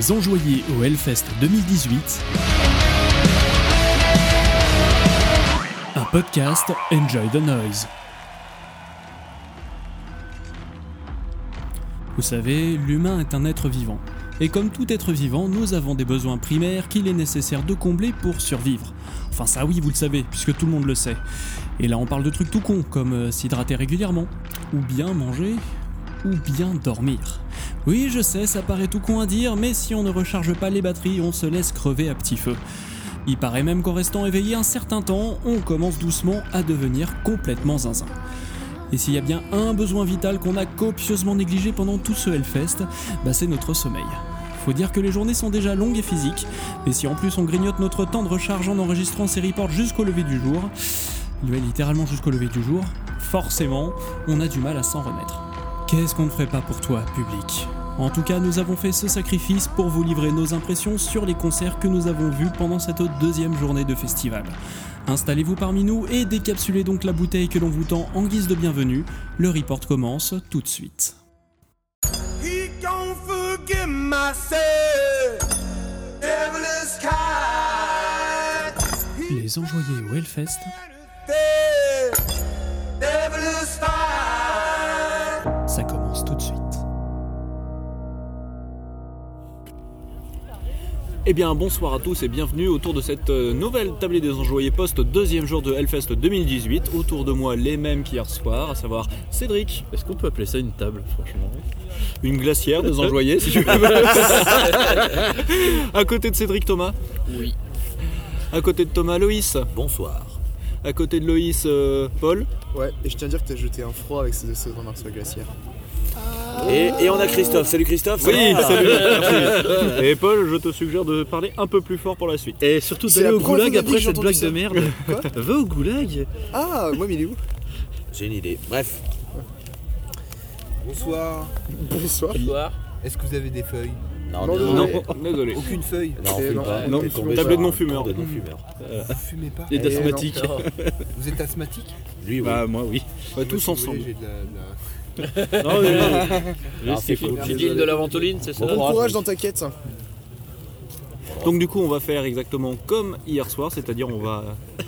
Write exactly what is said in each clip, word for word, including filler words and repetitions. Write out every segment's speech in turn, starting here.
Les enjoyés au Hellfest deux mille dix-huit. Un podcast Enjoy the Noise. Vous savez, l'humain est un être vivant. Et comme tout être vivant, nous avons des besoins primaires qu'il est nécessaire de combler pour survivre. Enfin ça oui, vous le savez, puisque tout le monde le sait. Et là on parle de trucs tout cons, comme euh, s'hydrater régulièrement, ou bien manger, ou bien dormir. Oui, je sais, ça paraît tout con à dire, mais si on ne recharge pas les batteries, on se laisse crever à petit feu. Il paraît même qu'en restant éveillé un certain temps, on commence doucement à devenir complètement zinzin. Et s'il y a bien un besoin vital qu'on a copieusement négligé pendant tout ce Hellfest, bah c'est notre sommeil. Faut dire que les journées sont déjà longues et physiques, mais si en plus on grignote notre temps de recharge en enregistrant ces reports jusqu'au lever du jour, ouais, littéralement jusqu'au lever du jour, forcément, on a du mal à s'en remettre. Qu'est-ce qu'on ne ferait pas pour toi, public ? En tout cas, nous avons fait ce sacrifice pour vous livrer nos impressions sur les concerts que nous avons vus pendant cette deuxième journée de festival. Installez-vous parmi nous et décapsulez donc la bouteille que l'on vous tend en guise de bienvenue. Le report commence tout de suite. Les enjoyés au Hellfest. Ça commence tout de suite. Eh bien bonsoir à tous et bienvenue autour de cette nouvelle tablée des enjoyés post deuxième jour de Hellfest deux mille dix-huit. Autour de moi les mêmes qu'hier soir, à savoir Cédric. Est-ce qu'on peut appeler ça une table, franchement ? Une glacière des enjoyés si tu veux. À côté de Cédric, Thomas. Oui. À côté de Thomas, Loïs. Bonsoir. À côté de Loïs, euh, Paul. Ouais, et je tiens à dire que t'as jeté un froid avec ces, ces remarques sur la glacière. Et, et on a Christophe. Salut Christophe. Oui, salut. Merci. Et Paul, je te suggère de parler un peu plus fort pour la suite. Et surtout C'est d'aller la au première goulag fois de ma vie après que j'ai cette blague entendu de ça. merde. Quoi ? Va au goulag. Ah, moi, mais il est où ? J'ai une idée. Bref. Bonsoir. Bonsoir. Bonsoir. Est-ce que vous avez des feuilles ? Non, Non, désolé. Non, désolé. Aucune feuille. Non, on Et fume non, pas. non, T'es tombé tablette sur un non-fumeur. cours de non-fumeur. Vous fumez pas ? Et Eh, d'asthmatique. Non. Vous êtes asthmatique ? Lui, oui. Bah moi oui. Bah, Moi, tous si vous ensemble. voulez, j'ai de la- de la... Non, mais non. Non, c'est cool. Petite île de la ventoline, c'est ça ? Bon courage dans ta quête. Donc du coup on va faire exactement comme hier soir, c'est-à-dire on va...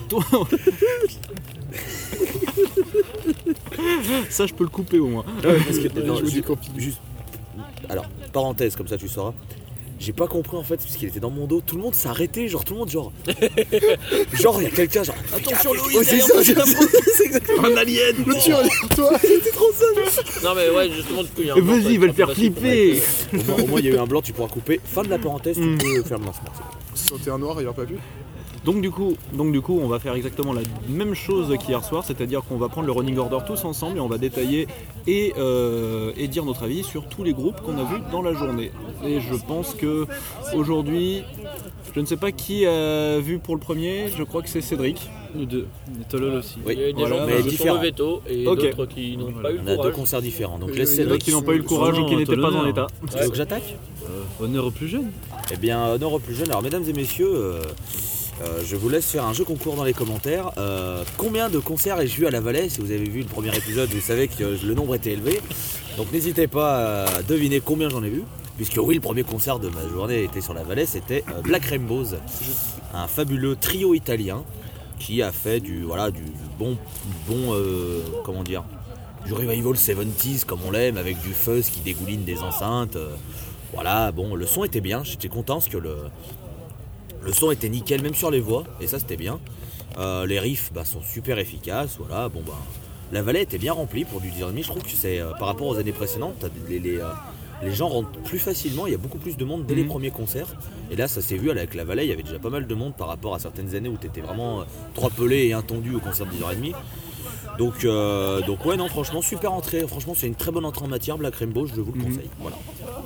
Ça je peux le couper au moins. Parce que, non, Je vous ju- dis copie. juste, alors, parenthèse, comme ça tu sauras. J'ai pas compris en fait, parce qu'il était dans mon dos, tout le monde s'est arrêté, genre tout le monde, genre. Genre, il y a quelqu'un, genre. Attention, Louis, Ouais, c'est ça, c'est ça. c'est exactement un alien. Le tueur, toi, c'était trop ça. Non mais ouais, justement du coup il y a un blanc, Vas-y, il va le faire pas flipper. Au moins, au moins, il y a eu un blanc, tu pourras couper. Fin de la parenthèse, tu peux faire le lancement. Sauter un noir, il aurait pas pu. Donc du coup, donc du coup, on va faire exactement la même chose qu'hier soir, c'est-à-dire qu'on va prendre le running order tous ensemble et on va détailler et, euh, et dire notre avis sur tous les groupes qu'on a vus dans la journée. Et je pense que aujourd'hui, je ne sais pas qui a vu pour le premier, je crois que c'est Cédric. Nous deux. Et Tolol aussi. Il y a des Voilà, gens mais qui sont différents. le veto et Ok. d'autres qui n'ont pas eu On le a deux courage. concerts différents, donc Et laisse il y en a Ceux Cédric. qui n'ont pas eu le courage ou qui Non, n'étaient pas en l'honneur. état. Tu veux que j'attaque ? Euh, honneur aux plus jeunes. Eh bien, honneur aux plus jeunes. Alors, mesdames et messieurs, euh, euh, je vous laisse faire un jeu concours dans les commentaires. Euh, combien de concerts ai-je vu à la Valais ? Si vous avez vu le premier épisode, vous savez que euh, le nombre était élevé. Donc, n'hésitez pas à deviner combien j'en ai vu. Puisque oui, le premier concert de ma journée était sur la Valais, c'était euh, Black Rainbows, un fabuleux trio italien qui a fait du voilà du bon bon euh, comment dire du revival soixante-dix comme on l'aime, avec du fuzz qui dégouline des enceintes. euh, Voilà, bon, le son était bien, j'étais content parce que le, le son était nickel, même sur les voix, et ça c'était bien. Euh, les riffs bah, sont super efficaces, voilà, bon bah. La Valais était bien remplie pour du dix heures trente, je trouve que c'est euh, par rapport aux années précédentes, t'as les, les, euh, les gens rentrent plus facilement, il y a beaucoup plus de monde dès les premiers concerts. Et là ça s'est vu avec la Valais, il y avait déjà pas mal de monde par rapport à certaines années où t'étais vraiment euh, trop pelé et intondu au concert de dix heures trente. Donc, euh, donc ouais non franchement super entrée, franchement c'est une très bonne entrée en matière, Black Rainbow, je vous le conseille. Voilà.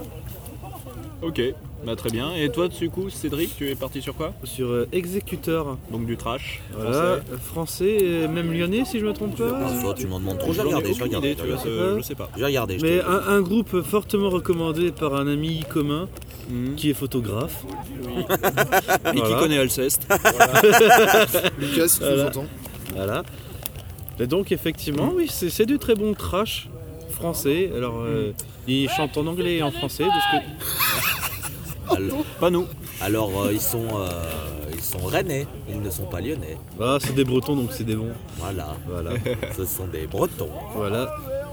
Ok, bah très bien. Et toi du coup, Cédric, tu es parti sur quoi ? Sur euh, Exécuteur, Donc du trash. voilà, français. euh, français, euh, même lyonnais si je me trompe pas. Ah, toi, tu m'en demandes trop, je vais J'en ai regarder, je vais aucune regarder. idée, tu vois, je vais regarder. ce- je sais pas. Je vais regarder, je Mais te- un, un groupe fortement recommandé par un ami commun Mhm. qui est photographe. Et qui Voilà. connaît Alceste. Lucas, si tu nous Voilà. entends. Voilà. Et donc effectivement, oui, c'est, c'est du très bon trash français. Alors, euh, il chante en anglais et en français. De ce que... Alors, Pas nous. alors, euh, ils sont euh, ils sont rennais, ils ne sont pas lyonnais. Ah, c'est des Bretons, donc c'est des bons. Voilà, Voilà. ce sont des Bretons. Voilà.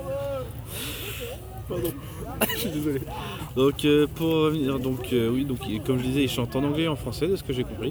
Je suis désolé. Donc euh, pour revenir, donc euh, oui, donc comme je disais, ils chantent en anglais et en français, de ce que j'ai compris.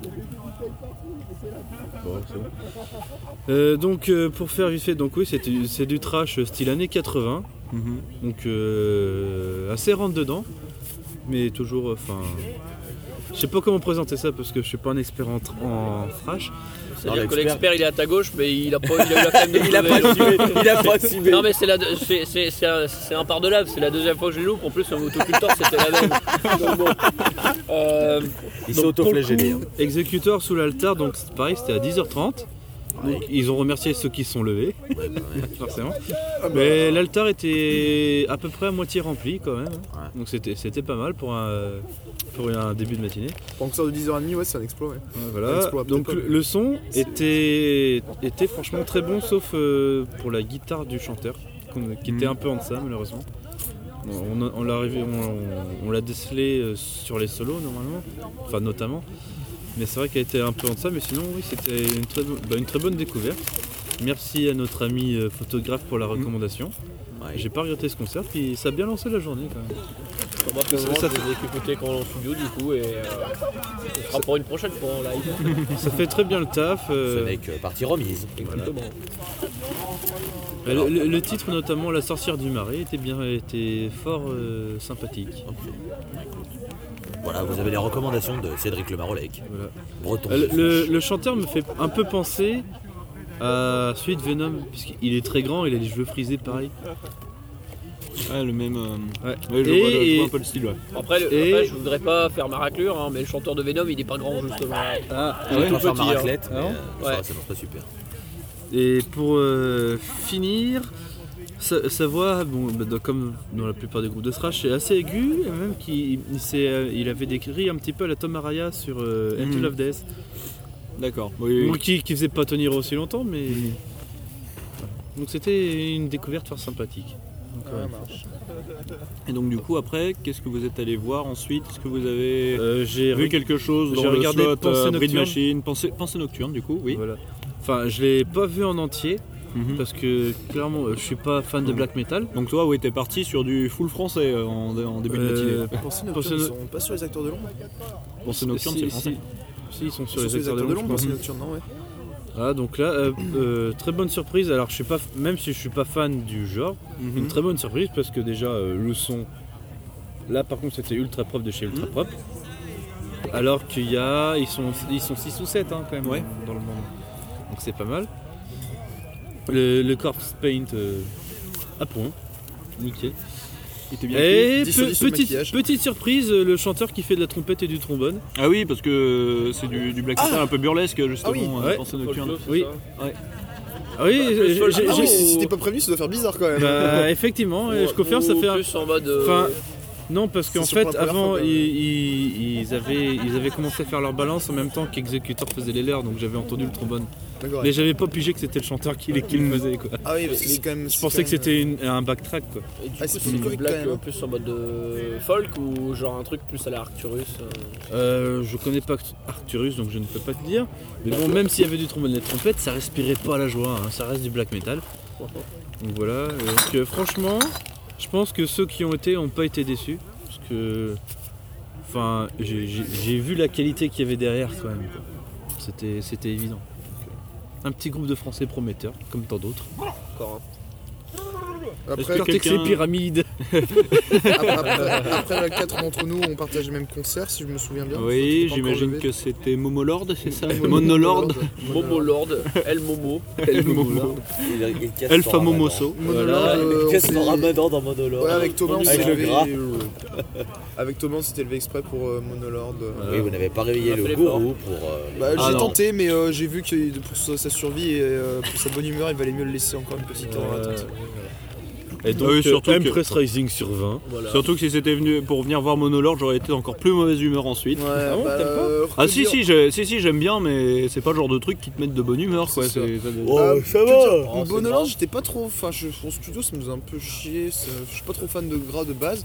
Bon, c'est bon. Euh, donc euh, pour faire vite fait, donc oui, c'est, c'est du trash style années quatre-vingts, Mm-hmm. donc euh, assez rentre dedans, mais toujours, enfin, je sais pas comment présenter ça parce que je suis pas un expert en, tr- en thrash. C'est-à-dire Non, que l'expert- l'expert il est à ta gauche, mais il a pas il a eu la flemme de Il a pas assumé, il a pas assumé. Non mais c'est, la deux- c'est, c'est, c'est, un, c'est un par de lave, c'est la deuxième fois que je les loupe, en plus sur Autocultor c'était la même. Donc bon. Euh, Il s'est Donc, pour le auto-flagellé. coup, Exécuteur sous l'altar, donc c'est pareil, c'était à dix heures trente. Donc, ils ont remercié ceux qui sont levés, Ouais, bah ouais. forcément. Mais l'altar était à peu près à moitié rempli quand même. Ouais. Donc c'était, c'était pas mal pour un, pour un début de matinée. Pour un concert de dix heures trente, ouais, c'est un exploit. Ouais. Ouais, Un Voilà. exploit, peut-être Donc pas, le, mais- le son était, était franchement très bon, sauf euh, pour la guitare du chanteur, qu'on- qui était un peu en deçà malheureusement. On, on, on l'a, arrivé- on- on l'a décelé euh, sur les solos normalement, enfin notamment. Mais c'est vrai qu'elle était un peu en deçà, mais sinon oui, c'était une très, bo- bah, une très bonne découverte. Merci à notre ami euh, photographe pour la recommandation. Ouais. J'ai pas regretté ce concert, puis ça a bien lancé la journée quand même. on va Ça- pouvoir ça je vais écouter quand on est en studio du coup et euh, ce sera pour une prochaine fois en live. Ça fait très bien le taf. euh, Ce n'est que partie remise. Exactement. le, le- le titre notamment La sorcière du marais était bien, était fort euh, sympathique. Voilà, vous avez les recommandations de Cédric Le Marolec. Voilà. Breton. Euh, Le, le chanteur me fait un peu penser à celui de Venom, puisqu'il est très grand, il a les cheveux frisés pareil. Ouais, le même. euh, Ouais. ouais, je, Et- vois, je et- vois un peu le style, ouais. Après, le- Et- après, je voudrais pas faire ma raclure, hein, mais le chanteur de Venom il est pas grand justement. Ah, Je vais tout pas faire petit, ma hein. raclette, mais Ah euh, bon ça, Ouais. ça marche pas super. Et pour euh, finir, sa, sa voix, bon, bah, dans- comme dans la plupart des groupes de thrash, est assez aiguë, et même qu'il il, s'est, euh, il avait décrit un petit peu la Tom Araya sur euh, Into Mhm. Love Death. D'accord. Oui, Bon, oui. qui, qui faisait pas tenir aussi longtemps, mais. Donc c'était une découverte fort sympathique. Donc, Ouais, ouais. marche. Et donc, du coup, après, qu'est-ce que vous êtes allé voir ensuite? Est-ce que vous avez Euh, j'ai vu re- quelque chose dans j'ai le regardé slot Pensée euh, Breed Nocturne. Machine, pensée, pensée nocturne, du coup, oui. Voilà. Enfin, je l'ai pas vu en entier Mhm. parce que clairement, euh, je suis pas fan de Mhm. black metal. Donc, toi, oui, t'es parti sur du full français euh, en, en début de Euh, matinée. Pensez Pensée Nocturne, ils no- sont pas sur les acteurs de l'ombre. Pensée nocturne, si, c'est français. Si, si, ils sont Ils sur sont les acteurs de l'ombre. je Pensée pense. Nocturne, non, ouais. Ah, donc là, euh, euh, très bonne surprise. Alors, je suis pas, même si je suis pas fan du genre, Mhm. une très bonne surprise parce que déjà euh, le son. Là, par contre, c'était ultra propre de chez ultra propre. Alors qu'il y a, ils sont, ils sont six ou sept hein, quand même Ouais. dans le monde. Donc c'est pas mal. Le, le corpse paint euh, à point, nickel. Il était bien Et dix sur pe- dix sur le petite, maquillage. petite surprise, euh, le chanteur qui fait de la trompette et du trombone. Ah oui, parce que c'est du, du black metal un peu burlesque, justement, Ah oui, euh, ouais. Pensée nocturne. Folklore, c'est Oui. ça Ah oui, j'ai- folk- j'ai- Ah j'ai- oui, si t'es pas prévenu, ça doit faire bizarre quand même. bah, effectivement, et je confirme, ça Ou fait un... plus en mode. euh, Enfin, non, parce qu'en C'est sur fait, pour la première avant, fois, quand ils, même. ils- ils avaient, ils avaient commencé à faire leur balance en même temps qu'Executor faisait les leurs, donc j'avais entendu le trombone. D'accord. Mais j'avais pas pigé que c'était le chanteur qui, qui le faisait, quoi. Ah oui, parce que c'est quand même. Je pensais que c'était une- un backtrack, quoi. Et du Ah, coup, c'est c'est plus du correct, black quand même, euh, hein. plus en mode de folk ou genre un truc plus à la Arcturus euh, Euh, je connais pas Arcturus, donc je ne peux pas te dire. Mais bon, même s'il y avait du trombone et de trompette, ça respirait pas la joie, hein. Ça reste du black metal. Donc voilà, et donc euh, franchement, je pense que ceux qui ont été n'ont pas été déçus. Parce que. Enfin, j'ai- j'ai j'ai vu la qualité qu'il y avait derrière quand même, quoi. C'était c'était évident. Un petit groupe de Français prometteurs, comme tant d'autres. encore. hein. Après, Cortex et quelqu'un- Pyramide. après, après, après, la quatre d'entre nous, on partage le même concert, si je me souviens bien. Oui, Faut pas j'imagine encore que c'était Momolord, c'est ça lever. Monolord Momo Lord, El Momo. El Momo. Il, il casse El son Famomoso. Monologue, ramadan. euh, Il on casse s'est- son ramadan dans Monologue. Ouais, avec Thomas, on Avec s'est le levé. gras. euh, Avec Thomas, on s'était levé exprès pour euh, Monolord. euh. Oui, vous n'avez pas réveillé On a le fait l'effort. gourou pour. euh, Bah, Ah j'ai non. tenté, mais euh, j'ai vu que pour sa, sa survie et euh, pour sa bonne humeur, il valait mieux le laisser encore une petite heure. Euh, attendre. Et donc, Ah oui, surtout euh, que- Empress Rising sur vingt. Voilà. Surtout que si c'était venu pour venir voir Monolord, j'aurais été encore plus mauvaise humeur ensuite. Ouais, Ah bon, bah, t'aimes pas euh, Ah si redire- si, j'ai- si si j'aime bien, mais c'est pas le genre de truc qui te mette de bonne humeur quoi. C'est ça. C'est- ça- Oh, Bah, ça je veux va dire, Oh, c'est Monolord, grave. j'étais pas trop. Enfin, je, en studio, ça me faisait un peu chier. ça- Je suis pas trop fan de gras de base.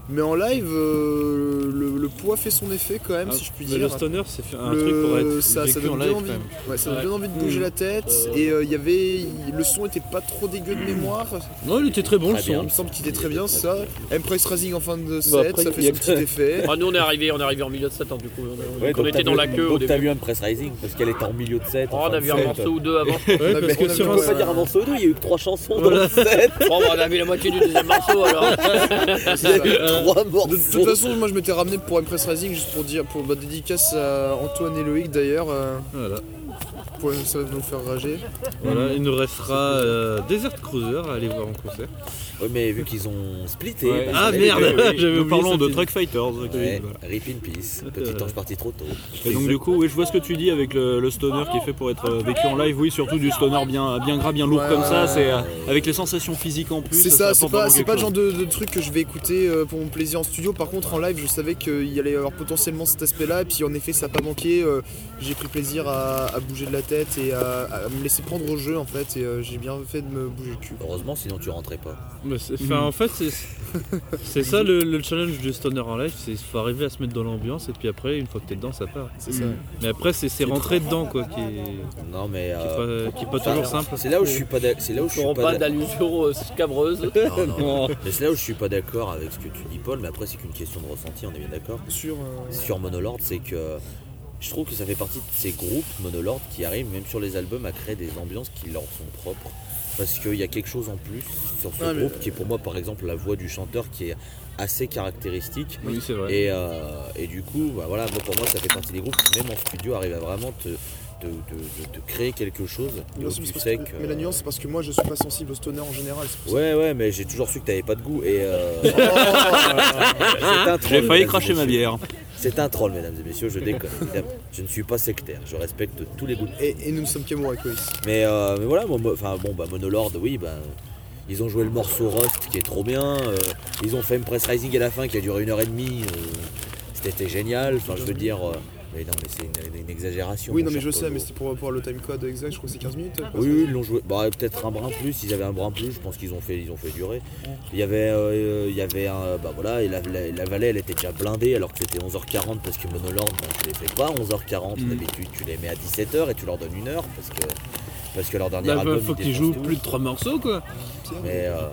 Mais en live, euh, le, le poids fait son effet quand même, Ah, si je puis mais dire. le stoner, c'est fait un Le- truc pour être ça, ça vécu en donne live bien quand envie. même. Ouais, ça donne Ouais. bien envie de bouger Mmh. la tête. Euh, Et il y avait, le son était pas trop dégueu de mémoire. Non, il était très bon le Très bien. Il son. me semble qu'il était très bien, ça. Empress Racing en fin de set, Bah, après, ça fait il y a son petit effet. Ah, nous on est arrivé, on est arrivé en milieu de set hein, du coup. On, Ouais, on donc était t'as dans vu- la queue au Donc t'as début. vu un press rising parce qu'elle était en milieu de set. Oh, en on fin a de vu un set. morceau ou deux avant. Ouais, mais parce on que a sur vu un On peut Ouais. pas dire un morceau ou deux, il y a eu que trois chansons dans Voilà. le set. Bon, bah, on a vu la moitié du deuxième morceau alors. Il y a eu trois morceaux. De, de toute façon, moi je m'étais ramené pour Empress Racing juste pour dire, pour ma dédicace à Antoine et Loïc d'ailleurs, euh, Voilà. pour, ça va nous faire rager. Voilà, il nous restera euh, Desert Cruiser à aller voir en concert. Ouais, mais vu qu'ils ont splitté. Ouais. bah, Ah, ça- merde. Oui, oui, oui. J'avais Nous oublié parlons cette de idée. Truck Fighters. qui- Ouais, voilà. rip in peace. Petit Euh. ange parti trop tôt. Et donc du coup, oui, je vois ce que tu dis avec le, le stoner qui est fait pour être euh, vécu en live. Oui, surtout du stoner bien, bien gras, bien lourd Ouais, comme ouais, ça. ouais. C'est euh, avec les sensations physiques en plus. C'est ça, c'est apporte pas, vraiment c'est quelque pas le genre chose. de, de truc que je vais écouter euh, pour mon plaisir en studio. Par contre, en live, je savais qu'il y allait y avoir potentiellement cet aspect-là. Et puis en effet, ça n'a pas manqué. Euh, j'ai pris plaisir à, à bouger de la tête et à, à me laisser prendre au jeu en fait. Et euh, j'ai bien fait de me bouger le cul. Heureusement, sinon tu rentrais pas. Mais c'est- enfin, en fait, c'est c'est ça le, le challenge du stoner en live, c'est qu'il faut arriver à se mettre dans l'ambiance et puis après, une fois que t'es dedans, ça part. C'est ça. Mais après, c'est c'est rentrer dedans quoi, qui est, Non, mais. qui est euh, pas, qui est pas enfin, toujours simple. C'est là où je suis pas d'ac- c'est là où je Ils suis n'auront pas pas d'ac- d'allusion euh, scabreuse. Non, non, non. Mais c'est là où je suis pas d'accord avec ce que tu dis, Paul. Mais après, c'est qu'une question de ressenti, on est bien d'accord. Sur, euh, Sur Monolord, c'est que je trouve que ça fait partie de ces groupes Monolord qui arrivent, même sur les albums, à créer des ambiances qui leur sont propres. Parce qu'il y a quelque chose en plus sur ce Ouais, mais- groupe qui est pour moi, par exemple, la voix du chanteur qui est assez caractéristique. Oui, c'est vrai. Et, euh, et du coup, bah voilà, moi, pour moi, ça fait partie des groupes qui, même en studio, arrivent à vraiment te, te, te- te- te créer quelque chose. mais où c'est tu parce sais que- que- mais la nuance, c'est parce que moi je suis pas sensible au stoner en général. c'est pour ça. Ouais, ouais, mais j'ai toujours su que t'avais pas de goût. Et euh... Oh, c'est un troll, J'ai failli mesdames et cracher ma messieurs. bière. C'est un troll, mesdames et messieurs, je déconne. évidemment. Je ne suis pas sectaire, je respecte tous les goûts. et, et nous ne sommes qu'amour avec Loïs. Mais, euh, mais voilà, moi, moi, enfin bon, bah Monolord, oui, bah, ils ont joué le morceau Rust qui est trop bien. euh, ils ont fait Empress Rising à la fin qui a duré une heure et demie. euh, c'était génial. Enfin, je veux dire, euh, mais non, mais c'est une, une exagération. Oui, mon non, mais cher je sais, Polo. mais c'était pour, pour le time code exact, je crois que c'est quinze minutes. quoi, Oui, ça. oui, ils l'ont joué. Bah, peut-être un brin plus. Ils avaient un brin plus. Je pense qu'ils ont fait, ils ont fait durer. Il y avait, euh, il y avait un, bah voilà, et la, la, la vallée, elle était déjà blindée alors que c'était onze heures quarante parce que Monolord, bah, tu les fais pas onze heures quarante. Mm. D'habitude, tu les mets à dix-sept heures et tu leur donnes une heure parce que parce que leur dernier Bah, album. faut ils qu'ils défoncent jouent tout. plus de trois morceaux quoi. Mais euh,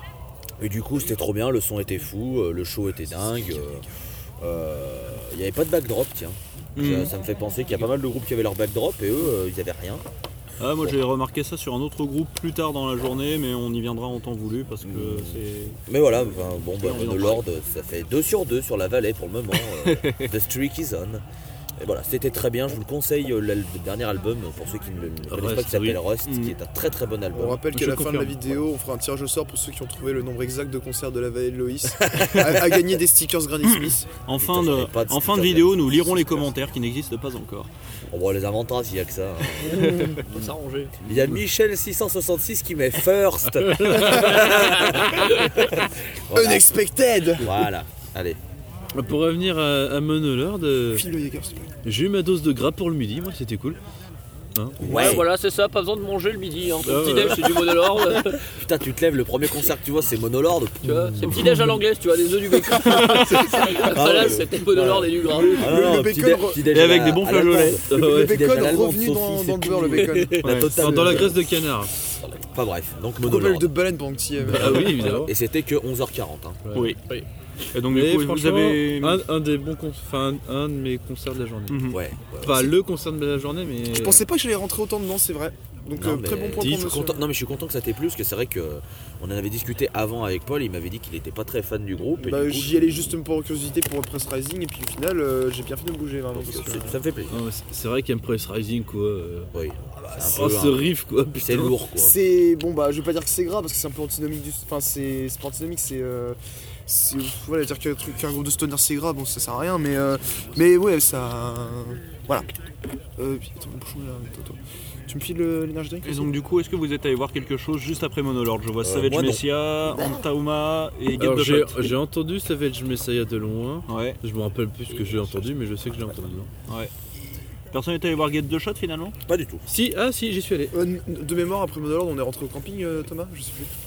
et du coup, c'était trop bien. Le son était fou, euh, le show était dingue. euh, euh, Il n'y avait pas de backdrop, tiens. Mm. Ça, ça me fait penser qu'il y a pas mal de groupes qui avaient leur backdrop et eux, euh, ils avaient rien. Ah, moi j'ai remarqué ça sur un autre groupe plus tard dans la journée, mais on y viendra en temps voulu parce que Mm. c'est. Mais voilà, enfin, bon, bah, envie d'en Monolord, ça fait deux sur deux sur la vallée pour le moment. euh, The Streak is on. Et voilà, c'était très bien, je vous le conseille, euh, l'al- le dernier album, pour ceux qui ne le ne connaissent pas, Rust, qui s'appelle oui. Rust, Mm. qui est un très très bon On album. rappelle qu'à Je la fin de la confirme. vidéo, on fera un tirage au sort pour ceux qui ont trouvé le nombre exact de concerts de la vallée de Loïs à, à gagner des stickers Granny Smith. En Putain, fin j'en ai de, pas de en fin de stickers, vidéo, là. nous lirons les commentaires qui n'existent pas encore. On va les inventera s'il y a que ça. hein. On va s'arranger. Il y a Michel six cent soixante-six qui met first. Voilà. Unexpected. Voilà, allez. Pour revenir à, à Monolord, euh, File le Jaeger, s'il te plaît. j'ai eu ma dose de gras pour le midi, moi c'était cool. Ouais, voilà, c'est ça, pas besoin de manger le midi. Hein. Ton Ah, petit ouais. déj, c'est du Monolord. Putain, tu te lèves, le premier concert que tu vois, c'est Monolord. Tu vois, c'est petit déj à l'anglaise, tu vois, des œufs du bacon. Voilà, ouais. c'était Monolord et du gras. Ah non, non, le petit bacon dé- re- petit déj Et à avec la- des bons à l'allemande. flageolets. Le petit déj à bacon l'allemande, revenu dans, saucisse dans et le beurre, le tout. bacon. La Ouais. totale. Enfin, dans la graisse de canard. Enfin bref, donc Coupelle Monolord. de baleine pendant que tu y es. Ah oui, évidemment. Et c'était que onze heures quarante. Hein. Oui. Oui. Et donc du Mais coup, vous franchement, avez. un, un des bons con- enfin, un, un de mes concerts de la journée. Mhm. Ouais. ouais, Pas ouais. le concert de la journée, mais. Je pensais pas que j'allais rentrer autant dedans, c'est vrai. Donc Non, euh, mais très bon point je pour suis monsieur. content- Non mais je suis content que ça t'ait plu parce que c'est vrai que on en avait discuté avant avec Paul, il m'avait dit qu'il était pas très fan du groupe. Et Bah, du coup, j'y allais justement pour curiosité pour Press Rising et puis au final euh, j'ai bien fait de me bouger vraiment. donc, parce que- c'est- ça me fait plaisir. Non, mais c'est- c'est vrai qu'Empress Rising quoi. euh, Oui. C'est un Oh peu ce un- riff quoi. C'est putain. lourd quoi. C'est bon bah je vais pas dire que c'est gras parce que c'est un peu antinomique du. Enfin c'est c'est pas antinomique c'est. Euh... c'est- Voilà dire qu'un truc qu'un groupe de stoner c'est gras bon ça sert à rien mais euh... mais ouais ça. Voilà. Euh, puis, attends, mon bouchon, là, attends, attends. Tu me files euh, l'énergie drink Et donc du coup, est-ce que vous êtes allé voir quelque chose juste après Monolord? Je vois Euh, Savage moi, non. Messiah, Antauma et Get Alors the j'ai Shot. j'ai entendu Savage Messiah de loin. Ouais, Je me rappelle plus ce que j'ai entendu, mais je sais que je l'ai entendu. Non ouais. Personne n'est allé voir Get the Shot finalement? Pas du tout. Si, ah si, j'y suis allé. Euh, De mémoire après Monolord on est rentré au camping euh, Thomas je sais plus.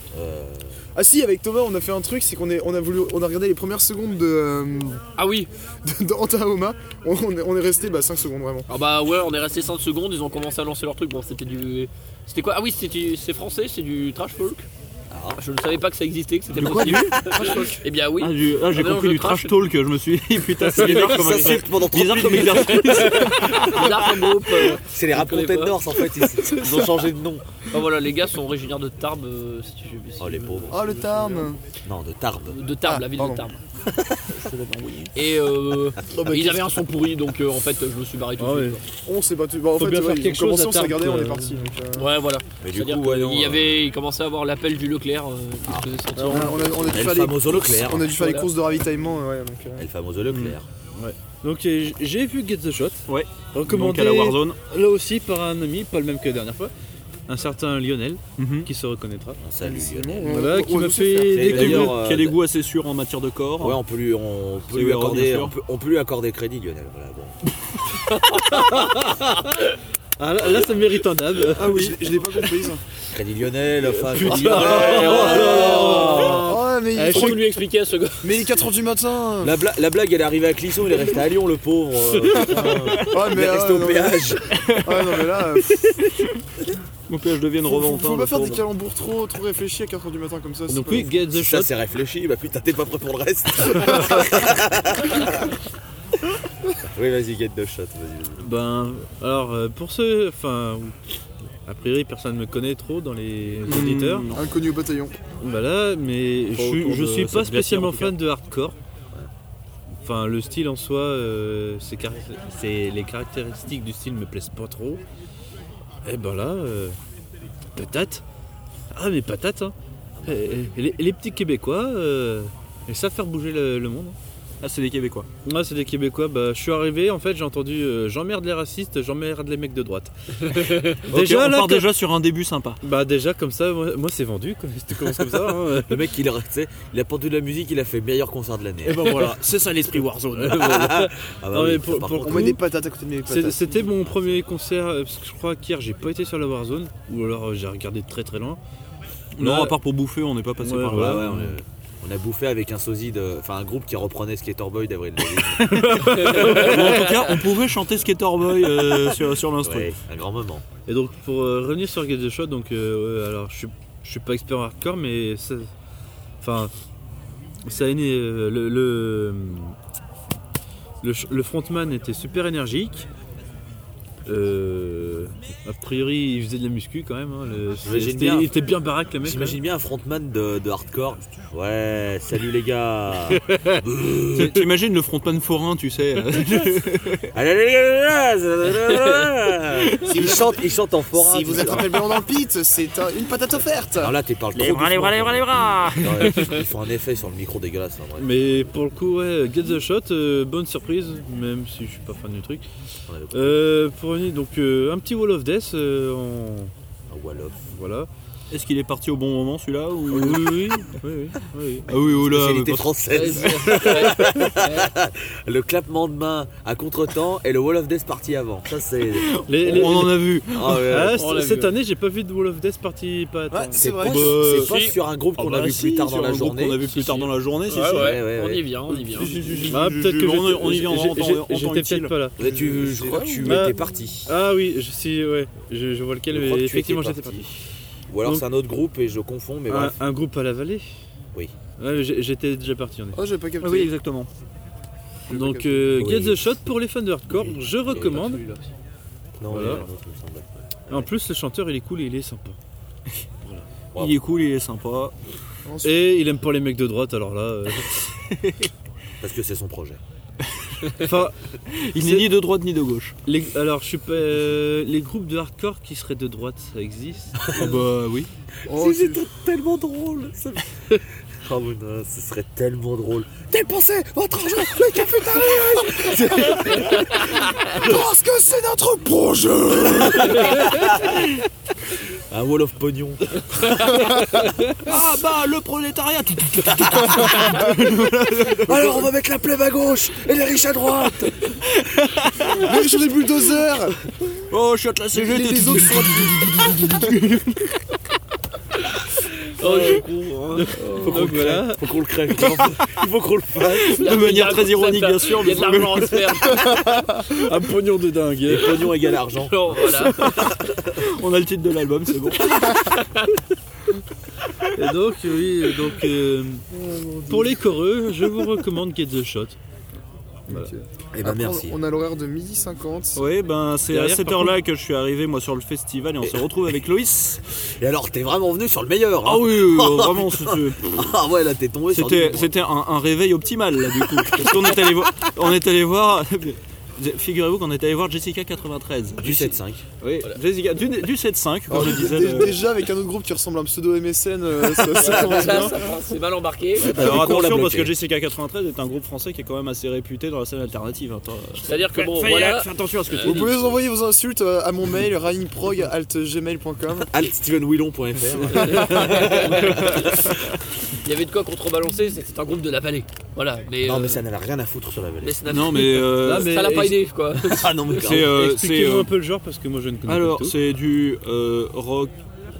Euh, Ah si, avec Thomas, on a fait un truc, c'est qu'on est, on a voulu, on a regardé les premières secondes de, euh, Ah oui. de, de Antahoma. On, on est, on est resté bah, cinq secondes vraiment. Ah bah ouais, on est resté cinq secondes, ils ont commencé à lancer leur truc. Bon, c'était du. C'était quoi? Ah oui, c'était du- c'est français, c'est du trash folk. Ah. Je ne savais pas que ça existait, que c'était Du quoi, possible. Trash folk. Eh bien oui. Ah, j'ai ah, j'ai Un mélange compris de du trash trash. talk, je me suis dit putain c'est bizarre comme ça s'insulte pendant trente bizarre comme minutes. exercice. Bizarre comme groupe. euh. C'est les Je Rap connais pas. Contenders en fait, ils, ils ont changé de nom. Enfin voilà, les gars sont originaires de Tarbes. euh, si tu- si Oh tu les veux. pauvres. Oh le Tarn. Non, de Tarbes. De Tarbes, Ah, la ville pardon. de Tarbes. Et euh, ils avaient un son pourri, donc euh, en fait je me suis barré tout de Ah suite. ouais. On s'est battu. Bah, en Faut fait, bien ouais, faire ils ont quelque commencé, chose on à s'est regardé, on Tarbes, est euh. parti. donc, euh, Ouais, voilà. Mais du C'est-à-dire coup, ouais, qu'il non, y euh, avait, il commençait à avoir l'appel du Leclerc euh, qui se faisait sentir. on, a, on, a, on a dû El faire les famoso courses, Leclerc. on a dû faire les Voilà. courses de ravitaillement. Ouais, donc, euh, El famoso Leclerc. Donc euh, j'ai vu Get the Shot. Ouais. Recommandé Donc à la Warzone. là aussi par un ami, pas le même que la dernière fois. Un certain Lionel, Mhm. qui se reconnaîtra. Salut c'est Lionel. bon, on- Voilà, on- qui on m'a veut se fait faire. C'est découvrir. d'ailleurs, euh, Qui a des goûts assez sûrs en matière de corps. Ouais, on peut lui, on peut C'est lui Véro, bien accorder, sûr. on peut, on peut lui accorder crédit, Lionel. Voilà, bon. Ah, là, là, ça mérite un dab. Ah oui, je, je l'ai pas comprise. Crédit Lionel, enfin. Putain. Crédit Lionel, oh là là. Oh, mais il Eh, Faut faut- tout lui expliquer à ce gars. mais il est quatre heures du matin. La, bla- la blague, elle est arrivée à Clisson, il est resté à Lyon, le pauvre. euh, putain. Ouais, Il mais est resté ah, au non, mais- péage. Ouais, non, mais là, euh, Mon péage devienne faut, faut, reventant. faut pas le faire des pauvre. calembours trop, trop réfléchis à quatre heures du matin comme ça. c'est Donc pas oui, ouf. Get the Si Shot. ça c'est réfléchi, bah putain, t'es pas prêt pour le reste. Oui, vas-y, get the shot, vas-y, vas-y. Ben, alors euh, pour ceux, enfin, a priori personne ne me connaît trop dans les auditeurs. non. Inconnu au bataillon. Voilà, mais je, Pas suis- autour je de suis cette pas glacière, spécialement en tout cas. fan de hardcore. Enfin, le style en soi, euh, c'est car- c'est- les caractéristiques du style me plaisent pas trop. Et ben là, euh, patate. Ah mais patate, hein. Et- et les, les petits Québécois, euh, ils savent faire bouger le, le monde. Ah, c'est des Québécois. Moi, c'est des Québécois. Bah, je suis arrivé, en fait, j'ai entendu euh, j'emmerde les racistes, j'emmerde les mecs de droite. Déjà, on là, part comme- déjà sur un début sympa. Bah déjà comme ça, moi, moi, c'est vendu. Quoi. Tu commences comme ça. Hein. Le mec, il, est resté, il a pendu de la musique, il a fait meilleur concert de l'année. Et ben voilà, c'est ça l'esprit Warzone. Voilà. Ah bah Non, oui, mais pour- par pour- contre, On met des patates à côté de mes C'est- patates. C'était mon premier concert, euh, parce que je crois qu'hier j'ai pas été sur la Warzone, ou alors euh, j'ai regardé de très très loin. Non, Là- à part pour bouffer, on n'est pas passé Ouais, par ouais, là. ouais, on, a, on a bouffé avec un sosie de. Enfin, un groupe qui reprenait Skater Boy d'Avril Lavigne. Bon, en tout cas, on pouvait chanter Skater Boy euh, sur, sur l'instru. Ouais, un grand moment. Et donc pour euh, revenir sur Get the Shot, donc euh, ouais, alors je suis, je suis pas expert en hardcore, mais ça, enfin, ça a né, euh, le, le, le, ch- le frontman était super énergique. Euh, a priori, il faisait de la muscu quand même. Hein, le- J'imagine c'était- bien. il était bien baraque, le mec. J'imagine bien un frontman de, de hardcore. Ouais, salut les gars. T- T'imagines le frontman forain, tu sais. euh, Allez, allez, allez, allez, allez. Il chante, il chante en forain. Si vous attrapez le ballon dans le pit, c'est un- une patate offerte. Alors là, tu parles trop. Les bras, les bras, les bras, les bras. Ouais, ils font un effet sur le micro dégueulasse. En vrai. Mais pour le coup, ouais, Get the Shot, euh, bonne surprise, même si je suis pas fan du truc. On avait Euh, pour revenir, donc euh, un petit Wall of Death euh, en. un wall-off. Voilà. Est-ce qu'il est parti au bon moment celui-là ou... Oui, oui, oui, oui, oui, oui. Ah oui, oh là, Spécialité mais pas- française. Le clapement de main à contre-temps et le wall of death parti avant. Ça, c'est. Les- les- on en a vu. Ah ouais. Ah, on l'a c- cette vu. année, j'ai pas vu de Wall of Death parti pas Ouais, attends. c'est C'est vrai. pas, Bah, c'est pas si. sur un groupe Ah qu'on bah a vu si, plus tard dans sur la un groupe journée. qu'on a vu plus tard dans la journée, si, Ouais, si. ouais, Ouais, ouais, on ouais. y vient, on y vient. Ah, peut-être que on, j'étais- on y vient en j'ai- en temps- j'ai- en temps J'étais utile. peut-être pas là. Ouais, tu, je crois que tu Ah. étais parti. Ah oui, je sais, ouais, je, je vois lequel, Je crois que mais tu effectivement étais j'étais parti. Ou alors Donc- c'est un autre groupe et je confonds, mais Un, bref. un groupe à la vallée. Oui. Ouais, mais j'ai- j'étais déjà parti en effet. Oh, j'ai pas capté. Ah oui, exactement. Donc euh, Oui. Get the Shot pour les fans de hardcore, Oui. je recommande. Non, Voilà. il y en a un autre, il me semble. En plus, le chanteur il est cool et il est sympa. Wow. Il est cool, il est sympa. Et il aime pas les mecs de droite, alors là. euh, Parce que c'est son projet. Enfin, Il C'est- n'est ni de droite ni de gauche. les, alors je suis pas. euh, les groupes de hardcore qui seraient de droite, ça existe. Ah bah oui. Oh, c'est- C'était tellement drôle. ça- Oh mon Dieu, ce serait tellement drôle. Dépensez votre argent, les cafétérias. Parce que c'est notre projet. Un wall of pognon. Ah bah le prolétariat. Alors on va mettre la plèbe à gauche et les riches à droite. Mais sur les bulldozers. Oh, shot la Les, C G T. les autres sont. Oh, le con, hein. Faut qu'on Donc le voilà. crève. Faut qu'on le crève. Il faut qu'on le fasse. Il y a- De manière il y a un très coup, ironique, ça fait- bien sûr, Il y a de mais- l'argent à se faire. Un pognon de dingue. Et pognon égale argent. Genre, voilà. On a le titre de l'album, c'est bon. Et donc, oui, donc euh, pour les coreux, je vous recommande Get the Shot. Voilà. Eh ben Après, merci. On a l'horaire de midi cinquante. Oui, ben c'est à Derrière, cette par heure-là que je suis arrivé moi sur le festival et on se retrouve avec Loïs. Et alors, t'es vraiment venu sur le meilleur. Ah Hein. oui, oui, oui, vraiment, c'était- Ah ouais, là, t'es tombé sur c'était du- c'était un, un réveil optimal là du coup. Parce qu'on est allé voir, on est allé voir. Figurez-vous qu'on est allé voir Jessica quatre-vingt-treize. du sept cinq. Oui, Jessica du, du sept cinq, comme Alors, je disais. dé- le- Déjà avec un autre groupe qui ressemble à un pseudo M S N, euh, ça, ça Voilà, commence là, bien. ça va, c'est mal embarqué. Alors Du coup, on l'a attention parce bloqué. que Jessica quatre-vingt-treize est un groupe français qui est quand même assez réputé dans la scène alternative. Attends, euh, C'est-à-dire que bon, fais, voilà. fais attention à ce que tu Vous dis. pouvez envoyer vos insultes euh, à mon mail running.prog arobase gmail point com. alt steven willon point f r. Il y avait de quoi contrebalancer, c'était un groupe de la vallée. Voilà, mais. Non, euh, mais ça n'avait rien à foutre sur la vallée. mais ça n'a- Non mais, euh, Là, mais- ça l'a pas aidé, quoi. Ah non, mais c'est euh, c'est, Expliquez-moi euh, un peu le genre parce que moi je ne connais alors pas du tout. c'est du euh, rock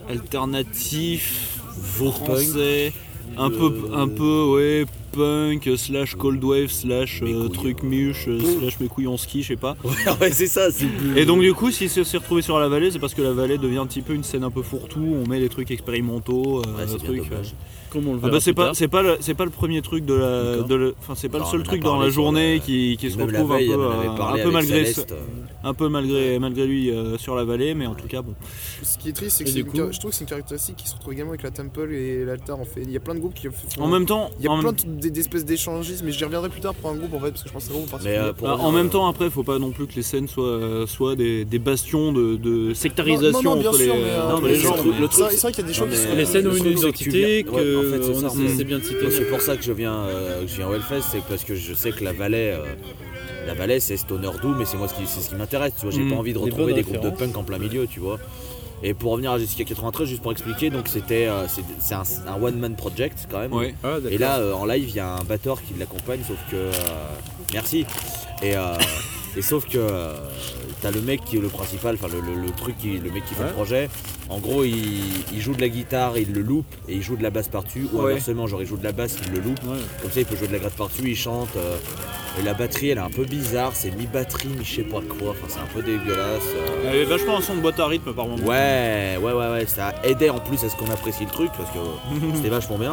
alternatif français, un peu un peu ouais punk slash cold wave slash Mes euh, couilles, truc hein. muche euh, slash mes couilles en ski, je sais pas. Ouais, ouais, c'est ça, c'est plus. Et donc du coup, si c'est s'est retrouvé sur la vallée, c'est parce que la vallée devient un petit peu une scène un peu fourre-tout. On met des trucs expérimentaux, euh, Ouais, c'est bien trucs. dommage. euh. Comme on le Ah verra bah c'est plus pas tard. c'est pas le, c'est pas le premier truc de la D'accord. de le- enfin c'est pas Non, le on seul en a truc dans parlé la sur journée le- qui, qui se Même la retrouve veille, un peu on en avait euh, parlé un peu avec malgré Céleste. un peu malgré malgré lui euh, sur la vallée, mais en tout cas bon. Ce qui est triste, c'est que Et c'est du une coup- car- je trouve que c'est une caractéristique qui se retrouve également avec la Temple et l'Altar en fait. Il y a plein de groupes qui font. En même temps, Il y a en plein même- de- d'espèces d'échangistes, mais j'y reviendrai plus tard pour un groupe en fait, parce que je pense que c'est un groupe Mais particulier. euh, pour bah, revenir, en même euh, temps, après, faut pas non plus que les scènes soient, soient des, des bastions de, de sectarisation Non, non, non, bien entre, sûr, les, mais, euh, entre mais les le gens. truc- mais- le C'est vrai c'est vrai qu'il y a des choses Non, qui mais- sont. Les scènes ont le une truc, c'est que tu viens- identité que ouais, en fait, c'est on- ça. c'est c'est bien cité. Moi, c'est pour ça que je viens, euh, que je viens au Hellfest, c'est parce que je sais que la Valais, euh, la Valais, c'est Stoner Doom, et c'est moi ce qui, c'est ce qui m'intéresse. Tu vois, j'ai Mm. pas envie de Des retrouver bonnes des groupes de références. punk en plein milieu, tu vois. Et pour revenir à Jessica quatre-vingt-treize, juste pour expliquer, donc c'était, euh, c'est, c'est un, un one man project quand même. Ouais. Ah, d'accord. Et là, euh, en live, il y a un batteur qui l'accompagne, sauf que. euh, merci. Et, euh, et sauf que euh, t'as le mec qui est le principal, enfin le, le- le truc, qui, le mec qui fait Ouais. le projet. En gros, il, il joue de la guitare, il le loupe, et il joue de la basse par-dessus. Ou Ouais. inversement, genre il joue de la basse, il le loupe. Ouais. Comme ça, il peut jouer de la gratte par-dessus, il chante. euh, et la batterie, elle est un peu bizarre, c'est mi-batterie, mi-je sais pas quoi. Enfin, c'est un peu dégueulasse. euh. Il y avait vachement un son de boîte à rythme par moment. Ouais, ouais, ouais, ouais, ça aidait en plus à ce qu'on apprécie le truc parce que c'était vachement bien.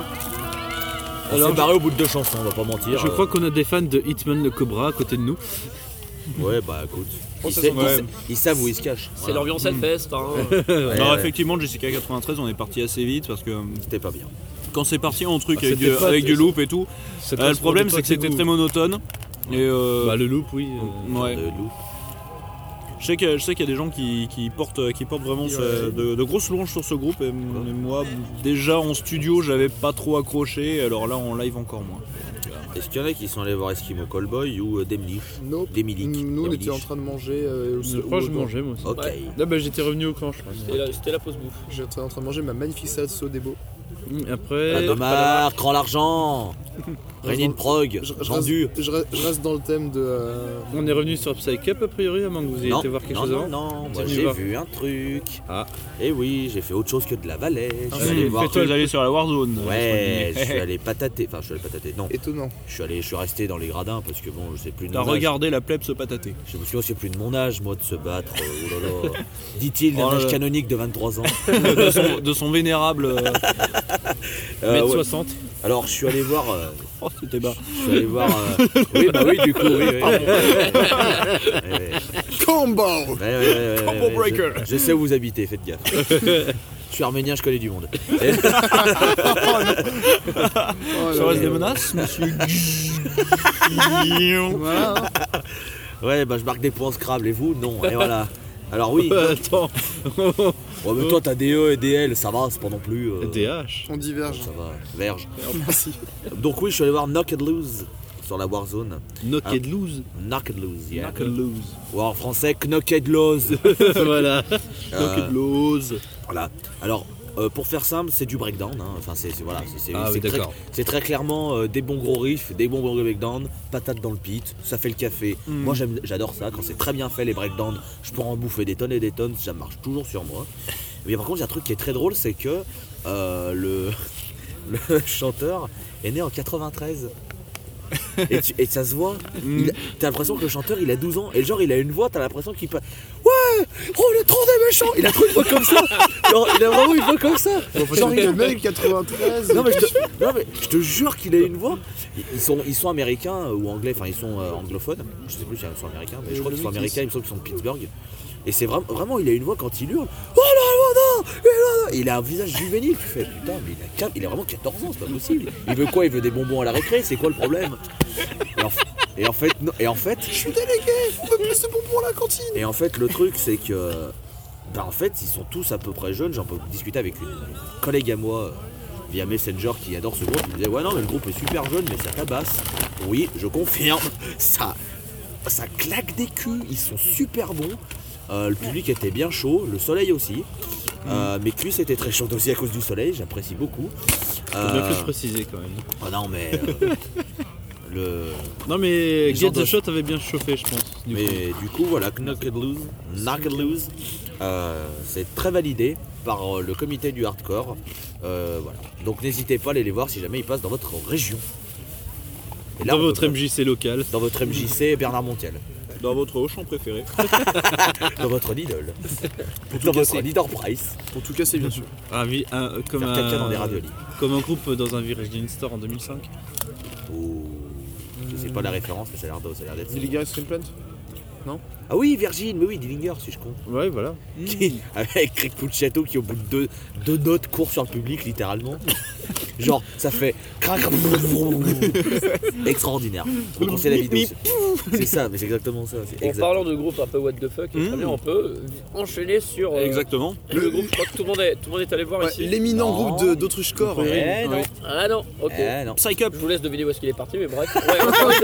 On Alors, s'est barré au bout de deux chansons, on va pas mentir. Je crois qu'on a des fans de Hitman le Cobra à côté de nous. Euh, Ouais, bah écoute. Oh, Ils, ça sa- sent ils ouais. sa- ils savent où ils se cachent. C'est Voilà. l'ambiance Hellfest. Hein. Ouais, Alors ouais, effectivement, Jessica quatre-vingt-treize, on est parti assez vite parce que euh, C'était pas bien. quand c'est parti en truc Ah, avec, c'était du, pas- avec du loop et tout, Ça euh, le problème transportait c'est que pas c'était tes très goûts. monotone. Et euh, Bah, le loop, oui. euh, ouais. De loup. Je sais que- je sais qu'il y a des gens qui, qui portent, qui portent vraiment ce- de, de grosses louanges sur ce groupe. Et, et moi, déjà en studio, j'avais pas trop accroché. Alors là, en live, encore moins. Est-ce qu'il y en a qui sont allés voir Eskimo Callboy ou euh, Demlich Nope. Demilic Nous, on Demlich. était en train de manger. euh, au- Je au- crois que je au- mangeais moi aussi. Ok. Ouais. Là, bah, j'étais revenu au camp, je crois. C'était la, c'était la pause bouffe. J'étais en train de manger ma magnifique salade Sodebo. Hum, Pas Après, de marque, rends l'argent. Renin Prog, Je, je vendu. reste, je re- je reste dans le thème de. euh, on est revenu sur Psych Up a priori, à moins que vous ayez Non, été voir quelque non, chose non, avant. non, moi T'es venu j'ai voir. vu un truc. Ah. Et oui, j'ai fait autre chose que de la Valais. Je suis Mmh, allé voir. fais-toi les aller sur la Warzone. Ouais, je suis allé patater. Enfin, je suis allé patater. Non, étonnant. je suis allé, je suis resté dans les gradins parce que bon, je sais plus de T'as mon âge. regardé la plèbe se patater. Je me suis aussi plus de mon âge, moi, de se battre. euh, oh là là. Dit-il d'un Oh là âge là. canonique de vingt-trois ans. de, son, de son vénérable. euh, Euh, Mètre ouais. soixante. Alors, je suis allé voir. euh, Oh, c'était bas. je suis allé voir. euh, Oui, bah oui, du coup, oui. oui, oui. Ouais, ouais. Combo Ouais, ouais, ouais, ouais, Combo ouais, breaker. Je, je sais où vous habitez, faites gaffe. Je suis arménien, je connais du monde. Et- Oh Ça là reste là. des menaces, monsieur. Voilà. Ouais, bah je marque des points Scrabble et vous, non. Et voilà. Alors oui. Attends, Ouais, mais toi, t'as des E et des L, ça va, c'est pas non plus. euh, D H. On diverge. Ça va, verge. Merci. Donc oui, je suis allé voir Knock and Lose sur la Warzone. Knock Ah. and lose. Knock and Lose, yeah. Knock and lose. Ou en français, Knock and Lose. Voilà. Euh, Knock and lose. Voilà. Alors, euh, pour faire simple, c'est du breakdown. Hein. Enfin, c'est c'est- voilà, c'est c'est- Ah oui, c'est très, d'accord. c'est très clairement euh, des bons gros riffs, des bons gros breakdowns, patates dans le pit, ça fait le café. Mm. Moi, j'aime- j'adore ça. Quand c'est très bien fait, les breakdowns, je pourrais en bouffer des tonnes et des tonnes. Ça marche toujours sur moi. Mais par contre, il y a un truc qui est très drôle, c'est que euh, le, le chanteur est né en quatre-vingt-treize. Et, tu- et ça se voit, il a- t'as l'impression que le chanteur il a douze ans et genre il a une voix, t'as l'impression qu'il peut. Ouais, oh le trou des méchants. Il a trop une voix comme ça. Genre, il a vraiment une voix comme ça. Genre, il- Le mec, quatre-vingt-treize. non mais, je te, non, mais je te jure qu'il a une voix. Ils- Ils sont, ils sont américains ou anglais, enfin ils sont euh, anglophones. Je sais plus s'ils sont américains, mais je crois qu'ils sont américains, il me semble qu'ils sont de Pittsburgh. Et c'est vraiment, vraiment, il a une voix quand il hurle. Oh là là là, et là, là. Il a un visage juvénile. Tu fais putain, mais il a, quat- il a vraiment quatorze ans, c'est pas possible. Il veut quoi? Il veut des bonbons à la récré, c'est quoi le problème? Et en, et en fait, non, et en fait, Je suis délégué, faut me placer bonbons à la cantine. et en fait, le truc, c'est que, ben, en fait, ils sont tous à peu près jeunes. J'en peux discuter avec une collègue à moi euh, via Messenger qui adore ce groupe. Il me disait, ouais, non, mais le groupe est super jeune, mais ça tabasse. Oui, je confirme, ça, ça claque des culs. Ils sont super bons. Euh, le public était bien chaud, le soleil aussi. Euh, mes cuisses étaient très chaudes aussi à cause du soleil, j'apprécie beaucoup. Faut bien Euh, fait de préciser quand même. oh non, mais euh, le. Non mais gens Get the de- Shot avait bien chauffé, je pense. Du coup. Mais du coup, voilà, Knock It Loose, Knock It Loose, euh, c'est très validé par euh, le comité du hardcore. Euh, voilà. Donc n'hésitez pas à aller les voir si jamais ils passent dans votre région. Et là, Dans on peut votre pas- M J C local. Dans votre M J C Bernard Montiel. Dans votre Auchan préféré. Dans votre Lidl. Pour tout Dans votre casser. Leader Price. Pour tout casser, bien sûr. Un, vi- un- comme, Faire caca dans des un, raviolis. comme un groupe dans un Virgin Store en deux mille cinq. Oh. Je sais pas la référence, mais ça a l'air de- ça a l'air d'être. Dillinger et Streamplant. Ah oui, Virgin, mais oui, Dillinger, si je compte. Ouais, voilà. Qui- Avec Craig Pucciato qui au bout de deux, deux notes court sur le public littéralement. Genre ça fait crac, crac, extraordinaire. Je vous conseille la vidéo. C'est ça, mais c'est exactement ça. C'est En exact. parlant de groupe un peu what the fuck, Mmh. très bien, on peut enchaîner sur euh, Exactement. le groupe. Je crois que tout le monde est, tout le monde est allé voir Ouais, ici. L'éminent Non. groupe de- d'Autruche Corps. Eh non. Ah non, ok. Eh non. Psych Up. Je vous laisse deviner où est-ce qu'il est parti, mais bref. Ouais, on, parlait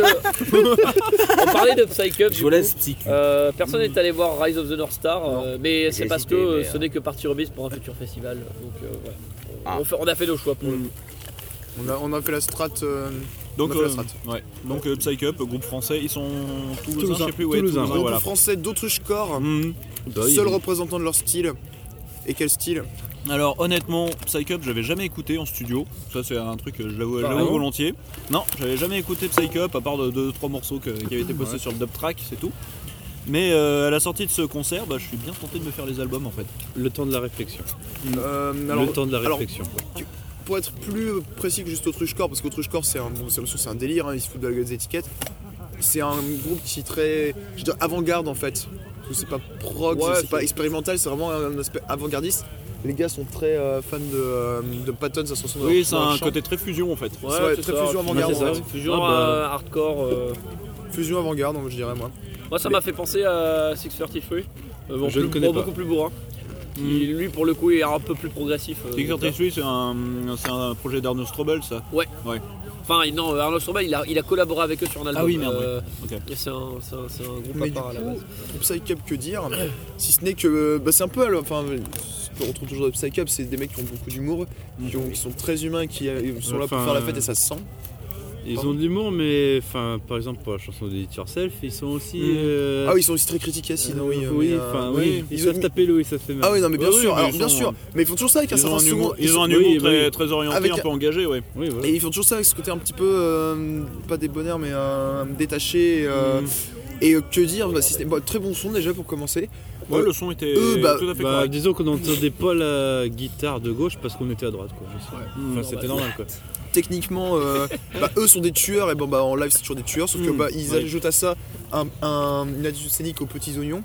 de... on parlait de Psych Up. Je du vous coup. laisse psy. Euh, personne n'est allé voir Rise of the North Star, euh, mais c'est J'ai parce hésité, que euh, mais, ce euh, n'est que partie remise pour un futur festival. Donc euh, ouais. On, Ah. on fait- on a fait nos choix pour le coup. On a, on a fait la strat. euh, Donc, on a fait la euh, strat. ouais. Donc euh, Psych Up, groupe français, ils sont toulousains, Toulousains. je sais plus, ouais, Toulousains. toulousains, Groupe voilà. français d'Autruche Corps. Mhm. Bah, il y Seul a- représentant de leur style. Et quel style? Alors honnêtement, Psych Up, j'avais jamais écouté en studio. Ça c'est un truc que je l'avoue je l'avoue Vraiment volontiers. Non, j'avais jamais écouté Psych Up à part de deux trois morceaux que- qui avaient été postés sur le dub track, c'est tout. Mais euh, à la sortie de ce concert, bah, je suis bien tenté de me faire les albums en fait. Le temps de la réflexion. Euh, alors, le temps de la alors, réflexion. pour être plus précis que juste Autruche Corps, parce qu'Autruche Corps c'est un, bon, c'est c'est un délire, hein, ils se foutent de la gueule des étiquettes. C'est un groupe qui est très, je veux dire, avant-garde en fait. Parce que c'est pas prog, Ouais, c'est c'est- pas expérimental, c'est vraiment un aspect avant-gardiste. Les gars sont très euh, fans de, euh, de Patton, ça se ressent dans Oui, leur- c'est dans leur un chant. côté très fusion en fait. Ouais, Ouais, c'est très ça. fusion avant-garde, Ouais, c'est en ça. fait. Fusion Ah bah. euh, hardcore. euh. Fusion avant-garde, je dirais moi. Moi, ça m'a fait penser à six trente-trois. Euh, bon, Je plus- ne connais bon, pas. beaucoup plus bourrin. Qui, lui, pour le coup, est un peu plus progressif. euh, Six thirty-three, c'est un, c'est un projet d'Arnaud Strobel ça. Enfin, non, Arnaud Strobel, il a, il a collaboré avec eux sur un album. Ah oui, merde, euh, Ok. et c'est un, c'est un- c'est un groupe Mais à du part à la coup, base. pour Psych Up, que dire? Si ce n'est que bah, c'est un peu, à la- enfin, on retrouve toujours des Psych Up, c'est des mecs qui ont beaucoup d'humour, qui, ont- qui sont très humains, qui euh, sont là pour Enfin, faire la fête et ça se sent. Ils ont de l'humour, mais enfin, par exemple pour la chanson de It Yourself, ils sont aussi. Mm. euh, Ah oui, ils sont aussi très critiques Yacine, euh, oui. oui, mais, euh, enfin, oui, oui, ils ils savent ont- taper l'eau et ça fait mal. Ah oui, non, mais bien Oui, sûr, mais alors ils bien sont- sûr, mais ils font toujours ça avec un Ils ont certain un second. humour, ils ont un oui, humour oui, très, oui. très orienté, Avec un un- peu engagé, ouais. Oui, voilà. Et ils font toujours ça avec ce côté un petit peu, euh, pas débonnaire, mais euh, détaché. euh, Mm. Et euh, que dire, bah, si c'était- bah, très bon son déjà pour commencer. Ouais, Euh, le son était eux, bah, tout à fait Bah, correct. disons qu'on n'entendait pas la guitare de gauche parce qu'on était à droite, quoi. je sais. Mm. Enfin, c'était normal, quoi. Techniquement, euh, bah, eux sont des tueurs, et bon, bah, en live c'est toujours des tueurs, sauf que Mm. bah, ils Ouais. ajoutent à ça un, un- une attitude scénique aux petits oignons.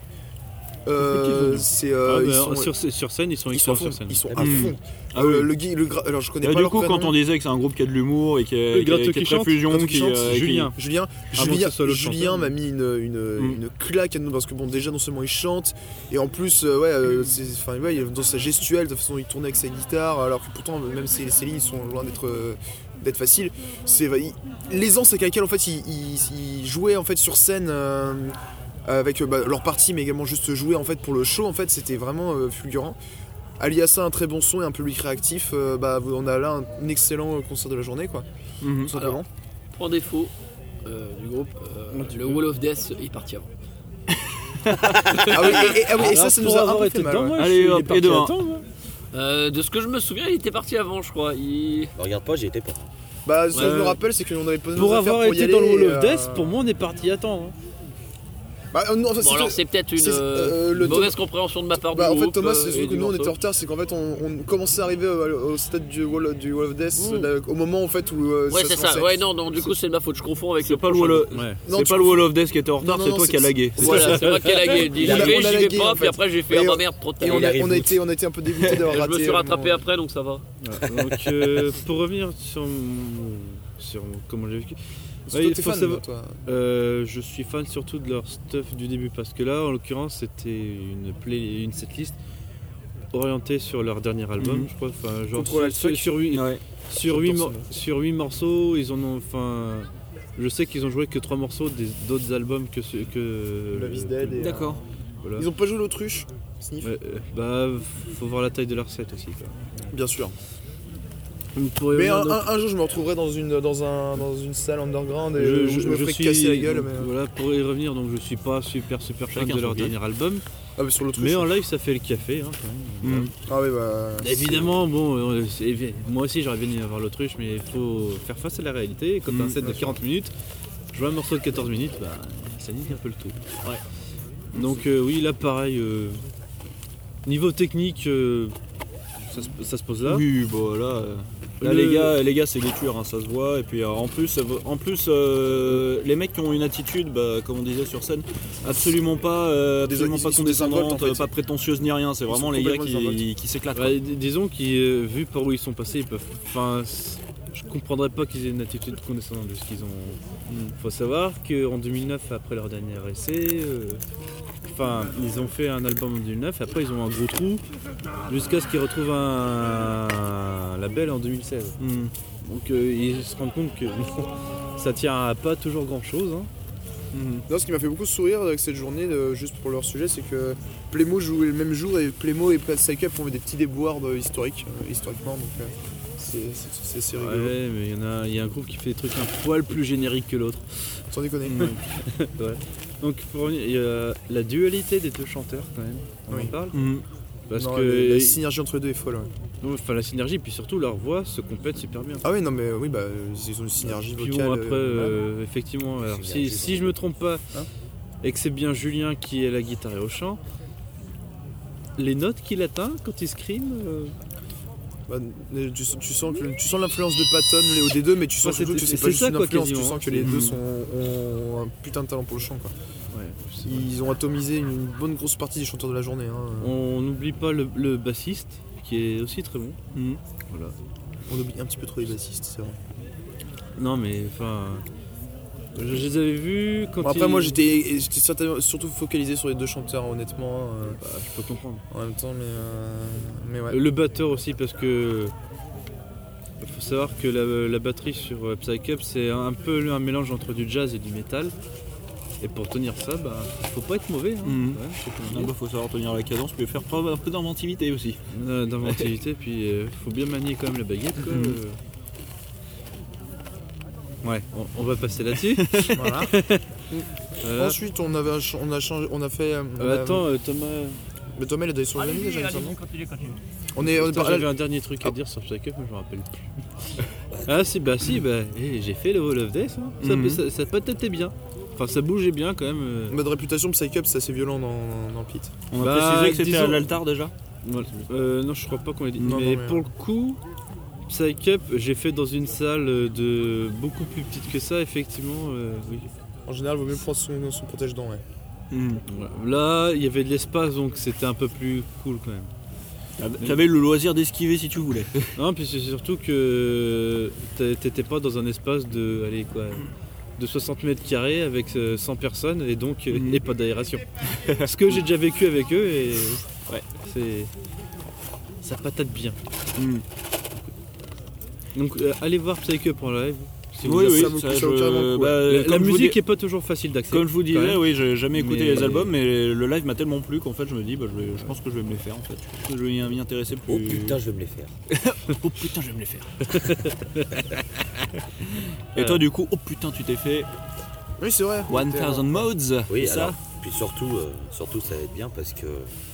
Euh, Petits oignons. c'est, euh, Ah, ils bah, sont, sur, sur scène, ils sont ils sont à excellents fond. sur scène. Ils sont Ah à oui. fond. Ah Euh, oui. le, gui- le gra- alors je connais Et pas du leur coup, prénom. quand on disait que c'est un groupe qui a de l'humour et qui est, Le qui est- gratteux qui est qui très chante, fusion, gratteux qui qui, chante, euh, qui- Julien. Julien, Avant Julien, que ce soit le Julien chanteur. m'a mis une, une, Mm. une claque à nous parce que bon déjà non seulement il chante et en plus euh, ouais, euh, c'est- enfin, ouais, dans sa gestuelle de toute façon il tournait avec sa guitare alors que pourtant même ses, ses lignes sont loin d'être euh, d'être faciles. C'est il- l'aisance avec laquelle en fait ils il, il jouaient en fait sur scène euh, avec euh, bah, leur partie mais également juste jouer en fait pour le show en fait c'était vraiment euh, fulgurant. Allié à ça un très bon son et un public réactif, euh, bah on a là un excellent concert de la journée quoi. Mhm. Tout simplement. Point défaut euh, du groupe, euh, le Wall of Death est parti avant. Ah oui, et, et- ah oui, et ça, ça nous Pour a un avoir peu été fait mal. dedans, ouais. moi, Allez, je suis hop, il est parti et de un. à temps, moi. Euh, de ce que je me souviens, il était parti avant, je crois. Il... Bah, regarde pas, j'y étais pas. Bah, ce que Ouais. je me rappelle, c'est qu'on avait posé Pour nos affaires avoir pour y été aller, dans le Wall et, of Death, euh, pour moi on est parti à temps. hein. Bah, euh, non, enfin, Bon, c'est- alors c'est peut-être une c'est- euh, euh, le mauvaise compréhension de ma part Bah, du en fait, groupe, Thomas, euh, c'est et surtout que du nous on était morceau. en retard, c'est qu'en fait on, on commençait à arriver au, au stade du Wall, du Wall of Death Mmh. là, au moment en fait où euh, Ouais, ça c'est se ça. lançait. Ouais, non, non, du coup, c'est de ma faute. Je confonds avec C'est le pas le prochain. wall of, Ouais. Non, c'est tu pas le confonds. Wall of Death qui était en retard, Non, c'est non, toi c'est- qui as lagué. c'est- Voilà, c'est moi qui ai lagué. J'y On a- vais, on a j'y vais lagué, pas, en puis fait. après j'ai fait Et ah on- bah merde, trop tard. Et on Il a, arrive on, a vite. été, on a été un peu dégoûtés d'avoir Je raté. me suis euh, rattrapé mon- après, donc ça va. Voilà. Donc euh, pour revenir sur, mon- sur comment j'ai vécu, Surtout Ouais, que t'es faut fan, savoir- toi. euh, je suis fan surtout de leur stuff du début parce que là en l'occurrence c'était une play, une setlist orientée sur leur dernier album, Mhm. je crois. Enfin, genre Control Alt sur, Fuck. sur huit Ouais. sur huit J'adore mor- ce sur huit morceaux, ils en ont enfin. Je sais qu'ils ont joué que trois morceaux des- d'autres albums que ceux que. Love is Dead et, D'accord. Voilà. Ils ont pas joué l'autruche, Sniff. Ouais, euh, bah, faut voir la taille de leur set aussi. Quoi. Bien sûr. Donc, pour Mais revenir un, donc- un- un jour, je me retrouverai dans une, dans un, dans une salle underground et je, où je- je me je ferai suis casser la gueule. donc, Mais... Voilà, pour y revenir, donc je suis pas super super fan Chacun de leur son kiff. dernier album, Ah, mais sur l'autruche. mais en live ça fait le café. Hein, quand même. Mm. Ah, oui, bah. Évidemment, bon, euh, c'est- moi aussi j'aurais bien aimé avoir l'autruche, mais il faut faire face à la réalité. Et quand t'as un Mm, set de bien quarante minutes, je vois un morceau de quatorze minutes, bah, ça nique un peu le tout. Donc euh, oui, là pareil, euh, niveau technique, euh, ça, se- ça se pose là. Oui, bon là, euh, là Le- les gars, les gars c'est des tueurs, hein, ça se voit. Et puis euh, en plus, euh, en plus euh, les mecs qui ont une attitude, bah, comme on disait sur scène, absolument pas, euh, Des- absolument ils- pas ils sont des involtes, condescendante, en fait. pas prétentieuse ni rien. C'est Ils vraiment sont les gars complètement des qui, involtes. qui s'éclatent. quoi. Ouais, d- disons qu'ils, euh, vu par où ils sont passés, ils peuvent. Enfin, c- je comprendrais pas qu'ils aient une attitude condescendante de ce qu'ils ont. Faut savoir qu'en deux mille neuf, après leur dernier essai, euh, enfin, ils ont fait un album en deux mille neuf, et après ils ont un gros trou, jusqu'à ce qu'ils retrouvent un, un label en deux mille seize. Mm. Donc euh, ils se rendent compte que ça tient à pas toujours grand chose. Mm. Non, ce qui m'a fait beaucoup sourire avec cette journée, euh, juste pour leur sujet, c'est que Playmo jouait le même jour et Playmo et Psych Up ont fait des petits déboires de- historiques, euh, historiquement, donc euh, c'est- c'est c'est assez rigolo. Ouais, mais il y en a, il y a un groupe qui fait des trucs un poil plus génériques que l'autre. Sans déconner. Ouais. Donc pour revenir, il y a la dualité des deux chanteurs quand même. On Oui. en parle. Mm. Parce Non, que la, la synergie entre les deux est folle. Ouais. non, enfin, la synergie, puis surtout leur voix se complète super bien. Ah oui, non, mais oui, bah, ils ont une synergie Puis vocale. bon, après, euh, euh, effectivement, alors, si, Synergie, si je me trompe pas, Hein et que c'est bien Julien qui est à la guitare et au chant, les notes qu'il atteint quand il scream, euh, bah, tu, tu sens que tu sens l'influence de Patton, Léo des deux, mais tu sens Ouais, surtout c'est- que c'est c'est pas juste ça, une quoi, influence, tu quasiment. sens que les Mhm. deux sont, ont un putain de talent pour le chant. Quoi. ouais, c'est- Ils ont atomisé une bonne grosse partie des chanteurs de la journée. Hein. on n'oublie pas le, le bassiste qui est aussi très bon. Mm. Voilà. On oublie un petit peu trop les bassistes, c'est vrai. Non mais enfin, je, je les avais vus quand Bon, après, ils- moi j'étais j'étais certainement- surtout focalisé sur les deux chanteurs, honnêtement, euh, Bah, je peux comprendre. en même temps, mais, euh, mais ouais. Le batteur aussi parce que faut savoir que la, la batterie sur euh, Psych Up c'est un peu un mélange entre du jazz et du métal. Et pour tenir ça, bah, faut pas être mauvais. Hein, Mhm. quand même, je sais comment Ah dire. bah, faut savoir tenir la cadence, puis faire preuve un peu d'inventivité aussi. Euh, D'inventivité, puis euh, faut bien manier quand même la baguette. Quoi. Mhm. euh. Ouais, on, on va passer là-dessus. Voilà. Voilà. Ensuite, on, avait, ch- on a changé, on a fait. euh, on Euh, a- attends, euh, Thomas, Mais Thomas, il a donné sur le déjà, il me semble. continuez, continuez. On est, on est attends, par- j'avais un dernier truc à dire sur Psych Up, mais je me rappelle plus. Ah si, bah si, bah eh, j'ai fait le Wall of Death. Hein. Ça, Mhm. ça, ça peut être bien. Enfin, ça bougeait bien quand même. euh. Mode réputation, Psych Up, c'est assez violent dans, dans le pit. On a Bah, précisé que c'était disons- à l'altar déjà. Voilà. Euh, non, je crois pas qu'on ait dit. Non, mais non, mais- pour le coup, Psych Up, j'ai fait dans une salle de beaucoup plus petite que ça, effectivement. euh, oui. En général, il vaut mieux prendre son, son protège-dents, ouais. Mm. Voilà. Là, il y avait de l'espace, donc c'était un peu plus cool quand même. T'avais le loisir d'esquiver si tu voulais. Non, puis c'est surtout que t'é- t'étais pas dans un espace de, allez, quoi, de soixante mètres carrés avec euh, cent personnes et donc euh, Mhm. et pas d'aération. Ce que j'ai déjà vécu avec eux et ouais, c'est ça patate bien. Mm. Donc euh, allez voir Psych Up en live. Si vous Oui, avez- oui, ça vaut- ça, ça je- vaut carrément le coup, bah, La, la comme je vous musique dis- est pas toujours facile d'accès. Comme je vous quand disais, même. oui, j'ai jamais écouté Mais- les albums, mais le live m'a tellement plu qu'en fait je me dis, bah, je, vais- je pense que je vais me les faire en fait. Je pense que je vais m'y intéresser plus. Oh putain, je vais me les faire. Oh putain, je vais me les faire. Et toi, du coup, oh putain, tu t'es fait Oui, c'est vrai. one thousand modes. Oui, c'est alors, ça puis surtout, euh, surtout ça va être bien parce que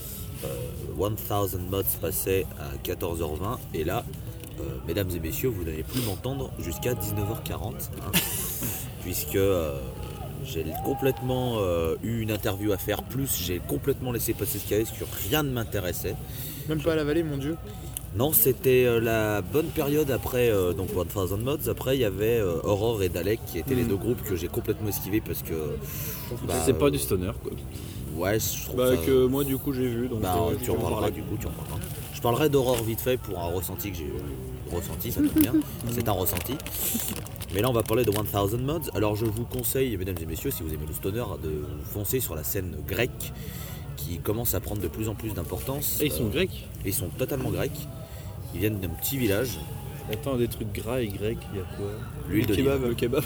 euh, mille mods passait à quatorze heures vingt et là, euh, mesdames et messieurs, vous n'allez plus m'entendre jusqu'à dix-neuf heures quarante, hein, puisque euh, j'ai complètement euh, eu une interview à faire, plus j'ai complètement laissé passer ce qu'il y avait, parce que rien ne m'intéressait. Même pas à la vallée, mon dieu. Non, c'était euh, la bonne période après euh, donc mille mods. Après, il y avait euh, Aurore et Dalek qui étaient mm. les deux groupes que j'ai complètement esquivés parce que. Bah, c'est pas du stoner quoi. Ouais, je trouve bah, ça, que moi du coup j'ai vu. Donc bah, euh, tu en parleras du coup, tu en parleras. Je parlerai d'Aurore vite fait pour un ressenti que j'ai euh, ressenti, ça tombe bien. C'est un ressenti. Mais là, on va parler de mille mods. Alors, je vous conseille, mesdames et messieurs, si vous aimez le stoner, de foncer sur la scène grecque qui commence à prendre de plus en plus d'importance. Et ils sont euh, grecs. Et ils sont totalement grecs. Ils viennent d'un petit village. Attends, des trucs gras et grecs, il y a quoi? L'huile de kebab, le kebab.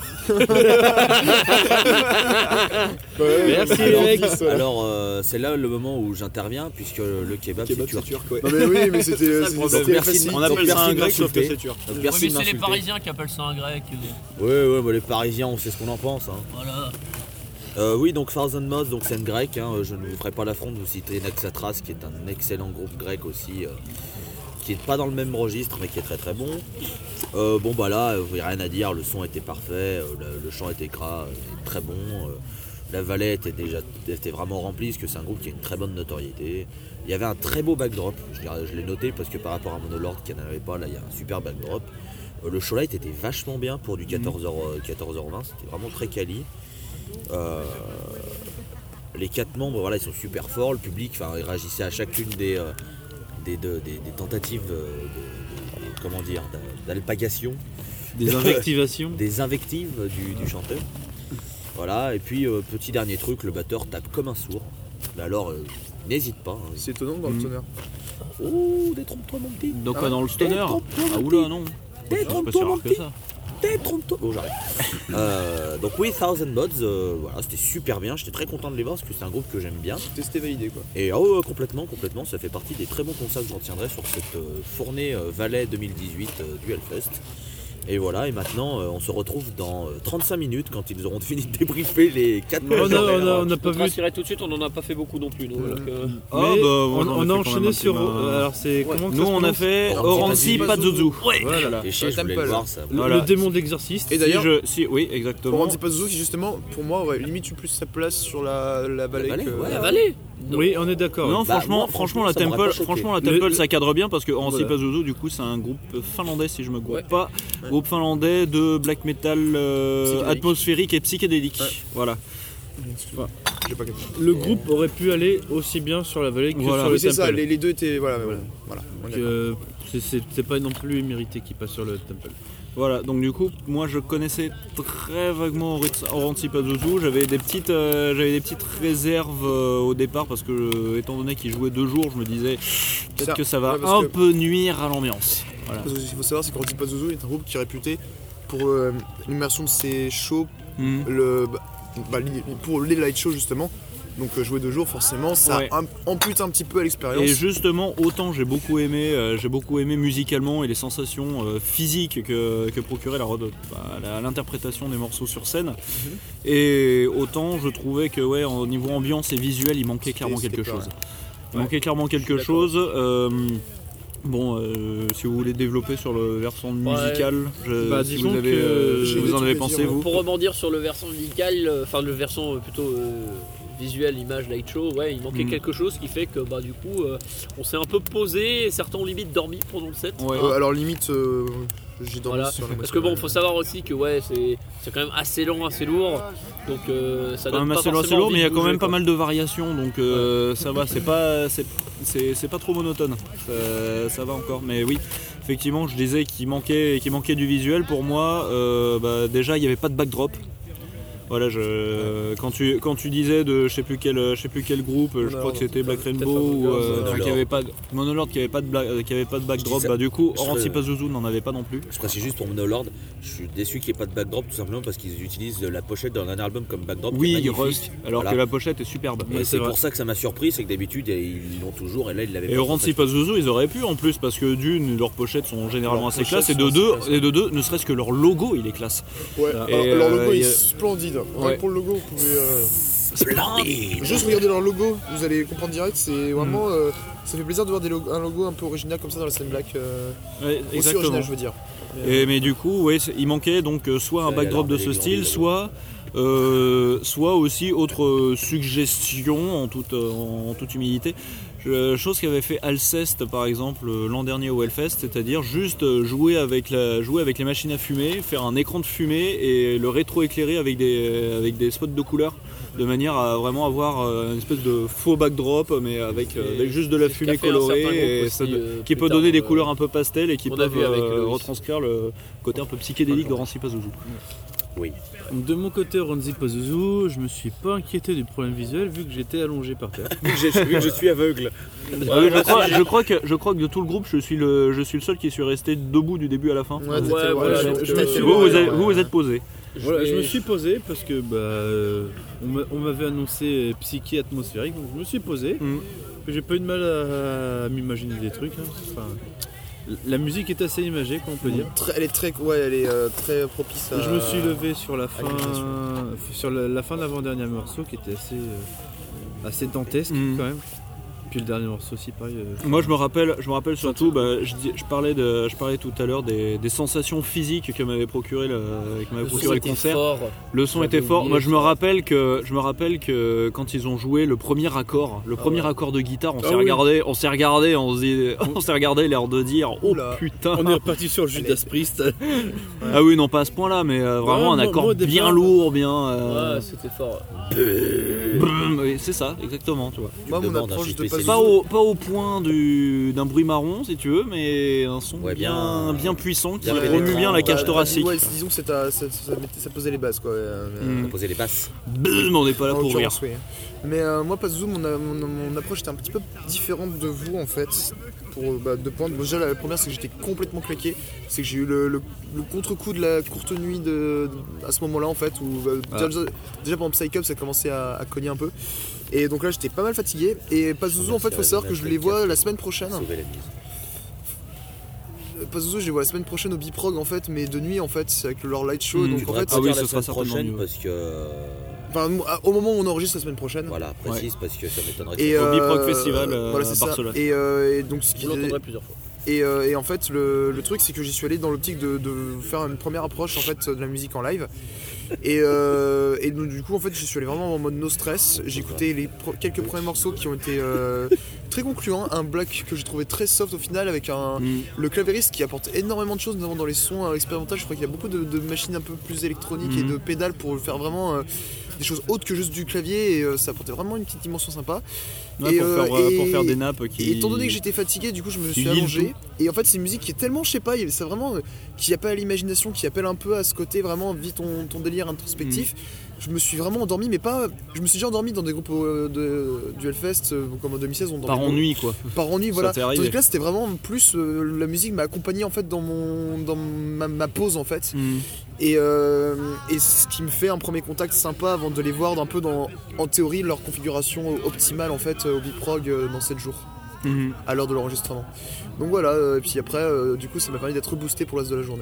Merci alors, mec. alors euh, c'est là le moment où j'interviens puisque le kebab, Kebab, c'est turc. ouais. Non mais oui, mais c'était C'est ça, le c'était- problème. c'était Merci. facile. On appelle ça un Merci de grec sauf que m'insulter. c'est turc. Donc, Oui, merci mais de c'est les m'insulter. Parisiens qui appellent ça un grec. euh, Ouais, ouais, bah, les Parisiens, on sait ce qu'on en pense. Hein. Voilà. Euh, oui, donc Thousand Mods, donc scène grecque. Hein, je ne vous ferai pas l'affront de vous citer Naxatras, qui est un excellent groupe grec aussi. Euh, qui est pas dans le même registre mais qui est très très bon. Euh, bon bah là, il n'y a rien à dire, le son était parfait, euh, le, le chant était gras, euh, très bon. Euh, la vallée était déjà était vraiment remplie parce que c'est un groupe qui a une très bonne notoriété. Il y avait un très beau backdrop, je, je l'ai noté parce que par rapport à Monolord qui n'en avait pas, là il y a un super backdrop. Euh, le showlight était vachement bien pour du quatorze heures vingt, c'était vraiment très quali. Euh, les quatre membres, voilà, ils sont super forts, le public, enfin, ils réagissaient à chacune des... Euh, Des, de, des, des tentatives de, de, de comment dire d'alpagation, Des invectivations. des invectives du, du chanteur. Voilà, et puis euh, petit dernier truc, le batteur tape comme un sourd. Mais alors euh, n'hésite pas. Hein. C'est étonnant dans le stoner. Oh, détrompe-toi mon petit. Donc quoi dans le stoner? Détrompe-toi, Ah mon oula petit. non. Détrompe-toi mon que petit. ça. Détrompe-toi. Bon j'arrête. euh, donc oui, Thousand Mods, euh, voilà, c'était super bien. J'étais très content de les voir parce que c'est un groupe que j'aime bien. Testé validé quoi. Et oh, complètement, complètement, ça fait partie des très bons concerts que j'en tiendrai sur cette euh, fournée euh, Valais deux mille dix-huit euh, du Hellfest. Et voilà, et maintenant euh, on se retrouve dans euh, trente-cinq minutes quand ils auront fini de débriefer les quatre On a, on a, on a Je pas peux te vu. rassurer tout de suite, on en a pas fait beaucoup non plus. Donc, Euh, alors que- Ah, Mais bah, on, voilà, on on a a fait quand enchaîné même un sur. petit ma- euh, Alors c'est comment que Nous ça se on a prononce fait Oranzi Oranzi Pazuzu. Pazuzu. Voilà. Et chier, je voulais Temple. le voir ça. Le, Voilà. le démon de l'exorciste. Et d'ailleurs, Si je- si, oui, exactement. Oranzi Pazuzu qui justement, pour moi, aurait limite eu plus sa place sur la, la vallée vallée, que... ouais. La vallée. Oui, on est d'accord. Non, Bah, franchement, moi, franchement, franchement, la ça m'aurait Temple, pas choqué. franchement, la Le- Temple, le- ça cadre bien parce que Oranzi Voilà. Pazuzu, du coup, c'est un groupe finlandais, si je me gourre Ouais. pas, groupe finlandais de black metal euh, Psychédélique. atmosphérique et psychédélique. Ouais. Voilà. Excuse-moi, j'ai pas capté. Le groupe aurait pu aller aussi bien sur la vallée que Voilà. sur Oui, le c'est ça, temple. les, les deux étaient... Voilà, Voilà. voilà. on est Donc, euh, c'est- c'est c'est pas non plus mérité qu'il passe sur le temple. Voilà, donc du coup, moi je connaissais très vaguement Oranzi Pazuzu. J'avais des petites, euh, j'avais des petites réserves euh, au départ parce que, euh, étant donné qu'il jouait deux jours, je me disais peut-être Ça, que ça va ouais, parce un que- peu nuire à l'ambiance. Voilà. Parce que ce qu'il faut savoir, c'est qu'Oranzi Pazuzu est un groupe qui est réputé pour euh, l'immersion de ses shows, Mhm. le, bah, bah, li- pour les light shows justement. Donc euh, jouer deux jours, forcément, ça Ouais. am- ampute un petit peu à l'expérience. Et justement, autant j'ai beaucoup aimé, euh, j'ai beaucoup aimé musicalement et les sensations euh, physiques que, que procurait la, rod- bah, la- l'interprétation des morceaux sur scène. Et autant je trouvais que ouais, au niveau ambiance et visuel, il manquait clairement C'était- quelque c'était chose. pas Il Ouais. manquait clairement quelque d'accord. chose. euh, Bon, euh, si vous voulez développer sur le versant musical, je- Bah, si disons vous, avez, que euh, j'ai vous des en avez trucs à pensé, dire, vous Pour rebondir sur le versant musical, euh, enfin le versant euh, plutôt euh, visuel, image, light show, ouais, il manquait Mm. quelque chose qui fait que bah du coup euh, on s'est un peu posé, et certains ont limite dormi pendant le set. Ouais. Euh, alors limite, euh, j'ai dormi Voilà. sur la Parce que bon, faut savoir aussi que ouais, c'est c'est quand même assez long, assez lourd, donc euh, ça quand donne même pas assez lourd, assez forcément lourd, envie mais il y a de quand même bouger, pas quoi. mal de variations, donc euh, ça va, c'est pas, c'est, c'est, c'est pas trop monotone, ça, ça va encore. Mais oui, effectivement, je disais qu'il manquait, qu'il manquait du visuel. Pour moi, euh, bah, déjà, il n'y avait pas de backdrop. Voilà, je, quand, tu, quand tu disais de je sais plus quel, je sais plus quel groupe, je crois que c'était Black Peut-être Rainbow ou euh, Monolord. enfin, qui avait pas de, Monolord qui avait pas de, bla- qui avait pas de backdrop, disais- bah du coup, je Oranzi serais- Pazuzu n'en avait pas non plus. Je précise juste pour Monolord, je suis déçu qu'il n'y ait pas de backdrop tout simplement parce qu'ils utilisent la pochette d'un dernier album comme backdrop. qui est Oui, magnifique. Rust, alors Voilà. que la pochette est superbe. Et Ouais, c'est c'est vrai. pour ça que ça m'a surpris, c'est que d'habitude ils l'ont toujours et là ils l'avaient Et pas. Oranzi Pazuzu, ils auraient pu en plus parce que d'une, leurs pochettes sont généralement Leurs assez pochettes classe et sont de assez deux, classe. et de deux, ne serait-ce que leur logo, il est classe. Ouais, Et, alors, leur logo euh, est y a- splendide. Rien Ouais. que pour le logo, vous pouvez. euh, Splendide. Juste regardez leur logo, vous allez comprendre direct, c'est vraiment... euh, ça fait plaisir de voir des logos- un logo un peu original comme ça dans la scène black. Euh, Ouais, aussi exactement. original, je veux dire. Et, mais du coup, ouais, c'est- il manquait donc euh, soit un Ça, backdrop il y a de ce l'air style, des soit, euh, soit aussi autre euh, suggestion en toute, euh, en toute humilité. Je- chose qu'avait fait Alceste par exemple euh, l'an dernier au Hellfest, c'est-à-dire juste euh, jouer avec, la, jouer avec les machines à fumer, faire un écran de fumée et le rétro-éclairer avec des, avec des spots de couleur, de manière à vraiment avoir euh, une espèce de faux backdrop mais avec, euh, avec juste de la C'est ce fumée qu'a fait un certain colorée groupe et aussi, ça- euh, qui plus peut tard, donner des euh, couleurs un peu pastel et qui on a peuvent vu avec euh, Loïs. retranscrire le côté un peu psychédélique de Rancy Pazuzu. Oui. Donc, de mon côté, Ranzi Pazuzu, je me suis pas inquiété du problème visuel vu que j'étais allongé par terre. Vu que, j'ai- vu que je suis aveugle. Ah oui, je, crois, je, crois que, je crois que de tout le groupe, je suis le, je suis le seul qui suis resté debout du début à la fin. Ouais, Ouais, t'étais- voilà, je- donc, je euh, me suis Vous, vous, levé, êtes, ouais. vous, vous êtes posé. Voilà, je me vais- suis posé parce que bah, euh, on m'a- on m'avait annoncé psyché atmosphérique, donc je me suis posé. Mm. J'ai pas eu de mal à, à m'imaginer des trucs. hein. Enfin, la musique est assez imagée, quoi, on peut dire. Très- elle est très, ouais, elle est euh, très propice à... Je me suis levé sur la fin, l'imitation. sur la, la fin de l'avant-dernier morceau qui était assez, euh, assez dantesque Mm. quand même. Puis le dernier morceau aussi, pareil. euh, Moi, je me rappelle, je me rappelle surtout, bah, je, dis- je parlais de, je parlais tout à l'heure des, des sensations physiques que m'avait procuré le, que m'avait Le son procuré le était concert. fort. Le son J'avais était fort. oublié Moi, je me ça. rappelle que, je me rappelle que quand ils ont joué le premier accord, le premier ouais. accord de guitare, on Ah s'est oui. regardé, on s'est regardé, on se dit- on s'est regardé l'air de dire, oh Oula. putain. On est reparti sur le Judas Priest. Ah oui, non pas à ce point-là, mais euh, vraiment Ouais, un moi- accord moi, au départ- bien lourd, bien. euh, Ouais, c'était fort. brrm, oui, c'est ça, exactement, tu vois. Moi, mon demandes un approche chiffre de spécial. Pazuzu- Pas au, pas au point du, d'un bruit marron, si tu veux, mais un son Ouais, bien, bien- bien puissant qui bien remue pénétrant, bien la bah, cage Bah, thoracique. ouais, disons que c'est à- ça, ça, mettait- ça posait les bases, quoi. euh, mais, Mm. Poser les basses. Bum, on n'est pas là en pour rire. l'occurrence, oui. Mais euh, moi, Pazuzu, mon, mon, mon approche était un petit peu différente de vous, en fait. Pour bah, deux points. Bon, déjà, la première, c'est que j'étais complètement claqué. C'est que j'ai eu le, le- le contre-coup de la courte nuit de, à ce moment-là, en fait. Où, bah, Ah. déjà, déjà, pendant Psych Up, ça commençait à, à cogner un peu. Et donc là, j'étais pas mal fatigué. Et Pazuzu, en fait, faut savoir que je les vois la semaine prochaine. Sauver la mise. Euh, Pazuzu, je les vois la semaine prochaine au Biprog, en fait, mais de nuit, en fait, avec leur light show. Mm. Donc, Tu en devrais fait, pas ah oui, dire ce la sera semaine certainement prochaine mieux. parce que. enfin, au moment où on enregistre la semaine prochaine. Voilà, précise parce que ça m'étonnerait que Et, ça- Au euh, Biprog Festival, euh, voilà, c'est à ça. Barcelone. Et, euh, et donc, ce qui Vous l'entendrez plusieurs fois. Et, euh, et en fait, le, le truc, c'est que j'y suis allé dans l'optique de, de faire une première approche en fait de la musique en live. Et, euh, et donc, du coup, en fait, j'y suis allé vraiment en mode no stress. J'ai écouté les pro- quelques premiers morceaux qui ont été euh, très concluants. Un black que j'ai trouvé très soft au final, avec un, Mm. le clavériste qui apporte énormément de choses, notamment dans les sons euh, expérimentaux. Je crois qu'il y a beaucoup de, de machines un peu plus électroniques Mhm. et de pédales pour faire vraiment euh, des choses autres que juste du clavier. Et euh, ça apportait vraiment une petite dimension sympa. Ouais, Et, pour, euh, faire, euh, pour et- faire des nappes qui. Et étant donné que j'étais fatigué, du coup, je me suis Qui lit le allongé. Et en fait, c'est une musique qui est tellement, je sais pas, il y avait- c'est vraiment euh, qui appelle à l'imagination, qui appelle un peu à ce côté vraiment vis ton, ton délire introspectif. Mm. Je me suis vraiment endormi, mais pas. Je me suis déjà endormi dans des groupes euh, de, du Hellfest, euh, comme en deux mille seize, on Par dormait- ennui, quoi. Par ennui, Ça voilà. t'est arrivé. Tandis que là, c'était vraiment plus euh, la musique m'a accompagné en fait dans mon dans ma, ma pause en fait. Mm. Et, euh, et ce qui me fait un premier contact sympa avant de les voir un peu dans, en théorie, leur configuration optimale en fait au Biprog euh, dans sept jours Mhm. à l'heure de l'enregistrement. Donc voilà, euh, et puis après, euh, du coup, ça m'a permis d'être boosté pour le reste de la journée.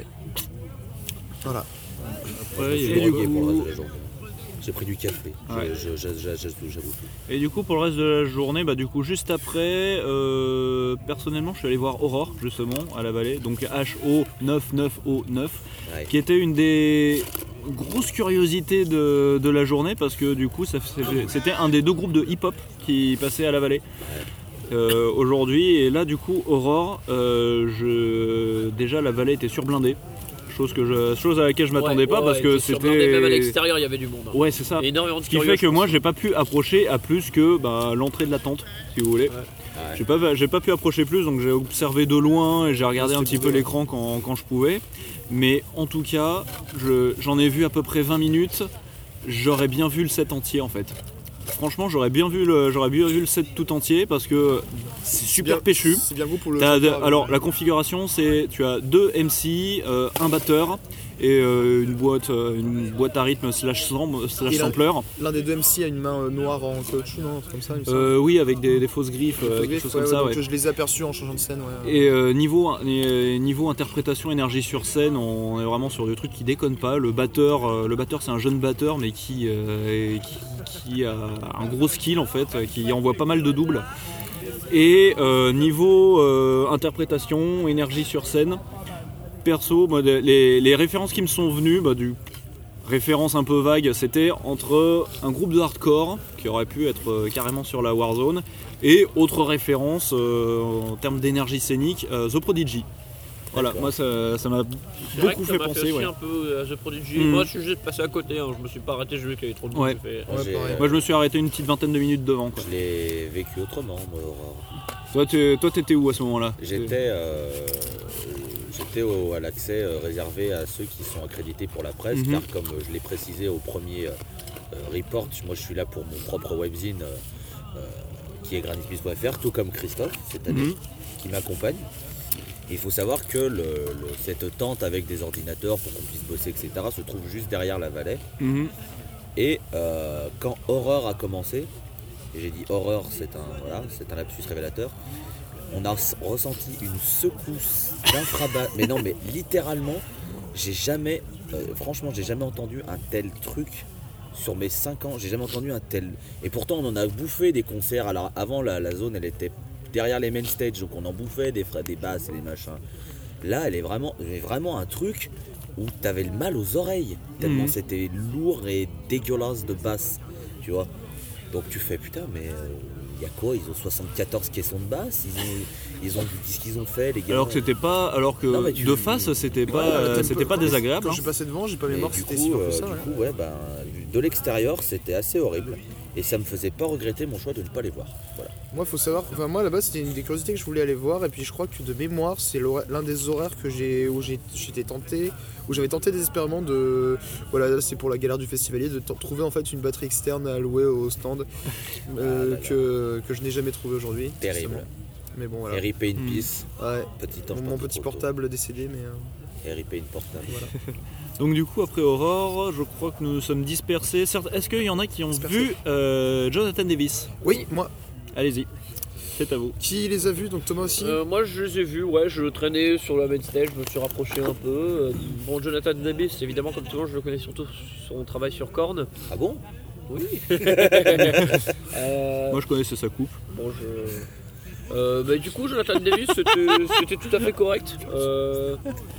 Voilà. Ouais, Je et suis du drogué pour le coup- reste de la journée. J'ai pris du café. Je- Ouais. je- je- je- J'avoue j'avoue tout. Et du coup, pour le reste de la journée, bah, du coup, juste après, euh, personnellement, je suis allé voir Aurore, justement, à la Vallée, donc H O neuf neuf O neuf, Ouais. qui était une des grosses curiosités de, de la journée, parce que du coup, ça fait- c'était un des deux groupes de hip-hop qui passaient à la Vallée. Euh, aujourd'hui, et là, du coup, Aurore, euh, je... déjà, la Vallée était surblindée, chose, que je... chose à laquelle je m'attendais Ouais, pas, ouais, parce que il était surblindé, même à c'était... l'extérieur, il y avait du monde. hein. Ouais, c'est ça. Et énormément de Ce qui curieux, fait que je moi pense. j'ai pas pu approcher à plus que bah, l'entrée de la tente, si vous voulez. Ouais. J'ai pas, j'ai pas pu approcher plus, donc j'ai observé de loin et j'ai regardé un C'était petit peu boudé, l'écran quand, quand je pouvais. Mais en tout cas, je- j'en ai vu à peu près vingt minutes. J'aurais bien vu le set entier en fait. Franchement, j'aurais bien vu le, j'aurais bien vu le set tout entier parce que c'est super Bien- péchu. C'est bien beau pour le. T'as de- chanteur, alors euh, la configuration c'est tu as deux M C, euh, un batteur et euh, une boîte euh, une boîte à rythme slash sam- slash Et là- sampler. L'un des deux M C a une main euh, noire en caoutchouc, non, un truc comme ça. il me semble. Euh, oui, avec des, des fausses griffes, euh, Ouais, quelque chose ouais, comme ouais, ça. donc ouais. je les ai aperçus en changeant de scène. Ouais. Et euh, niveau, euh, niveau interprétation, énergie sur scène, on est vraiment sur des trucs qui déconnent pas. Le batteur, euh, le batteur c'est un jeune batteur mais qui, euh, qui, qui a un gros skill en fait, qui envoie pas mal de doubles. Et euh, niveau euh, interprétation, énergie sur scène, perso, moi, les, les références qui me sont venues, bah, du référence un peu vague, c'était entre un groupe de hardcore qui aurait pu être euh, carrément sur la Warzone et autre référence euh, en termes d'énergie scénique, euh, The Prodigy. Voilà, D'accord. moi ça ça m'a C'est vrai beaucoup que ça fait m'a penser. aussi Ouais. un peu à The Prodigy. Mm. Moi, je suis juste passé à côté. Hein. Je me suis pas arrêté. J'ai vu qu'il y avait trop de monde. Ouais. j'ai fait- Moi, Ouais, j'ai- pareil. Moi je me suis arrêté une petite vingtaine de minutes devant. Quoi. Je l'ai vécu autrement, moi, Aurore. Toi, t'es- toi t'étais où à ce moment-là? J'étais, euh, j'étais au- à l'accès euh, réservé à ceux qui sont accrédités pour la presse, Mhm. car comme euh, je l'ai précisé au premier euh, euh, report, moi je suis là pour mon propre webzine euh, euh, qui est granitpeace point F R, tout comme Christophe cette année, Mhm. qui m'accompagne. Et il faut savoir que le- le- cette tente avec des ordinateurs pour qu'on puisse bosser, et cetera, se trouve juste derrière la vallée. Mhm. Et euh, quand Horreur a commencé, et j'ai dit Horreur, c'est un, voilà, c'est un lapsus révélateur, on a s- ressenti une secousse d'infrabat. Mais non, mais littéralement, j'ai jamais, euh, franchement, j'ai jamais entendu un tel truc sur mes cinq ans. J'ai jamais entendu un tel. Et pourtant, on en a bouffé des concerts. Alors avant, la, la zone, elle était derrière les main stage, donc on en bouffait des, fra- des basses et des machins. Là, elle est vraiment, c'est vraiment un truc où t'avais le mal aux oreilles, tellement Mhm. c'était lourd et dégueulasse de basse, tu vois. Donc tu fais putain, mais il y a quoi? Ils ont soixante-quatorze caissons de basse, ils ont, ils ont qu'est-ce qu'ils ont fait les gars? Alors que c'était pas, alors que Non, mais tu- de face c'était pas, Ouais, euh, t'as c'était peu- pas quand- désagréable. Quand hein. je suis passé devant, j'ai pas Et mémoire que du c'était coup, si fort euh, que ça. du ouais. coup, ouais, ben, de l'extérieur, c'était assez horrible. Et ça me faisait pas regretter mon choix de ne pas les voir. Voilà. Moi, faut savoir, enfin, moi là-bas, c'était une des curiosités que je voulais aller voir, et puis je crois que de mémoire, c'est l'hora- l'un des horaires que j'ai, où j'ai, j'étais tenté, où j'avais tenté désespérément de, voilà, là, c'est pour la galère du festivalier, de t- trouver en fait une batterie externe à louer au stand, euh, Ah là là. que, que je n'ai jamais trouvé aujourd'hui. Terrible. justement. Mais bon, voilà. R I P in Hmm. peace. Ouais. Petit Mon, ange mon parti petit trop tôt. portable décédé, mais. euh, R I P in portable. Donc du coup après Aurore, je crois que nous nous sommes dispersés. Certes, est-ce qu'il y en a qui ont Dispersés. vu euh, Jonathan Davis? Oui, moi. Allez-y, c'est à vous. Qui les a vus? Donc Thomas aussi. Euh, moi, je les ai vus. Ouais, je traînais sur la main stage. Je me suis rapproché un peu. Euh, Bon, Jonathan Davis, évidemment, comme tout le monde, je le connais surtout sur son travail sur Korn. Ah bon? Oui. Euh, Moi je connaissais sa coupe. Bon, je. Euh, bah, du coup, Jonathan Davis, c'était c'était tout à fait correct. Euh,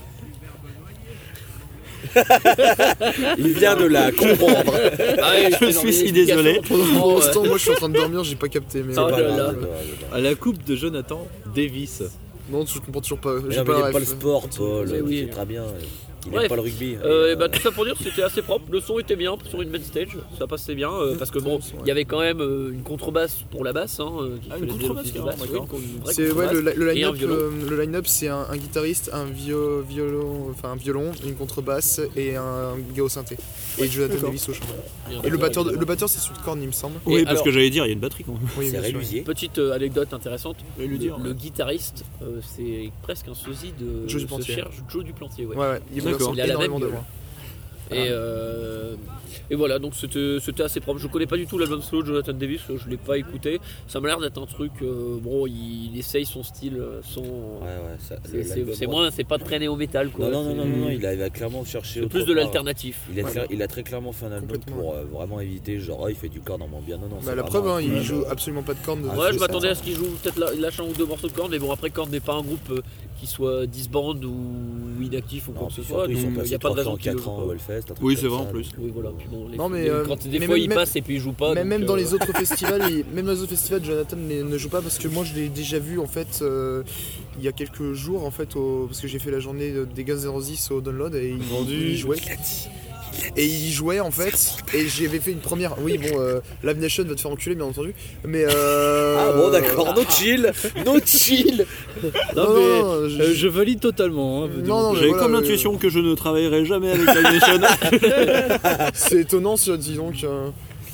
Il vient de la comprendre. ah, ouais, Je j'étais dans suis mes si explications désolé. trop longues, Pour ouais. l'instant, moi je suis en train de dormir, j'ai pas capté. Mais Ah, Pas là, grave, là. c'est pas grave. À la coupe de Jonathan Davis. non, je comprends toujours pas. Mais J'ai non, mais pas il la aime pas ref. le sport, Paul. Mais oui. C'est très bien. Il Bref. aime pas le rugby. Euh, Et, et bah, tout ça pour dire que c'était assez propre, le son était bien sur une main stage, ça passait bien euh, parce que bon, il y avait quand même euh, une contrebasse pour la basse, hein, euh, qui Ah, fait une les contrebasse, offices de carrément, basse, d'accord. oui, une vraie C'est ouais, contrebasse. le, le Et un line-up, violon. euh, le line-up, c'est un, un guitariste, un vio- violon, enfin un violon, une contrebasse et un gars au synthé. Et Jonathan d'accord. Davis au chant. Et un Et le batteur, évidemment. le batteur c'est sur Korn, il me semble. Oui, Et parce alors- que j'allais dire, il y a une batterie quand même. Oui, c'est bien sûr. Rélusier. Petite euh, anecdote intéressante, vais lui le, dire, le ouais. guitariste, euh, c'est presque un sosie de Joe ce Duplantier. cher Joe Duplantier. Ouais. Ouais, ouais, il D'accord. ressemble Il a la énormément même de gueule. moi. Et, euh, et voilà, donc c'était c'était assez propre. Je connais pas du tout l'album solo de Jonathan Davis, je l'ai pas écouté. Ça m'a l'air d'être un truc, euh, bon, il, il essaye son style, son. Ouais, ouais. ça- c'est- le- C'est l'album, c'est ouais. moins, c'est pas traîné au métal quoi. Non, non, non, C'est- non, non, non, il a, il a clairement cherché. C'est plus autre de part. l'alternatif. Il a, Ouais. très, il a très clairement fait un album Complètement. pour euh, vraiment éviter, genre, oh, il fait du corps dans mon bien. Non, non, Bah, c'est la vraiment preuve, hein, un il truc, joue euh, absolument pas de cornes. de- Ah, Ouais, de je ça. m'attendais à ce qu'il joue peut-être la- lâche un ou deux morceaux de Korn, mais bon, après Korn n'est pas un groupe euh, qui soit disband ou inactif ou Non, quoi que puis ce soit, surtout, ils sont donc il n'y passés a pas de trois raison ans, qu'il le quatre joue ans pas. au Hellfest. un truc Oui, comme c'est vrai ça. en plus. Oui, voilà. Puis bon, les- Non, mais, les- euh, quand des mais fois même- il passe et puis il joue pas. Mais donc, même dans euh, les autres festivals, il- même dans les autres festivals, Jonathan ne ne joue pas parce que moi je l'ai déjà vu en fait euh, il y a quelques jours en fait au- parce que j'ai fait la journée des Guns N' Roses au Download et il, il y jouait. Et il y jouait en fait et j'avais fait une première. Oui bon, euh, Live Nation va te faire enculer bien entendu. Mais euh, Ah bon, d'accord, no chill, no chill. Non, Non, mais non, euh, je- je valide totalement. hein, de Non, mon non, côté. J'avais voilà, comme euh, l'intuition que je ne travaillerai jamais avec Live Nation. C'est étonnant, ça, dis donc. euh.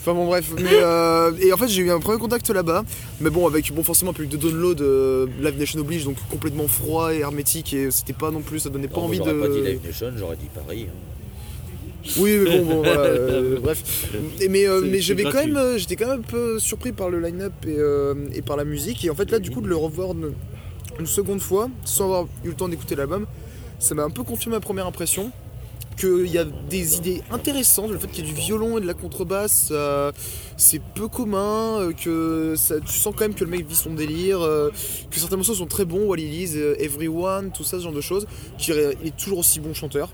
Enfin bon bref, mais euh, et en fait j'ai eu un premier contact là-bas, mais bon avec bon forcément un public de download, euh, Live Nation oblige, donc complètement froid et hermétique et c'était pas non plus, ça donnait pas Non, envie j'aurais de. pas dit Live Nation, j'aurais dit Paris. hein. Oui mais bon, bon voilà, euh, bref. Et, mais euh, C'est- mais c'est j'avais quand gratuit. même, euh, j'étais quand même un peu surpris par le line-up et, euh, et par la musique et en fait là du coup de le revoir une, une seconde fois sans avoir eu le temps d'écouter l'album, ça m'a un peu confirmé ma première impression. Qu'il y a des idées intéressantes, le fait qu'il y ait du violon et de la contrebasse, euh, c'est peu commun, euh, que ça, tu sens quand même que le mec vit son délire, euh, que certains morceaux sont très bons, What It Is, euh, Everyone, tout ça, ce genre de choses. Je dirais, il est toujours aussi bon chanteur.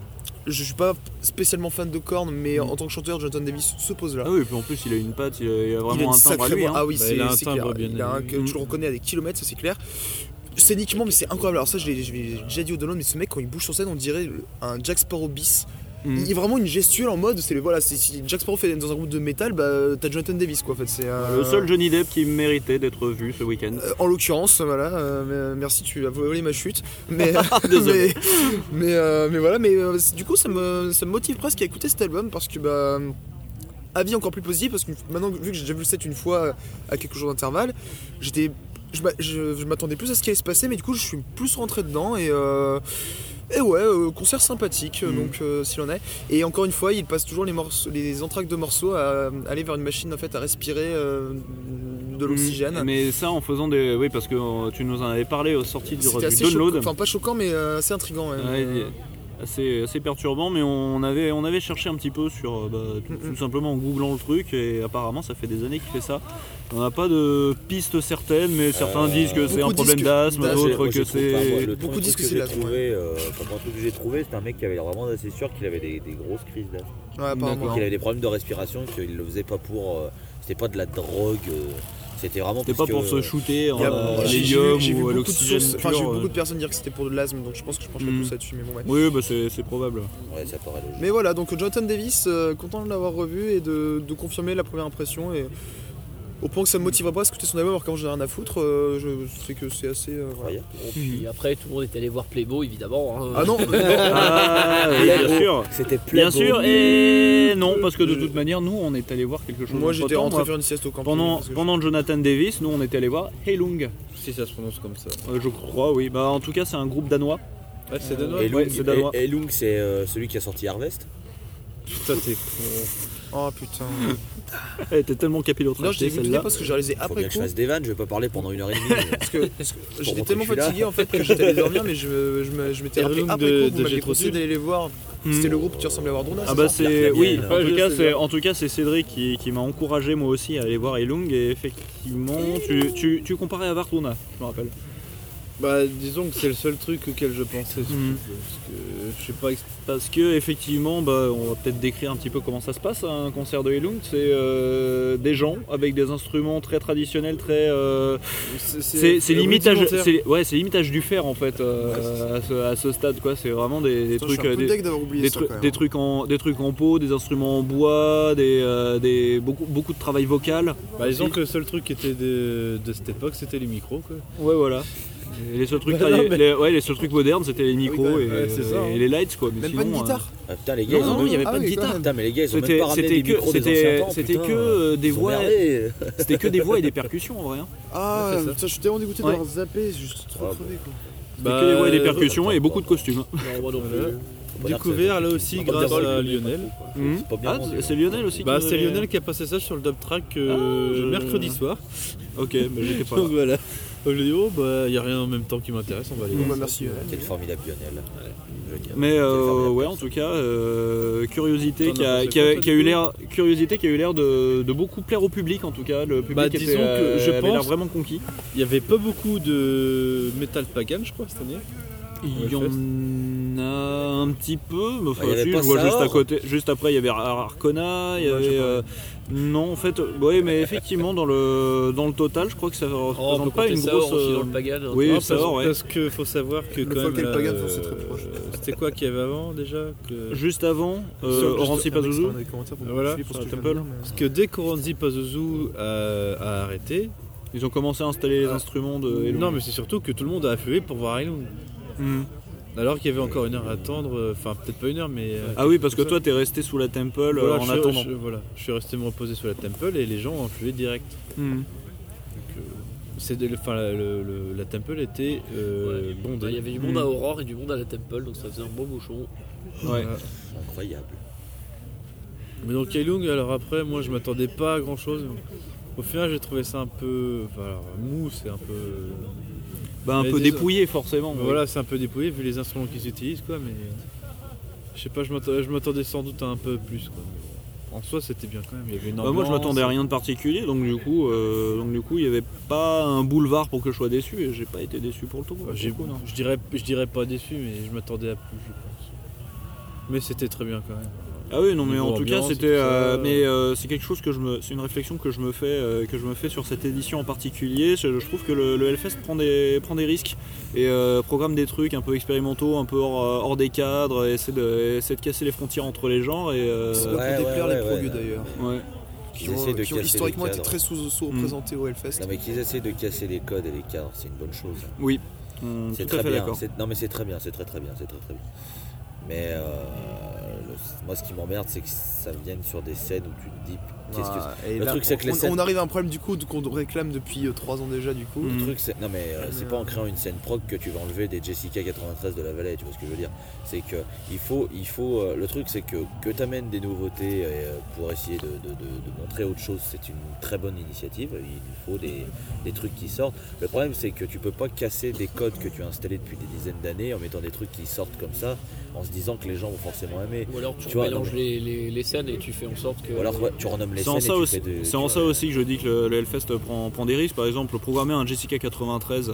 Je suis pas spécialement fan de Korn, mais en tant que chanteur, Jonathan Davis se pose là. Ah oui, et puis en plus il a une patte, il a, il a Il a vraiment une un timbre à sacrée lui. voix. Hein. Ah oui, Bah, c'est il a un c'est timbre clair. bien Il a un- élevé. que tu le reconnais à des kilomètres, ça c'est clair. Scéniquement, mais c'est incroyable. Alors ça, je l'ai je l'ai déjà dit au download, mais ce mec, quand il bouge sur scène, on dirait un Jack Sparrow bis. Mm. Il y a vraiment une gestuelle en mode, c'est le- voilà, c'est- si Jack Sparrow fait dans un groupe de métal, bah t'as Jonathan Davis quoi. En fait, c'est euh, Le seul Johnny Depp qui méritait d'être vu ce week-end. euh, en l'occurrence, voilà. euh, mais- merci, tu as volé ma chute. Mais Désolé. mais mais, euh, mais voilà, mais euh, c'est- du coup, ça me ça me motive presque à écouter cet album parce que bah avis encore plus positif parce que maintenant vu que j'ai déjà vu le set une fois euh, à quelques jours d'intervalle, j'étais je, m'a- je- je m'attendais plus à ce qui allait se passer, mais du coup je suis plus rentré dedans et euh, et ouais, euh, concert sympathique, Mm. donc euh, s'il en est. Et encore une fois, il passe toujours les morceaux, les entr'actes de morceaux à aller vers une machine en fait à respirer euh, de l'oxygène. Mm. Mais ça en faisant des. Oui, parce que euh, tu nous en avais parlé aux sorties du, C'était du assez download. choquant, enfin pas choquant, mais euh, assez intriguant. ouais. Ouais, Euh, assez, assez perturbant, mais on avait, on avait cherché un petit peu sur euh, bah, tout, Mm-mm. tout simplement en googlant le truc et apparemment ça fait des années qu'il fait ça. On n'a pas de pistes certaines, mais certains Euh, disent que c'est beaucoup un problème disent que- d'asthme, d'asthme, Moi, j'ai- d'autres moi, que j'ai trouvé- enfin, moi, c'est. le Beaucoup premier disent truc que que c'est j'ai l'asthme, trouvé, euh, enfin, un truc que j'ai trouvé, c'est un mec qui avait l'air vraiment assez sûr qu'il avait des, des grosses crises d'asthme. ouais, apparemment. Qu'il avait des problèmes de respiration, qu'il le faisait pas pour. euh, c'était pas de la drogue, euh, c'était vraiment C'était parce pas pour que- se shooter en Il y a- euh, j'ai- j'ai l'hélium vu- j'ai vu ou à beaucoup de l'oxygène sources- enfin, j'ai vu pur, beaucoup euh. de personnes dire que c'était pour de l'asthme, donc je pense que je pencherai Mm. plus là-dessus, mais bon ouais. Oui, bah c'est c'est probable. Ouais, ça paraît logique. Mais voilà, donc Jonathan Davis, euh, content de l'avoir revu et de, de confirmer la première impression. Et au point que ça me motivera pas à écouter son album alors qu'avant j'en ai rien à foutre, euh, je sais que c'est assez. euh, voilà. Incroyable. Puis après, tout le monde est allé voir Playbo, évidemment. hein. Ah non, non. Ah, oui, bien sûr. C'était Bien Playboy. sûr, et non, parce que de toute manière, nous on est allé voir quelque chose. Moi j'étais entre-temps, rentré moi. faire une sieste au camping. Pendant, parce que je- pendant Jonathan Davis, nous on était allé voir Heilung. Si ça se prononce comme ça. Euh, je crois, oui. Bah, en tout cas, c'est un groupe danois. Ouais, c'est danois. Et Lung, Ouais, c'est danois. et- et Lung, c'est euh, celui qui a sorti Harvest. Putain, t'es con. Oh putain. Elle était tellement capillotractée Non, je t'ai vu celle-là. parce que j'ai réalisé Faut après bien que je coup. fasse des vannes, je vais pas parler pendant une heure et demie. Parce que, parce que j'étais montrer tellement que je suis là. fatigué en fait que j'étais allé dormir, mais je, me- je me- je m'étais rappelé Heirloom après de- coup, de vous m'aviez Jethro conseillé Tull. d'aller les voir. C'était le groupe qui ressemblait à Wardruna, Ah c'est bah ça c'est Flavienne. oui, Ah, en je tout, cas, sais, c'est, ouais. en tout cas c'est Cédric qui, qui m'a encouragé moi aussi à aller voir Heilung et effectivement tu, tu, tu comparais à Vartuna, je me rappelle. Bah, disons que c'est le seul truc auquel je pensais. surtout, Mhm. Parce que je sais pas. ex- Parce que effectivement, bah, on va peut-être décrire un petit peu comment ça se passe un concert de Heilung. C'est euh, des gens avec des instruments très traditionnels, très euh, c'est, c'est limite âge, rudimentaire. c'est, ouais, c'est limite âge du fer en fait euh, à, ce, à ce stade quoi. C'est vraiment des, des Attends, je trucs suis un euh, peu des, deg d'avoir oublié des, ça tru- quand même. des trucs en des trucs en peau, des instruments en bois, des, euh, des beaucoup beaucoup de travail vocal. Bah, disons aussi. que le seul truc qui était de, de cette époque, c'était les micros, quoi. Ouais, voilà. Et les seuls trucs, Bah non, tradi- mais- les, ouais, les seuls trucs modernes, c'était les micros Ah oui, et, ouais, c'est ça, et hein. les lights quoi. Mais Même sinon, pas de euh, guitare. Ah, putain, les gars, Non, ils ont non, même- il y avait Ah pas de oui, guitare. quand même. Putain, mais les gars, ils ont même C'était, pas ramené c'était des que, micros des c'était, anciens temps. c'était putain. que euh, des Ils ont voix, merdé. c'était que des voix et des percussions en vrai. hein. Ah, Ouais, c'est ça. putain, je suis tellement dégoûté Ouais. d'avoir zappé, c'est juste trop Ah, crevé quoi. C'était que des voix et des percussions et beaucoup de costumes. Non, moi non plus. Voilà. Faut pas dire que Découvert c'est- là aussi faut pas grâce dire à que- Lionel. Mhm. C'est pas bien Ah, vendu. c'est- c'est Lionel aussi. qui Bah, nous c'est avait- Lionel qui a passé ça sur le dub track Ah, euh, je- mercredi soir. Ok, mais j'étais pas là. Donc voilà. Je lui ai dit, oh bah y a rien en même temps qui m'intéresse, on va aller Bon, voir bah, ça. merci. euh. Quel formidable Lionel. Je veux dire. Mais Quel euh, formidable ouais, en personne. tout cas, euh, curiosité T'en as qui a, pensé qui a- quoi, toi, qui a du eu coup l'air, curiosité qui a eu l'air de, de beaucoup plaire au public en tout cas. Le public Bah, était, disons que euh, je avait l'air pense- vraiment conquis. Il y avait pas beaucoup de metal pagan, je crois, cette année. Il y Ouais, en a un petit peu, mais enfin, il y avait si, pas je vois juste Saor. à côté. Juste après, il y avait Ar- Arcona, il y Ouais, je sais avait. pas. euh, non, en fait, oui, mais effectivement, dans le, dans le total, je crois que ça Oh, on représente peut pas compter une Saor grosse. aussi dans euh, le Pagan. hein. oui, Non, parce, Saor, ouais. parce que faut savoir que Le quand folk même, et le pagan, euh, c'est très proche. C'était quoi qu'il y avait avant déjà que... Juste avant, euh, Sur- Oranzi juste un mec Pazuzu. dans les commentaires pour me Voilà, suivre pour ce sur que je Temple. viens de dire, mais- Parce que dès qu'Oranzi Pazuzu a, a arrêté, Ils ont commencé à installer les Ah. instruments de Hello. non mais c'est surtout que tout le monde a afflué pour voir Heilung. Mhm. Alors qu'il y avait encore une heure à attendre, euh, enfin peut-être pas une heure, mais. euh, Ah oui, parce que ça. toi t'es resté sous la Temple euh, Voilà, en je, attendant. je- voilà, je suis resté me reposer sur la Temple et les gens ont afflué direct. Hmm. C'est de- enfin, la, le- le- la Temple était euh, Ouais. bondée. Il y avait du monde à Aurore et du monde à la Temple, donc ça faisait un bon bouchon. Ouais. Voilà. Incroyable. Mais donc Kailung, alors après, moi je m'attendais pas à grand chose. Au final, j'ai trouvé ça un peu. Enfin, alors, mou, c'est un peu. Bah un Mais peu déjà- dépouillé forcément. Mais Voilà, c'est un peu dépouillé vu les instruments qu'ils utilisent, quoi. Mais je sais pas, je m'attendais, je m'attendais sans doute à un peu plus, quoi. En soi, c'était bien quand même. Il y avait une Bah, ambiance. moi je m'attendais à rien de particulier, donc du coup, euh, donc du coup il n'y avait pas un boulevard pour que je sois déçu et j'ai pas été déçu pour le tout. Bah, pour j'ai- le coup, non. je dirais, je dirais pas déçu, mais je m'attendais à plus, je pense. Mais c'était très bien quand même. Ah oui, non mais Niveau en tout cas ambiance et c'était, tout ça. euh, mais euh, c'est quelque chose que je me, c'est une réflexion que je me fais, euh, que je me fais sur cette édition en particulier. Je, je trouve que le, le Hellfest prend des, prend des risques et euh, programme des trucs un peu expérimentaux, un peu hors, hors des cadres, et essaie de, essaie de casser les frontières entre les genres et euh, Ça Ouais, doit ouais, déplaire ouais, les ouais, progus ouais. d'ailleurs. ouais. Qui Ils ont, essaient de qui ont casser historiquement les été cadres. très sous- sous-représentés au Hellfest. Non mais qu'ils essaient de casser les codes et les cadres, c'est une bonne chose. Oui, hum, C'est tout à très fait bien. d'accord. c'est- Non mais c'est très bien, c'est très très bien, c'est très très bien. Mais euh, le- moi ce qui m'emmerde c'est que ça vienne sur des scènes où tu te dis qu'est-ce que Ah, c'est. et Le là, truc, c'est que les on, scènes- on arrive à un problème du coup qu'on réclame depuis trois ans déjà du coup. Mm. Le truc c'est non mais euh, c'est pas en créant une scène prog que tu vas enlever des Jessica quatre-vingt-treize de la Vallée, tu vois ce que je veux dire. C'est que il faut il faut euh, le truc c'est que que tu amènes des nouveautés euh, pour essayer de, de- de- de montrer autre chose, c'est une très bonne initiative. Il faut des, des trucs qui sortent. Le problème c'est que tu peux pas casser des codes que tu as installés depuis des dizaines d'années en mettant des trucs qui sortent comme ça en se disant que les gens vont forcément aimer. Ou alors tu, Tu vois, mélanges non, mais- les, les- les scènes et tu fais en sorte que. Ou alors ouais, tu renommes les C'est en scènes ça et tu aussi, fais de- c'est tu en vois, ça aussi que je dis que le, le Hellfest prend, prend des risques. Par exemple, programmer un Jessica quatre-vingt-treize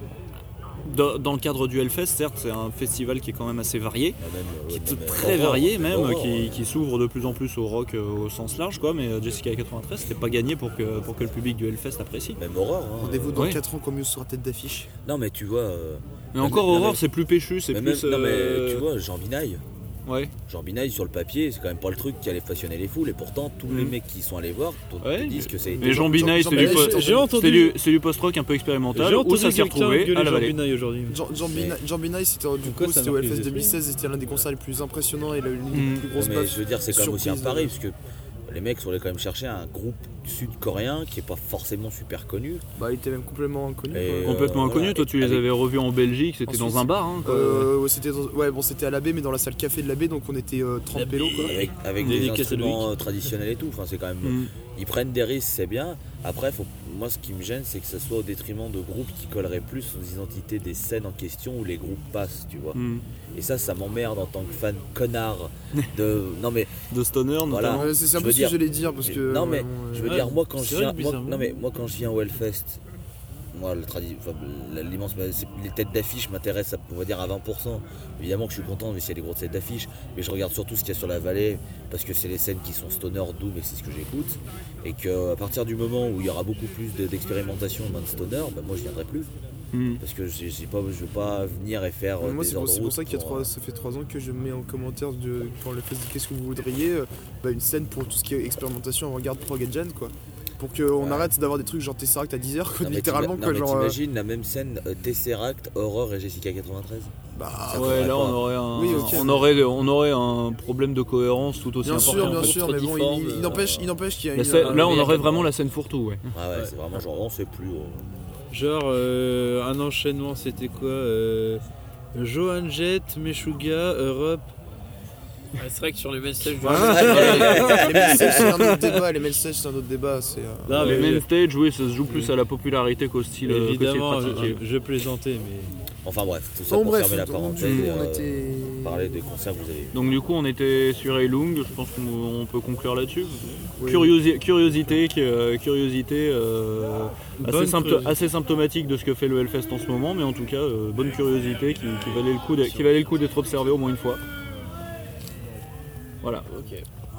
dans, dans le cadre du Hellfest, certes, c'est un festival qui est quand même assez varié, ah, même, qui ouais, est même, euh, très horreur, varié même, horreur, qui, ouais. qui s'ouvre de plus en plus au rock euh, au sens large, quoi. Mais euh, Jessica quatre-vingt-treize, c'était pas gagné pour que, pour que le public du Hellfest apprécie. Même horreur. Hein, Rendez-vous euh, dans ouais. quatre ans comme mieux sera tête d'affiche. Non mais tu vois. euh, Mais Non, encore mais- non, horreur, mais- c'est plus péchu, c'est mais plus. même- non mais euh, tu vois, Jean Binaille. Ouais. Jean Binaille sur le papier, c'est quand même pas le truc qui allait passionner les foules et pourtant tous les Mhm. mecs qui sont allés voir te, te Ouais. disent que c'est. Mais Jean Binaille, Jean- c'est Jean du, Binaille, po- j'ai J'ai entendu, c'est du, c'est du post-rock un peu expérimental j'ai où entendu ça s'est quelqu'un retrouvé gueuler à la Jean vallée. Binaille aujourd'hui. Jean, Jean Binaille, Jean Binaille, c'était du Pourquoi coup ça c'était au marque les Hellfest esprits, deux mille seize, c'était l'un des concerts les plus impressionnants et l'une des Mm. plus grosses mais baffes. je veux dire, c'est quand même aussi un surprise, pari euh. parce que les mecs sont allés quand même chercher un groupe sud-coréen qui est pas forcément super connu. Bah, il était même complètement inconnu. Et, quoi. euh, Complètement inconnu, voilà, toi tu les avec- avais revus en Belgique, c'était Ensuite, dans un bar. Hein, quoi. Euh, ouais, c'était dans- ouais, bon, c'était à la baie, mais dans la salle café de la baie, donc on était euh, trente pélos quoi. Avec, avec Des des dédicaces à instruments euh, traditionnels et tout. Enfin, c'est quand même. Mm. Ils prennent des risques, c'est bien. Après, faut, moi, ce qui me gêne, c'est que ce soit au détriment de groupes qui colleraient plus aux identités des scènes en question où les groupes passent, tu vois. Mm. Et ça, ça m'emmerde en tant que fan connard de. Non mais, De Stoner Voilà. notamment. Ouais, c'est c'est un Je peu veux ce dire- que j'allais dire parce que. non mais, vraiment, je euh, veux Ouais, dire, moi quand c'est je vrai viens, que moi, bizarrement. non mais moi quand je viens au Hellfest, moi le tradi- enfin, la- l'immense, c'est- les têtes d'affiche m'intéressent, on va dire à vingt pour cent. Évidemment que je suis content mais s'il y a des grosses têtes d'affiche, mais je regarde surtout ce qu'il y a sur la vallée parce que c'est les scènes qui sont stoner, doom et c'est ce que j'écoute. Et qu'à partir du moment où il y aura beaucoup plus de- d'expérimentation dans le stoner, bah, moi je viendrai plus. Mm. Parce que j'ai j'ai pas, je veux pas venir et faire euh, Moi, des c'est pour, heures de c'est pour route ça qu'il y a pour, trois, euh, ça fait trois ans que je mets en commentaire de, quand le fait qu'est-ce que vous voudriez, euh, bah, une scène pour tout ce qui est expérimentation en regard prog et gen, quoi. Pour qu'on Ouais. arrête d'avoir des trucs genre Tesseract à dix heures, quoi, non, mais littéralement, t'ima- quoi. non, mais Genre, euh, t'imagines la même scène euh, Tesseract, Horror et Jessica quatre-vingt-treize. bah, Ça Ouais, faudrait là pas. on aurait un, Oui, ok, on mais- aurait, on aurait un problème de cohérence tout aussi bien important. sûr, en bien fait. sûr, trop mais bon, il, difforme, il- il euh, n'empêche, il n'empêche qu'il y a La une. scène- euh, là on mais aurait il y a vraiment pas- la scène fourre-tout, ouais. Ah ouais, c'est vraiment genre on sait plus. euh. Genre, euh, un enchaînement, c'était quoi euh, Johan Jett, Meshuggah, Europe. Ouais, c'est vrai que sur les main stage, je Ah, vois- les mail stage, c'est un autre débat. Les mail stage, c'est un autre débat. C'est. euh, Non, Les mais main stage, oui, ça se joue plus à la popularité qu'au style, euh, qu'au style évidemment, pratiqué. je, je plaisantais, mais. Enfin bref, tout ça Bon, pour bref, fermer la donc, parenthèse du coup, et on euh, était. parler des concerts que vous avez vus. Donc du coup on était sur Heilung, je pense qu'on on peut conclure là-dessus. Oui. Curiosi- curiosité, qui, euh, curiosité euh, assez, Bonne sympto- curiosité. assez symptomatique de ce que fait le Hellfest en ce moment, mais en tout cas euh, bonne curiosité qui, qui valait le coup d'être- qui valait le coup d'être observée au moins une fois. Voilà. Ok.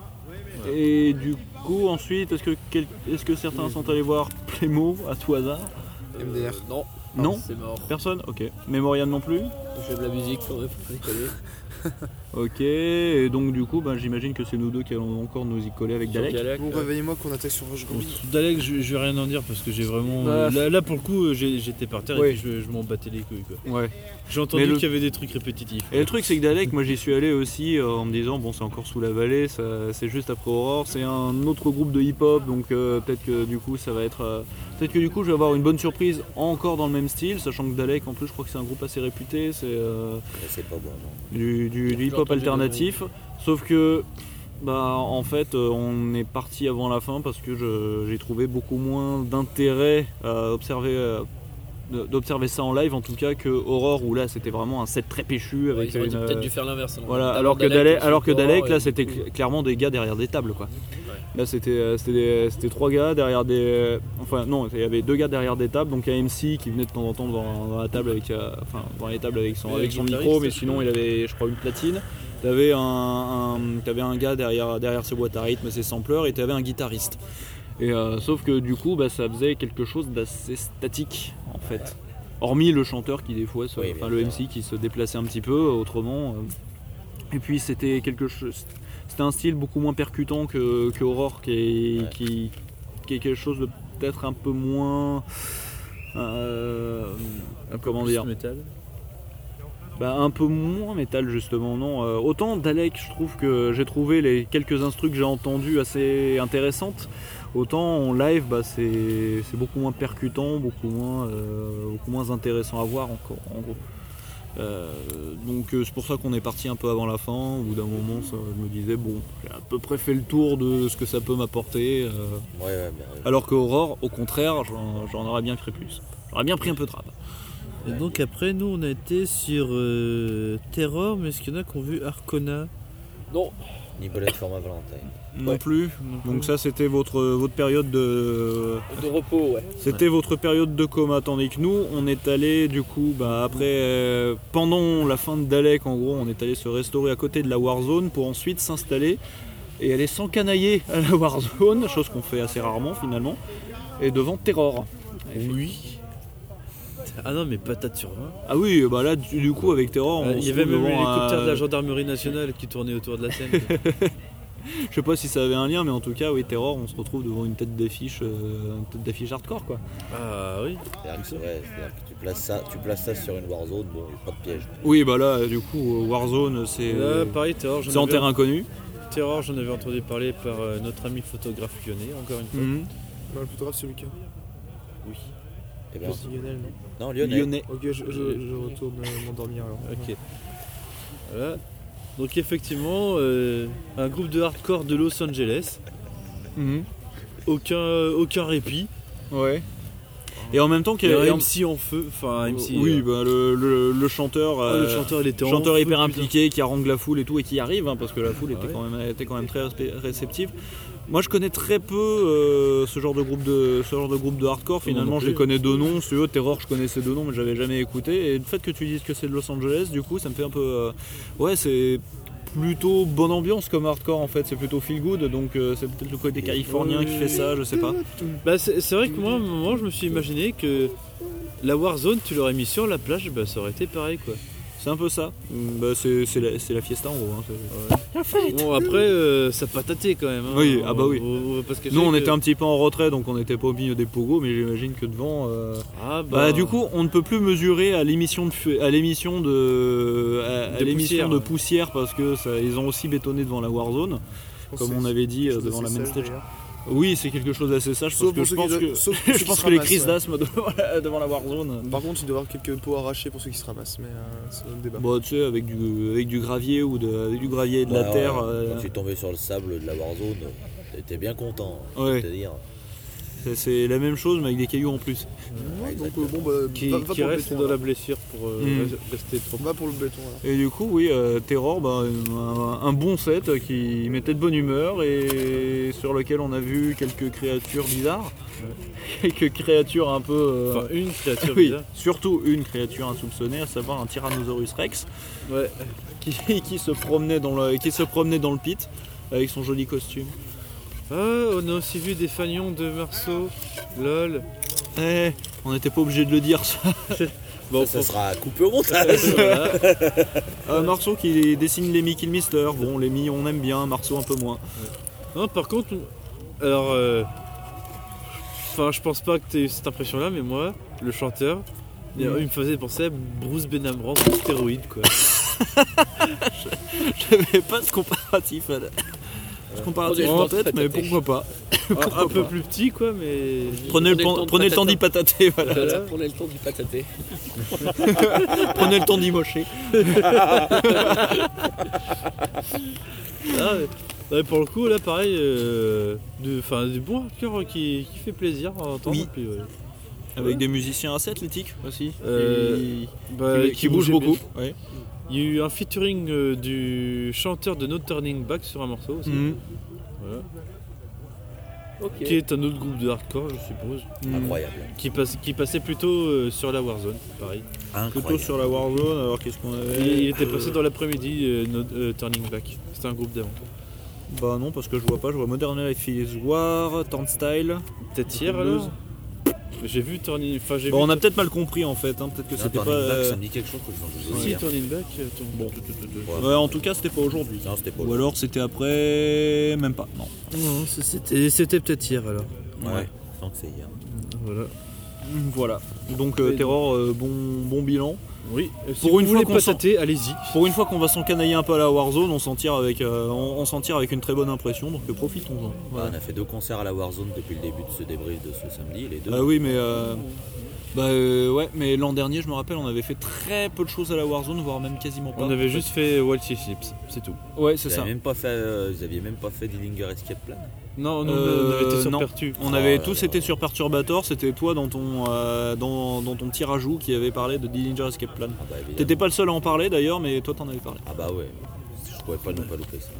Et du coup ensuite, est-ce que, quel- est-ce que certains sont allés voir Playmo à tout hasard? M D R. Euh, non, Non. c'est mort. Personne? Ok. Mémorial non plus? J'aime la musique quand même, faut pas déconner. Ok, et donc du coup, ben, j'imagine que c'est nous deux qui allons encore nous y coller avec Sur Dalek. Dalek, Bon, euh, réveillez-moi qu'on attaque sur Roche Bon, Gobi. sur Dalek, je, je vais rien en dire parce que j'ai vraiment. Bah, là, là, pour le coup, j'ai- j'étais par terre ouais. et puis je, je m'en battais les couilles. Quoi. Ouais. J'ai entendu Mais le- qu'il y avait des trucs répétitifs. Et le truc c'est que Dalek, moi j'y suis allé aussi euh, en me disant bon c'est encore sous la vallée, ça- c'est juste après Aurore, c'est un autre groupe de hip-hop donc euh, peut-être que du coup ça va être euh, peut-être que du coup je vais avoir une bonne surprise encore dans le même style, sachant que Dalek en plus je crois que c'est un groupe assez réputé, c'est euh, Mais c'est pas bon, non. du, du- du hip-hop entendu alternatif, sauf que bah en fait euh, on est parti avant la fin parce que je- j'ai trouvé beaucoup moins d'intérêt à observer euh, d'observer ça en live en tout cas que Aurore où là c'était vraiment un set très péchu ouais, avec ils auraient une, peut-être dû faire l'inverse. alors. voilà, D'abord alors que Dalek, Dalek, ensuite alors que Aurore, Dalek et là du c'était coup, cl- clairement des gars derrière des tables quoi. Là c'était euh, c'était des- c'était trois gars derrière des euh, enfin non il y avait deux gars derrière des tables donc un M C qui venait de temps en temps dans, dans la table avec euh, enfin dans les tables avec son Et avec son guitariste, micro mais je sinon crois. il avait je crois une platine. T'avais un, un t'avais un gars derrière derrière ses boîtes à rythme ses sampleurs et t'avais un guitariste. Et euh, sauf que du coup bah, ça faisait quelque chose d'assez statique en fait. Hormis le chanteur qui des fois, se- Oui, enfin bien le sûr. M C qui se déplaçait un petit peu, autrement. euh. Et puis c'était quelque chose, c'était un style beaucoup moins percutant que, que Aurore, qui est, Ouais. qui, qui est quelque chose de peut-être un peu moins, euh, Un peu comment plus dire, métal. bah, un peu moins métal justement. Non, Euh, autant Dalek, je trouve que j'ai trouvé les quelques instrus que j'ai entendus assez intéressantes. Autant en live, bah, c'est c'est beaucoup moins percutant, beaucoup moins, euh, beaucoup moins intéressant à voir encore, en gros. Euh, donc euh, c'est pour ça qu'on est parti un peu avant la fin. Au bout d'un moment, ça, je me disais bon, j'ai à peu près fait le tour de ce que ça peut m'apporter. euh. Ouais, ouais, bah, ouais. alors que Aurore, au contraire, j'en j'en aurais bien pris plus. J'aurais bien pris un peu de rap. Et donc après, nous, on a été sur euh, Terror, mais est-ce qu'il y en a qui ont vu Arcona? Non, Ni Bolette format Valentine. Non Ouais. plus. Donc ça, c'était votre votre période de de repos, ouais. C'était votre période de coma, tandis que nous, on est allé du coup, bah, après, euh, pendant la fin de Dalek, en gros, on est allé se restaurer à côté de la Warzone pour ensuite s'installer et aller s'encanailler à la Warzone, chose qu'on fait assez rarement finalement, et devant Terror. Oui. Ah non, mais patate sur vingt. Ah oui, bah là, du, du coup, avec Terror, on Euh, Il se y avait trouve même devant l'hélicoptère un- de la gendarmerie nationale qui tournait autour de la scène. Je sais pas si ça avait un lien, mais en tout cas, oui, Terror, on se retrouve devant une tête d'affiche, euh, une tête d'affiche hardcore, quoi. Ah oui. C'est-à-dire que, c'est vrai, c'est-à-dire que tu, places ça, tu places ça sur une Warzone, bon, il n'y a pas de piège. Oui, bah là, du coup, Warzone, c'est Là, pareil, Terror, j'en c'est en avais, terrain inconnu. Terror, j'en avais entendu parler par euh, notre ami photographe lyonnais, encore une fois. Mhm. Non, le photographe, c'est Lucas. Oui. Eh ben, C'est Lionel, non non, Lyonnais. Lyonnais. Ok, je, je, je retourne euh, m'endormir alors. Ok. Voilà. Donc effectivement, euh, un groupe de hardcore de Los Angeles. Mhm. Aucun, aucun répit. Ouais. Et en même temps qu'il Il y y a avait un M C en feu. Enfin, un M C. oui, euh, bah, le, le- le chanteur, ah, euh, le chanteur, il était en chanteur feu, hyper putain. impliqué, qui harangue la foule et tout, et qui arrive, hein, parce que la foule Ah était, ouais. quand même, était quand même très respect- réceptive. Moi, je connais très peu euh, ce genre de groupe de ce genre de groupe de hardcore. Finalement, non je les plus. connais deux noms. Ceux Terror, je connaissais deux noms, mais j'avais jamais écouté. Et le fait que tu dises que c'est de Los Angeles, du coup, ça me fait un peu, euh, ouais, c'est plutôt bonne ambiance comme hardcore en fait. C'est plutôt feel good, donc euh, c'est peut-être le côté californien qui fait ça, je sais pas. Bah, c'est c'est vrai que moi, à un moment, je me suis imaginé que la Warzone, tu l'aurais mis sur la plage, bah, ça aurait été pareil, quoi. C'est un peu ça. Bah, c'est c'est la, c'est la fiesta en gros. hein. C'est- Bon, après, euh, ça patatait quand même. hein. Oui, ah bah oui. On- on va pas se cacher Nous on que- était un petit peu en retrait donc on n'était pas au milieu des pogos mais j'imagine que devant euh, Ah bah, bah, du coup on ne peut plus mesurer à l'émission de fu- à l'émission de à, à De l'émission poussière, de ouais. poussière parce que ça, ils ont aussi bétonné devant la Warzone comme on avait dit euh, devant la main stage. Oui, c'est quelque chose d'assez sage Sauf parce que pour je ceux pense qui que doivent- sauf pour ceux je qui pense se que les ramassent, crises ouais. d'asthme devant la, devant la Warzone. Par contre, il doit y avoir quelques pots arrachés pour ceux qui se ramassent, mais euh, c'est un autre débat. Bon, tu sais avec du avec du gravier ou de avec du gravier et de la Ouais, terre. ouais. euh, Quand tu es tombé sur le sable de la Warzone, t'étais bien content. Ouais. C'est-à-dire, c'est- c'est la même chose mais avec des cailloux en plus. ouais, Donc, exactement. euh, bon, bah, qui, va, va qui pour le reste béton, dans la alors. blessure pour euh, Mm. res- rester trop. Va pour le béton alors. Et du coup, oui, euh, Terror, bah, un, un bon set qui mettait de bonne humeur et sur lequel on a vu quelques créatures bizarres. Quelques créatures un peu. euh, Enfin, une créature oui, bizarre. surtout une créature insoupçonnée, à savoir un Tyrannosaurus Rex Ouais. qui, qui, se promenait dans le, qui se promenait dans le pit avec son joli costume. Ah, on a aussi vu des fagnons de Marceau. Lol. Eh, on n'était pas obligé de le dire ça. Bon, ça, ça sera coupé au montage. Voilà. Euh, Marceau qui dessine les Mi Kill Mister. Bon, les Mi on aime bien, Marceau un peu moins. Non, par contre, alors, euh, enfin, je pense pas que tu aies eu cette impression-là, mais moi, le chanteur, il, il me faisait penser à Bruce Benamran en stéroïde, quoi. Je n'avais pas ce comparatif là. Ce comparatif en tête, mais pourquoi pas. un, un peu plus petit, quoi, mais. Prenez le, temps, prenez le temps d'y patater, voilà. Voilà, prenez le temps d'y patater. Prenez le temps d'y mocher. Ah, mais, pour le coup, là, pareil, euh, de, enfin, du bon hardcore qui, qui fait plaisir à entendre. Oui. Puis, ouais. Avec ouais. des musiciens assez athlétiques aussi. Euh, qui, bah, qui, qui qui bougent bougeaient beaucoup. bien. Ouais. Il y a eu un featuring euh, du chanteur de No Turning Back sur un morceau aussi. Mmh. Voilà. Ok. Qui est un autre groupe de hardcore, je suppose. Mmh. Incroyable. Qui, passe, qui passait plutôt euh, sur la Warzone, pareil. Plutôt Incroyable. sur la Warzone, alors qu'est-ce qu'on avait Il, il était passé dans l'après-midi, euh, No euh, Turning Back. C'était un groupe d'avant. Bah non, parce que je vois pas, je vois Modern Life is War, Turnstile. Peut-être hier Blues. alors. J'ai vu Turning. Enfin, j'ai Bon, vu on a peut-être mal compris en fait, hein. Peut-être que Non, c'était Turning pas. Back, euh, ça me dit quelque chose que je vous ai Si, dit. Turning Back. Attends. Bon. Ouais. Ouais, en tout cas, c'était pas aujourd'hui. Non, c'était pas. Ou alors c'était après. Même pas, non. Non, c'était, c'était peut-être hier alors. Ouais, tant que c'est hier. Voilà. Voilà. Donc, euh, Et Terror, euh, bon, bon bilan. Oui, si Pour vous une fois voulez qu'on patater, allez-y. Pour une fois qu'on va s'encanailler un peu à la Warzone, on s'en tire avec, euh, on, on s'en tire avec une très bonne impression, donc euh, profitons-en. Voilà. On a fait deux concerts à la Warzone depuis le début de ce débrief de ce samedi, les deux. Ah oui, mais euh, bah euh, ouais, mais l'an dernier, je me rappelle, on avait fait très peu de choses à la Warzone, voire même quasiment pas. On avait juste fait Wild Chips, c'est tout. Ouais, c'est Vous ça. aviez même pas fait, euh, vous aviez même pas fait Dillinger Escape Plan. Non, non, Euh, on avait été sur non. Pertu. On Oh avait là tous là. été sur Perturbator, c'était toi dans ton, euh, dans, dans ton petit rajout qui avait parlé de Dillinger Escape Plan. Ah bah évidemment. T'étais pas le seul à en parler d'ailleurs, mais toi t'en avais parlé. Ah bah ouais, je pouvais pas ne pas louper ça.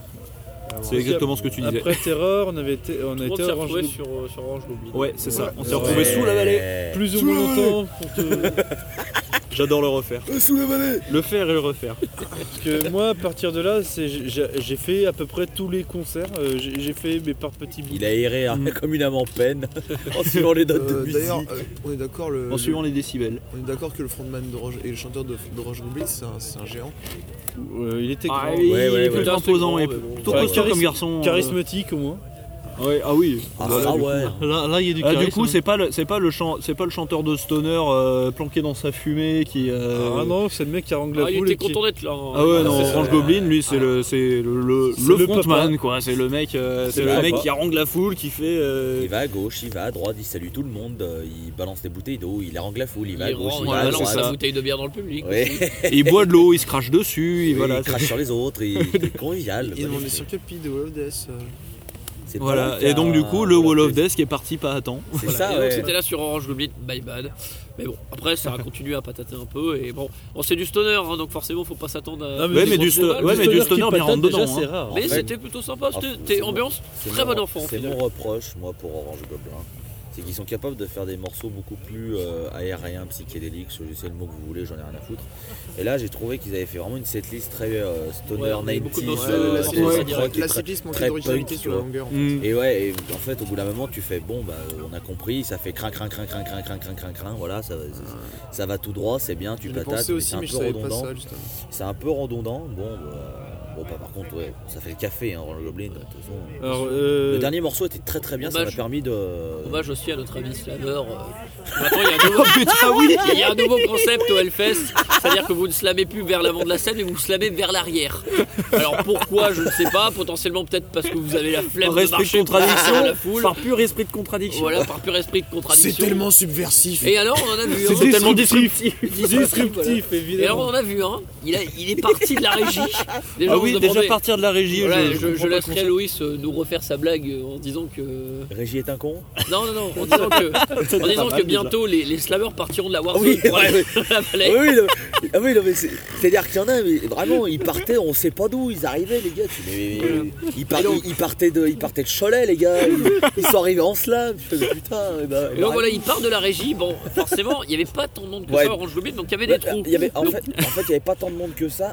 C'est exactement ce que tu disais. Après Terror, on, avait été, on Tout a le monde été s'est Orange retrouvé Loop. sur, euh, sur Orange Goblin. Ouais, c'est ça. On s'est Ouais. retrouvés sous la vallée. Plus ou moins longtemps. pour te- J'adore le refaire. Sous la vallée. Le faire et le refaire. Parce que moi, à partir de là, c'est- j'ai j'ai fait à peu près tous les concerts. euh, J'ai j'ai fait mes par petits bouts. Il a erré hein, comme une âme en peine en suivant les notes de Euh, musique. D'ailleurs, euh, on est d'accord le, En suivant les décibels. on est d'accord que le frontman d'Orange et le chanteur de- d'Orange Goblin, c'est un, c'est un géant. Euh, il était grand. Ah oui, Ouais, il ouais, est ouais. plutôt imposant, Ouais, et mais bon. plutôt Ouais, costaud comme charisme- garçon. euh. Charismatique au moins. Ouais, ah oui. Ah, Voilà, ah du coup. ouais. Là, là, il y a du Ah, charisme. du coup, c'est pas le, c'est pas le chan- c'est pas le chanteur de stoner euh, planqué dans sa fumée qui. euh, Ah non, c'est le mec qui arrange la Ah, il boule. était et qui- content d'être là. hein. Ah ouais, non, c'est ça. Orange Goblin, lui, c'est le, c'est le, le, C'est le le frontman, papa. quoi. C'est le mec, euh, c'est C'est le le mec papa. qui harangue la foule, qui fait. euh, Il va à gauche, il va à droite, il salue tout le monde, euh, il balance des bouteilles d'eau, il harangue la foule, il va à Il gauche, rend- il il va à voilà, balance c'est droite. sa ça. bouteille de bière dans le public. Ouais. aussi. et il boit de l'eau, il se crache dessus, et Oui, voilà. il crache sur les autres, il, il est convivial. Il est Bah, demandé sur quel pays de Wall of Death. euh, c'est pas Voilà. le Et donc, du cas, coup, le Wall of Death. Death qui est parti pas à temps. C'est Voilà. ça, Et donc, ouais. c'était là sur Orange Goblin, my bad. Mais bon, après ça a continué à patater un peu et bon, on c'est du stoner hein, donc forcément faut pas s'attendre à. Ah, Ouais, mais des du grosses sto- globales. ouais, mais du stoner qui bien patate, rentre dedans, déjà, hein. c'est rare. Mais En fait- c'était plutôt sympa, Ah, c'était c'est t'es mon- ambiance c'est très mon- bon enfant. au C'est final. mon reproche, moi, pour Orange Goblin. C'est qu'ils sont capables de faire des morceaux beaucoup plus euh, aériens, psychédéliques, choisissez le mot que vous voulez, j'en ai rien à foutre. Et là, j'ai trouvé qu'ils avaient fait vraiment une setlist très euh, stoner, Ouais, on avait beaucoup de nineties, morceaux, euh, la des cycliste, rock ça et dirait. très- La cycliste manquait très d'originalité punk, tu sur la vois. longueur. Mm. Et ouais, et en fait, au bout d'un moment, tu fais bon, bah, on a compris, ça fait crin, crin, crin, crin, crin, crin, crin, crin, crin, voilà, ça, ça, ça va tout droit, c'est bien, tu Je l'ai patates, pensé mais aussi, c'est un mais je peu savais pas redondant. ça justement. C'est un peu redondant, bon, bah, bon, bah, par contre, ouais, ça fait le café, hein, Orange Goblin, de toute façon. Alors, euh, Le dernier morceau était très très bien, ça m'a Hommage. permis de. Hommage aussi à notre ami Slammer. euh. Maintenant il y a un nouveau, Putain, oui! il y a un nouveau concept au Hellfest, c'est-à-dire que vous ne slamez plus vers l'avant de la scène mais vous slamez vers l'arrière. Alors pourquoi je ne sais pas, potentiellement peut-être parce que vous avez la flemme Par de esprit de marcher pour contradiction, passer la foule. par pur esprit de contradiction. Voilà, par pur esprit de C'est contradiction. tellement subversif. Et alors on en a vu. hein. C'est tellement disruptif. disruptif, Et alors évidemment. on en a vu un. Il, a, il est parti de la régie. Déjà, Ah on oui, se déjà demandait- partir de la régie. Voilà, je, je, je je comprends pas le laisserai concept. Loïs euh, nous refaire sa blague euh, en disant que. Régie est un con. Non, non, non, en disant que, en disant pas mal, que bientôt les, les slammers partiront de la Warzone Oui, pour ouais, aller ouais. dans la vallée. Ah oui, non, ah oui, non, mais c'est- c'est-à-dire qu'il y en a, mais vraiment, ils partaient, on sait pas d'où ils arrivaient, les gars. Tu- mais- mais- mais- ils, par- ils- ils partaient de, ils partaient de Cholet, les gars. Ils, ils sont arrivés en slam. Je fais, mais putain. eh ben, Et donc voilà, il part de la régie. Bon, forcément, il n'y avait pas tant de monde que Ouais. ça, Orange Goblin, donc il y avait Ouais, des trous. il y avait, en, Donc- fait, en fait, il n'y avait pas tant de monde que ça.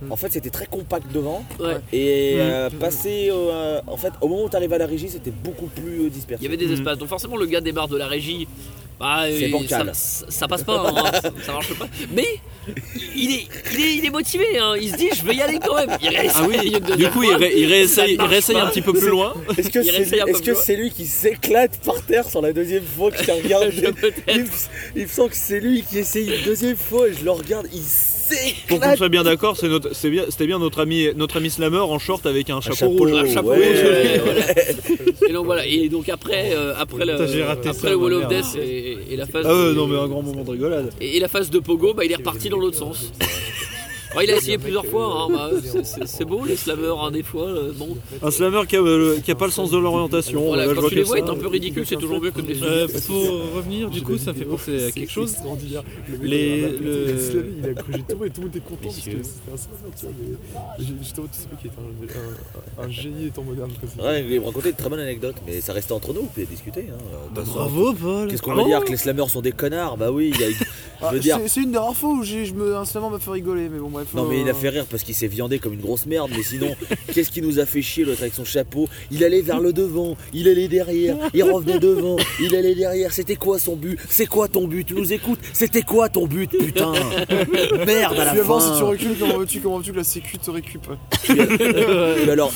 En fait, c'était très compact devant. Ouais. Et Mm. euh, passer, euh, en fait, au moment où tu arrives à la régie, c'était beaucoup plus euh, dispersé. Il y avait des Mm. espaces. Donc forcément, le gars démarre de la régie. Bah, C'est il- bancal. ça, ça passe pas, hein, ça, ça marche pas. Mais il est, il est, il est motivé. Hein. Il se dit, je vais y aller quand même. Il réessaye Ah oui, une du deuxième coup, il, fois. ré- il réessaye, il marche réessaye pas. un petit peu plus loin. Est-ce que Il c'est réessaye un peu est-ce que plus c'est lui qui s'éclate par terre sur la deuxième fois que je te regarde? Peut-être. il, me, il me semble que c'est lui qui essaye une deuxième fois et je le regarde, il Pour qu'on s'éclate. soit bien d'accord, c'est notre- c'est bien- c'était bien notre ami, notre ami Slammer en short avec un chapeau, chapeau, rouge. Un chapeau Ouais. rouge, ouais, voilà. Et donc voilà. Et donc après, euh, après, le, Putain, j'ai raté après ça, le Wall ma of merde. Death et, et la phase. Ah ouais, de- non mais un grand moment de rigolade. Et, et la phase de Pogo, bah, il est reparti dans l'autre sens. Alors, il a essayé plusieurs fois, hein, bah, c'est- c'est c'est beau les slammers, hein, des fois. euh, bon. Un Slammer qui a, euh, qui a pas le sens de l'orientation. Voilà, Là, je quand vois tu les que vois ça. être un peu ridicules, c'est toujours mieux que de les Euh, subir. pour revenir, du coup, ça me fait penser à quelque chose. extraordinaire. Le Les- mec, il a- le- il a slavé, il a cru tomber et tout le monde était content parce Messieurs. que c'était un slammer, tu vois. mais j'ai- J'étais en mode, tu sais pas qui est un, un, un génie étant moderne. quoi, c'est- Ouais, il me racontait une très bonne anecdote, mais ça restait entre nous, vous pouvez discuter. Hein. De toute façon, Bravo, Paul. Qu'est-ce qu'on Bravo. va dire que les slammers sont des connards? Bah oui, il y a- Ah, je veux dire. c'est- C'est une des rares fois où j'ai- je me, un slammer m'a fait rigoler, mais bon bref. Non mais il a euh, fait rire parce qu'il s'est viandé comme une grosse merde, mais sinon, qu'est-ce qui nous a fait chier l'autre avec son chapeau? Il allait vers le devant, il allait derrière, il revenait devant, il allait derrière, c'était quoi son but? C'est quoi ton but? Tu nous écoutes? C'était quoi ton but, putain? Merde à la Puis avant, si tu fin. recules, comment veux-tu, comment veux-tu que la sécu te récup? Puis alors,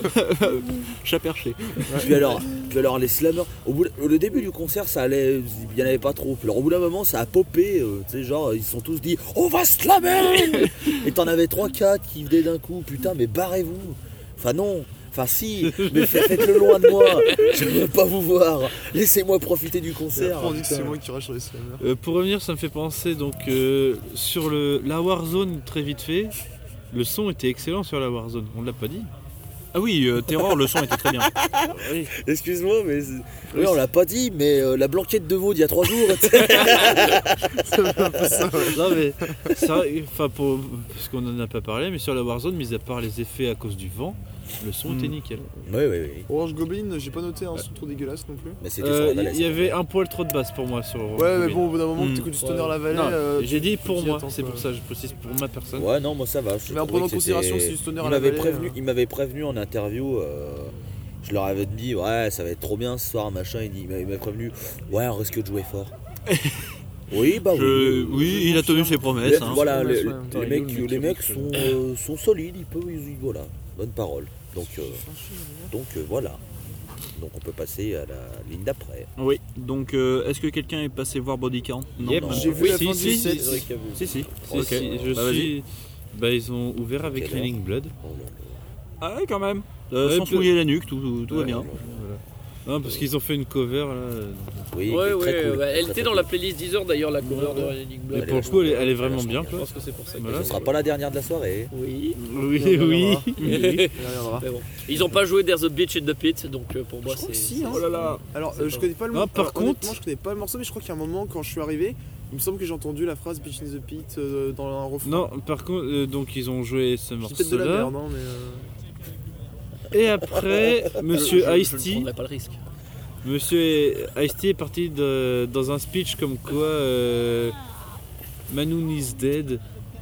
Chat perché. puis alors, puis alors les slammers, au, bout, au début du concert ça allait, il y en avait pas trop. Puis alors au bout d'un moment ça a popé, euh, tu sais genre ils se sont tous dit on va slammer. Et t'en avais trois quatre qui venaient d'un coup, putain mais barrez-vous. Enfin non, enfin si, mais fa- faites-le loin de moi. Je veux pas vous voir. Laissez-moi profiter du Et concert. après, on dit que putain. c'est moi qui rage sur les slammers. Euh, pour revenir, ça me fait penser donc euh, sur le, la Warzone, très vite fait. Le son était excellent sur la Warzone, on l'a pas dit. Ah oui, euh, Terror, le son était très bien. Excuse-moi, mais c'est- oui, on l'a pas dit, mais euh, la blanquette de veau d'il y a trois jours. tu sais. Non mais, ça, enfin pour, parce qu'on en a pas parlé, mais sur la Warzone, mis à part les effets à cause du vent, le son était Hmm. nickel. Oui, oui, oui. Orange Goblin, j'ai pas noté un son trop dégueulasse non plus. Mais c'était sur Euh, la Il balèze. y avait un poil trop de basse pour moi sur. Ouais, mais bon, au bout d'un moment, Hmm. que t'écoutes du stoner Ouais. la vallée. Non, euh, j'ai dit pour t'y moi, attends, c'est quoi. pour ça, je précise pour ma personne. Ouais, non, moi ça va. je Mais en trouvais prenant en que considération c'était- si c'est du stoner il à la m'avait vallée, prévenu, euh. il m'avait prévenu en interview. euh, je leur avais dit ouais, ça va être trop bien ce soir, machin. Il dit- il m'avait il m'avait prévenu ouais, on risque de jouer fort. Oui, bah Je- oui. oui, il a tenu ses promesses. Les- hein. voilà, les, Ouais, les ouais. Attends, il est mecs, où, le mec les qui mecs a sont, euh, sont solides, ils peuvent, ils- voilà, bonne parole. Donc, euh, donc euh, voilà. Donc on peut passer à la ligne d'après. Oui, donc euh, est-ce que quelqu'un est passé voir Body Count? Non, Yep. non. J'ai vu Oui, la si, fin si, du si, set. si. Si, si. Si, Ok. si, je Bah, vas-y. suis. Bah ils ont ouvert avec Quelle heure Raining Blood. Oh là là. Ah ouais, quand même. Euh, Ouais, sans se peu- mouiller la nuque, tout, tout, tout va Ouais, bien. voilà. Non, parce qu'ils ont fait une cover là. Oui, Ouais, très ouais, cool. bah, elle Très, était très dans cool. la playlist Deezer d'ailleurs, la cover de Raining Mais Blood. pour le coup, elle est, elle est vraiment vachement bien. bien. Je Quoi. pense que c'est pour ça. Voilà. Ce sera pas la dernière de la soirée. Oui. Oui, On oui. reviendra. oui. On y reviendra. Mais bon. Ils ont pas joué There's a Bitch in the Pit, donc euh, pour moi Je crois c'est. que si, hein. Oh là là. Alors, euh, je connais pas le Ah, morceau. par Alors, contre- honnêtement, je connais pas le morceau, mais je crois qu'il y a un moment quand je suis arrivé, il me semble que j'ai entendu la phrase Bitch in the Pit euh, dans un refrain. Non, par contre, euh, donc ils ont joué ce c'est peut-être de la morceau-là. merde, hein, mais. euh, Et après, Monsieur Je- je- Je ne Ice-T, prendrai pas le risque. Monsieur Ice-T est parti de- dans un speech comme quoi euh, Manoun is dead.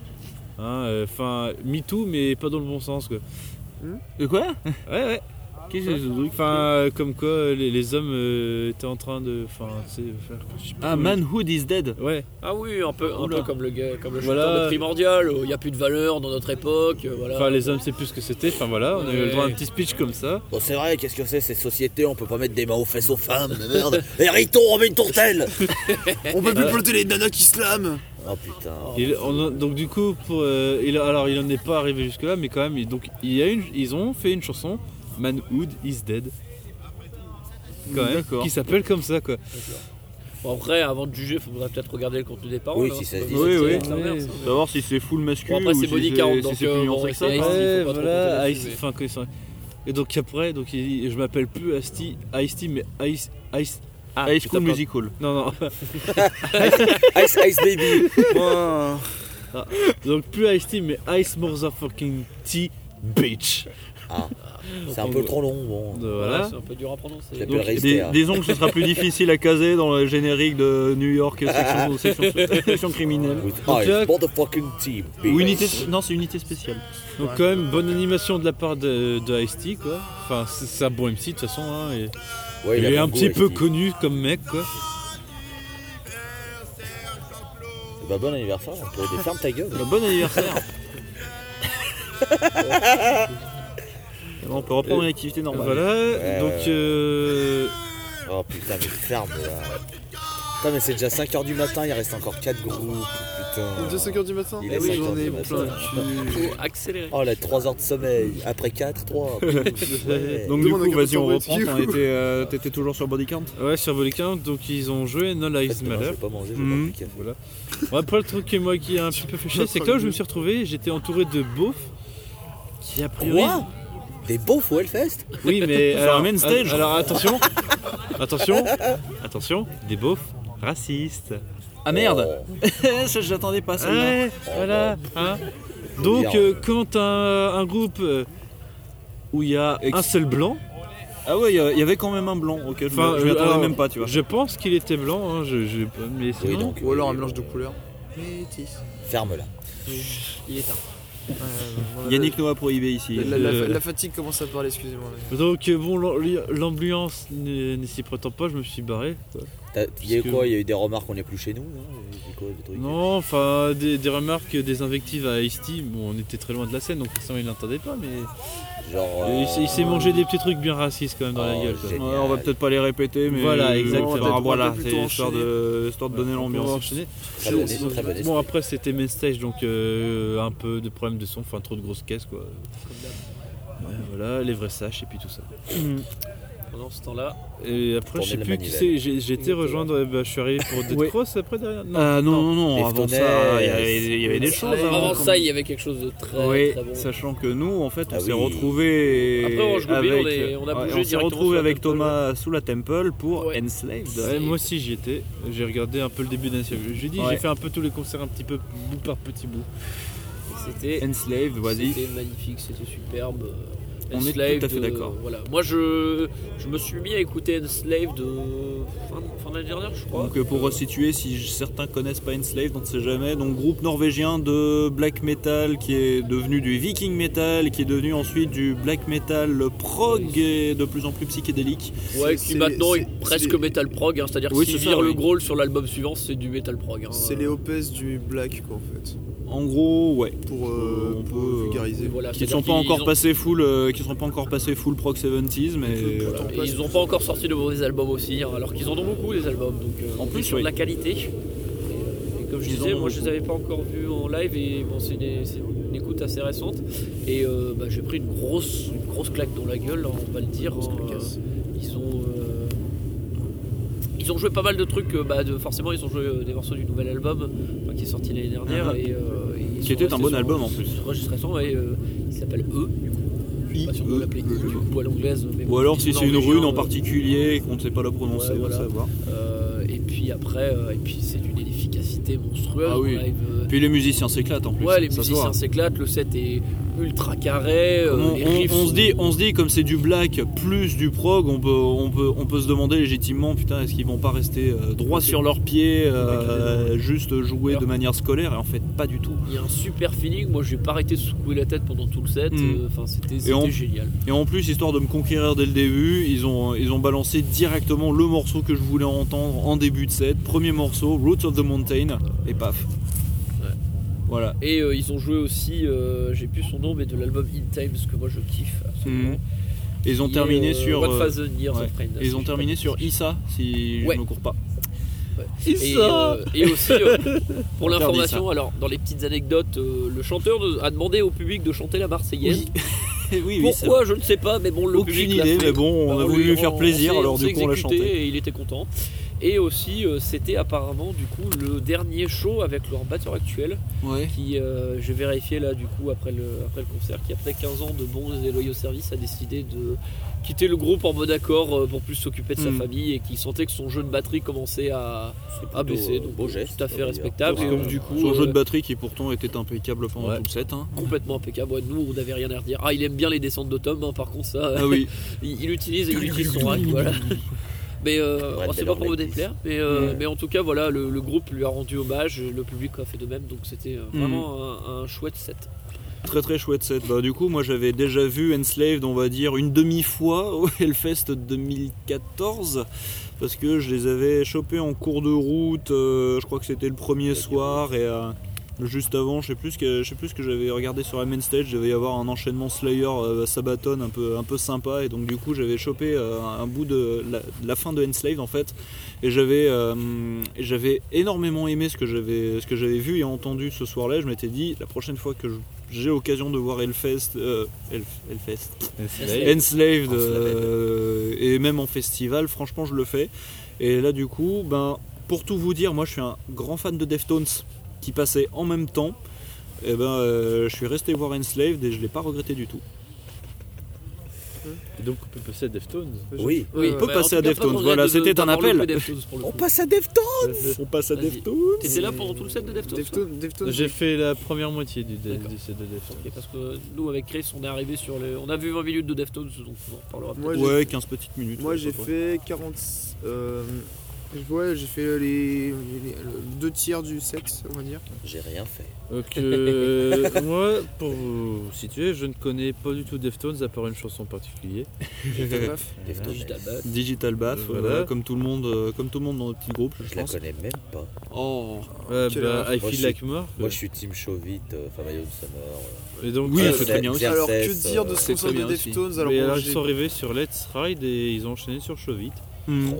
Enfin, Me Too, mais pas dans le bon sens quoi. De quoi? Ouais, ouais. Qu'est-ce que c'est ce truc? Enfin, euh, comme quoi euh, les, les hommes euh, étaient en train de. Enfin, tu sais, faire. je sais plus Ah, comment- Manhood is dead. Ouais. Ah oui, un peu, un Oula. peu comme le gars, comme le Voilà. chanteur de Primordial, il n'y a plus de valeur dans notre époque, euh, voilà. Enfin, les hommes, c'est plus ce que c'était. Enfin, voilà, on a eu le droit à un petit speech comme ça. Bon, c'est vrai, qu'est-ce que c'est cette société? On peut pas mettre des mains aux fesses aux femmes, mais merde. Et Riton, on met une tourtelle. On peut plus plotter les nanas qui slament. Oh putain. Il- on a- donc du coup, pour, euh, il, alors il en est pas arrivé jusque là, mais quand même, il, donc il y a une, ils ont fait une chanson, Manhood is dead, quand même, D'accord. qui s'appelle comme ça quoi. Bon, après, avant de juger, il faudrait peut-être regarder le contenu des paroles. Oui, hein, si ça c'est se dit. pas Oui, obligé oui. d'être la merde, ça, mais- Savoir si c'est full masculin Bon, après, ou c'est si Body c'est Count, si donc, c'est euh, plus bon, nuancé que ça. c'est- Ice-T, Ouais, faut pas trop voilà, compter Ice, là-dessus, enfin, quand ils sont- et donc après, donc il- je m'appelle plus Ice-T, Ice-T, mais Ice, Ice, ah, High putain, School pardon. Musical. Non, non. Ice Ice Baby. Donc plus Ice-T, mais Ice Motherfucking T, bitch. Ah. C'est un peu trop long, bon. Euh, Ouais, voilà. c'est un peu dur à prononcer. Je l'appelle Donc, Reister. dis- disons que ce sera plus difficile à caser dans le générique de New York section, section, section criminelle. With Donc, Ice là- motherfucking team. bitch. Ou unité, non, c'est unité spéciale. Donc quand même bonne animation de la part de, de Ice-T quoi. Enfin c'est, c'est un bon M C de toute façon hein, et Ouais, il a est bon un goût, petit peu Ice-T. connu comme mec quoi. Bah bon anniversaire, on peut ferme ta gueule. Bah, bon anniversaire. On peut reprendre une activité normale. Voilà, Ouais, donc ouais. euh, Oh putain, mais ferme là. Putain, mais c'est déjà cinq heures du matin, il reste encore quatre groupes. Il est Putain. déjà cinq heures du matin. Il Eh est oui, cinq j'en heures ai du plein le matin. cul. Faut accélérer. Oh là, trois heures de sommeil. Après quatre, trois. Ouais. Donc du Demande à coup, Captain vas-y, on reprend. Barbecue. T'en étais, euh, t'étais toujours sur Body Count. ouais sur Body Count, donc ils ont joué No En fait, Lives demain, je Matter. vais pas manger, je vais Mhm. pas plus café. Voilà. Bon, après le truc qui moi qui a un petit peu fait chier, c'est que là où je me suis retrouvé, j'étais entouré de beaufs qui a priori. Quoi Des beaufs au Hellfest? Oui mais Sur alors, un main stage. alors attention, attention, attention, des beaufs racistes. Ah merde. Oh. Ça, j'attendais pas celle-là. Ouais, voilà. Hein. Donc, Bien. euh, quand un, un groupe euh, où il y a Ex- un seul blanc, Ah ouais, il y a- il y avait quand même un blanc. Ok, je Enfin, m'y- je m'y euh, attendais alors, même pas, tu vois. je pense qu'il était blanc, hein, je, je, mais sinon, Oui, donc. Ou alors euh, un mélange de couleurs. Métis. Ferme-la. Il est tard. Ouais, ouais, Yannick nous a prohibé ici. La, la- Euh, la fatigue commence à parler, excusez-moi. mais- donc euh, bon, l'am- l'ambiance ne, ne s'y prétend pas, je me suis barré. quoi. T'as- Il y a eu Parce que- quoi? Il y a eu des remarques, on n'est plus chez nous, non? Il y a eu quoi, des trucs Non, enfin, des, des remarques, des invectives à Ice-T, bon, on était très loin de la scène, donc forcément il l'entendait pas, mais Genre. il, s'est- il s'est mangé des petits trucs bien racistes quand même dans Oh, la gueule. quoi. génial. Ouais, on va peut-être pas les répéter, mais Voilà, euh, exactement. on va- On va Voilà, plutôt c'est enchaîner. histoire de, histoire de donner On va l'ambiance. enchaîner. Très bonne, très bonne Bon après c'était main stage donc euh, un peu de problème de son, enfin trop de grosses caisses quoi. Ouais, voilà, les vrais saches et puis tout ça. Pendant ce temps-là, Et après Tourner je sais la plus qui manivelle. c'est, j'ai, j'ai été rejoindre, euh, bah, je suis arrivé pour Dead Ouais. Cross après derrière. Non, Euh, non, non, non, Les avant Ftonais, ça, il y avait, il y avait des euh, choses avant, avant. ça, il y avait quelque chose de très, Oui, très bon. sachant que nous, en fait, on Ah s'est oui. retrouvés Après Orange Gobi, avec, on est- on a ouais, bougé on s'est directement retrouvés sous la avec Temple. Thomas sous la Temple pour Ouais. Enslaved. Ouais, moi aussi j'y étais, j'ai regardé un peu le début d'un siècle. J'ai dit Ouais. j'ai fait un peu tous les concerts un petit peu bout par petit bout. C'était Enslaved, vas-y. c'était magnifique, c'était superbe. On est Enslaved, tout à fait euh, d'accord. Voilà. Moi, je, je me suis mis à écouter Enslaved de fin, fin d'année dernière, je crois. Donc euh, pour resituer, si certains connaissent pas Enslaved, on ne sait jamais. Donc groupe norvégien de black metal qui est devenu du viking metal, qui est devenu ensuite du black metal prog et de plus en plus psychédélique. Ouais, C'est- qui c'est- maintenant c'est- est presque c'est- metal prog, hein, c'est-à-dire Oui, que s'il c'est ça, vire le oui. growl sur l'album suivant, c'est du metal prog. hein. C'est les O P S du Black, quoi, en fait. En gros, ouais. Pour, euh, On pour peut, vulgariser. Et voilà, Qui ne c'est-à-dire sont pas qu'ils encore ont- passés full, euh, qui sont pas encore passés full prog soixante-dix, mais Voilà. Temps Et passe, ils n'ont tout pas ça. encore sorti de mauvais albums aussi, hein, alors qu'ils en ont beaucoup les albums. Donc euh, En on plus, est sur oui. de la qualité. Et, euh, et comme je Ils en disais, ont moi je les beaucoup. avais pas encore vus en live et bon, c'est une, c'est une écoute assez récente. Et euh, bah, j'ai pris une grosse, une grosse claque dans la gueule, hein, on va le dire. hein. Ils ont. euh, Ils ont joué pas mal de trucs, euh, bah, de, forcément ils ont joué euh, des morceaux du nouvel album enfin, qui est sorti l'année dernière. Ah. et, euh, et ils Qui sont était un restés bon sur- album, en plus. sur registre récent, et euh, il s'appelle E du coup. Je sais pas si on peut l'appeler E du coup à l'anglaise. mais ou bon, alors ils si sont c'est une norvégiens, rune en euh, particulier qu'on ne sait pas la prononcer, Ouais, on va voilà. savoir. euh, et puis après, euh, et puis c'est d'une efficacité monstrueuse. Ah oui. en live, euh. Puis les musiciens s'éclatent en plus. Ouais, les ça se musiciens voit. s'éclatent, le set est ultra carré, euh, On, les on- riffs on se sont- dit, on se dit comme c'est du black plus du prog, on peut, on peut, on peut se demander légitimement, putain, est-ce qu'ils vont pas rester euh, droit sur leurs pieds, euh, juste jouer de manière scolaire, et en fait pas du tout. il y a un super feeling. Moi, j'ai pas arrêté de secouer la tête pendant tout le set. Mm. euh, Enfin, c'était c'était on- génial. Et en plus, histoire de me conquérir dès le début, ils ont, ils ont balancé directement le morceau que je voulais entendre en début de set. Premier morceau, Roots of the Mountain, et paf. Ouais. Voilà. Et euh, ils ont joué aussi, euh, j'ai plus son nom, mais de l'album In Times que moi je kiffe absolument. Mhm. Et ils ont Qui terminé est, euh, sur. What euh, Phase the Years ouais. of Rain, Et ils si ont je terminé dis pas sur de bêtises. Issa, si Ouais. je me cours pas. Et, euh, et aussi, euh, pour Interdit, l'information, alors dans les petites anecdotes, euh, le chanteur de- a demandé au public de chanter la Marseillaise. oui, oui, c'est Pourquoi je ne sais pas, mais bon, le Aucune public l'a idée, fait. mais bon, on Bah, a voulu lui- lui faire plaisir, s'est- alors s'est du coup on l'a exécuté chanté. et il était content. Et aussi, euh, c'était apparemment du coup le dernier show avec leur batteur actuel, Ouais. qui, euh, j'ai vérifié là du coup après le, après le concert, qui après quinze ans de bons et loyaux services a décidé de quitter le groupe en mode accord euh, pour plus s'occuper de sa Mm. famille, et qui sentait que son jeu de batterie commençait à, à baisser, donc beau euh, geste, tout à fait on va dire. respectable. Et donc du coup, Son euh, jeu de batterie qui pourtant était impeccable pendant Ouais. tout le set. Hein. complètement impeccable. Ouais, nous, on n'avait rien à redire. Ah, il aime bien les descentes de Tom, hein, par contre ça, Ah oui. il, il utilise, il utilise son rack, voilà. Mais euh, Ouais, oh, c'est Taylor pas pour me Lake. déplaire, mais, euh, Ouais. mais en tout cas, voilà, le, le groupe lui a rendu hommage, le public a fait de même, donc c'était euh, Mm. vraiment un, un chouette set. Très très chouette set. Bah, du coup, moi j'avais déjà vu Enslaved, on va dire, une demi-fois au Hellfest deux mille quatorze. Parce que je les avais chopés en cours de route. euh, je crois que c'était le premier soir. Et euh, juste avant, je sais plus ce que, je sais plus ce que j'avais regardé sur la main stage. Il devait y avoir un enchaînement Slayer euh, Sabaton un peu, un peu sympa. Et donc, du coup, j'avais chopé euh, un bout de la, de la fin de Enslaved en fait. Et j'avais, euh, et j'avais énormément aimé ce que j'avais, ce que j'avais vu et entendu ce soir-là. Je m'étais dit, la prochaine fois que je j'ai l'occasion de voir Hellfest, euh, Hellf- Hellfest, Enslaved, euh, et même en festival, franchement je le fais. Et là du coup, ben, pour tout vous dire, moi je suis un grand fan de Deftones qui passait en même temps. Et ben, euh, je suis resté voir Enslaved et je l'ai pas regretté du tout. Et donc on peut passer à Deftones. Oui. on peut bah, passer en à tout cas, Deftones, pas qu'on voilà, regrette de- c'était un d'avoir appel. loupé Deftones, pour le On coup. passe à Deftones. On passe à Vas-y. Deftones. T'étais là pendant tout le set de Deftones toi Deftones, Deftones, J'ai fait la première moitié du, du D'accord. set de Deftones. Ok, parce que nous avec Chris on est arrivé sur les... On a vu vingt minutes de Deftones, donc on en parlera peut-être. Moi, j'ai Ouais, fait- quinze petites minutes. Moi ouais, j'ai pas fait quarante. Euh, ouais, j'ai fait les, les- les deux tiers du set, on va dire. J'ai rien fait. Donc, euh, moi, pour vous situer, je ne connais pas du tout Deftones à part une chanson en particulier. Bref. Deftones. Digital Bath. Digital Bath, Voilà. voilà, comme tout le monde, euh, comme tout le monde dans notre petit groupe, je Je la pense. connais même pas. Oh. Ouais, Quelle bah, horreur. I Moi, Feel je Like More. Moi je suis Team Chauvite, euh, enfin Maillot de Summer. euh. Et donc, Oui, euh, c'est très bien aussi. Xerxes, Alors que dire de euh, ce c'est concert très de bien aussi. Deftones alors mais bon, alors, ils j'ai- sont arrivés sur Let's Ride et ils ont enchaîné sur Show It. Hmm.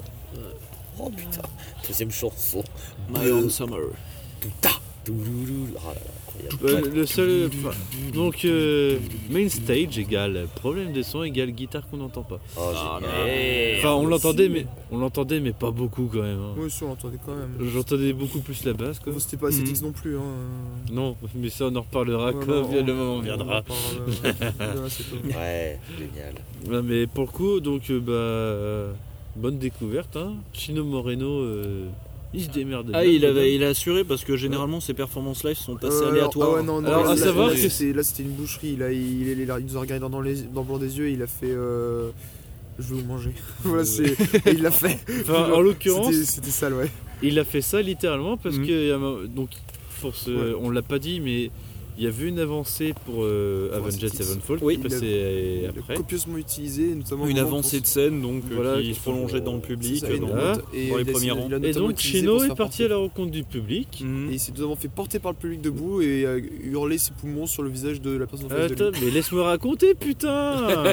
Oh putain, deuxième chanson. My Own Summer. Touta, touloulou. Oh là là, incroyable. Euh, le seul. enfin, donc, euh, main stage égale problème de son égale guitare qu'on n'entend pas. Oh génial. Enfin, on l'entendait, mais on l'entendait, mais pas beaucoup quand même. hein. Oui, si, on l'entendait quand même. J'entendais beaucoup plus la basse, quoi. Bon, c'était pas assez Mhm. X non plus. Hein. Non, mais ça, on en reparlera Ouais, quand non, le on- moment on viendra. en parle, euh, c'est pas- Ouais, génial. Ouais, mais pour le coup, donc, euh, bah, euh, bonne découverte. Hein. Chino Moreno, euh, il se démerde. Ah, bien, il, le avait, gars. il a assuré parce que généralement ses performances live sont assez Euh, alors- aléatoires. ah ouais, non, non, Alors, là, à là, savoir là, que- c'était- là, c'était une boucherie. Là, il, il, il, il nous a regardé dans, les, dans le blanc des yeux et il a fait. Euh, je vais vous manger. voilà, c'est, et il l'a fait. Enfin, en l'occurrence, C'était, c'était sale, ouais. il a fait ça littéralement parce Mhm. que il y a un- donc force, Ouais. on l'a pas dit, mais il y a vu une avancée pour euh, Pour Avenged Aesthetics. Sevenfold Oui. qui Il a- passait Il a après. copieusement utilisé, notamment. Une vraiment avancée pour- de scène donc euh, Voilà, qui qui se prolongeait dans le C'est public. ça, euh, et dans- donc, voilà. et dans les il a- premiers rangs. il a Et notamment donc utilisé Chino pour se est faire parti à porter. la rencontre du public. Mhm. Et il s'est notamment fait porter par le public debout et a hurlé ses poumons sur le visage de la personne en face de lui. Attends, mais laisse-moi raconter, putain.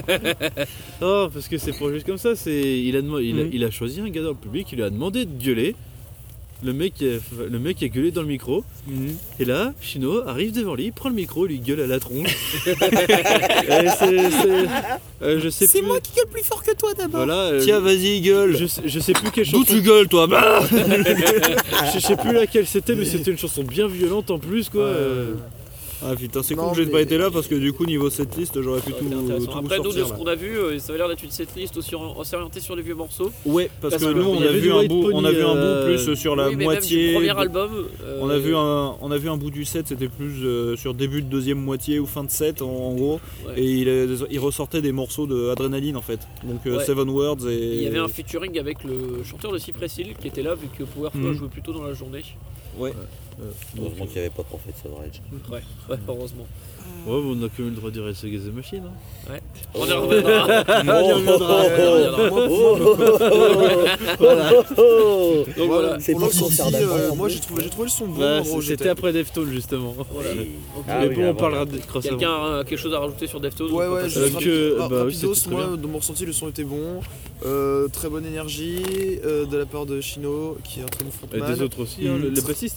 Oh, parce que c'est pas juste comme ça. C'est il a, dema- il, a, Mhm. il a choisi un gars dans le public, il lui a demandé de gueuler. Le mec, a, le mec a gueulé dans le micro. Mhm. Et là, Chino arrive devant lui, prend le micro, lui gueule à la tronche. Et c'est, c'est- euh, je sais C'est plus. moi qui gueule plus fort que toi d'abord. Voilà. euh, Tiens, vas-y, gueule. je, sais- je sais plus quelle D'où chanson. tu gueules, toi? Bah Je sais plus laquelle c'était, mais c'était une chanson bien violente en plus, quoi. euh. Ah putain, c'est Non, con que j'ai mais- pas été là parce que du coup, niveau setlist, j'aurais pu Ça tout, aurait été intéressant. tout vous Après, nous, de sortir. ce là. qu'on a vu, euh, ça avait l'air d'être une setlist aussi en- assez orientée sur les vieux morceaux. Ouais, parce, Parce que que nous, on il y a avait vu du un White bout, on a Pony, vu un euh, bout plus sur la Oui, mais moitié. même du premier de- album. euh, On a vu un, on a vu un bout du set, c'était plus euh, sur début de deuxième moitié ou fin de set en, en gros, Ouais. et il, euh, il ressortait des morceaux de Adrenaline en fait, donc euh, Ouais. Seven Words et. Il y avait un featuring avec le chanteur de Cypress Hill qui était là vu que Powerful Mhm. jouait plutôt dans la journée. Ouais. Heureusement qu'il n'y avait pas de Prophet Sauvage. Ouais, ouais, heureusement. Ouais, bon, on a quand même le droit de Rage Against the Machine. Hein. On y reviendra. On y reviendra. Donc voilà. C'est Pour pas l'autre concert sortie, d'album, euh, en moi plus. j'ai trouvé, j'ai trouvé le son bon. Bah, en gros, c'était j'étais- après Deftones justement. Voilà. Ah mais oui, bon, on avant. parlera de Cross avant. Quelqu'un a quelque chose à rajouter sur Deftones? Ouais, ou ouais, pas je Euh, suis que- rapide- bah oui, rapidos, c'était très moi, bien. dans mon ressenti, le son était bon. Euh, très bonne énergie euh, de la part de Chino, qui est un très bon Et frontman. des autres aussi. Hein. Le, le bassiste était bien. Le aussi.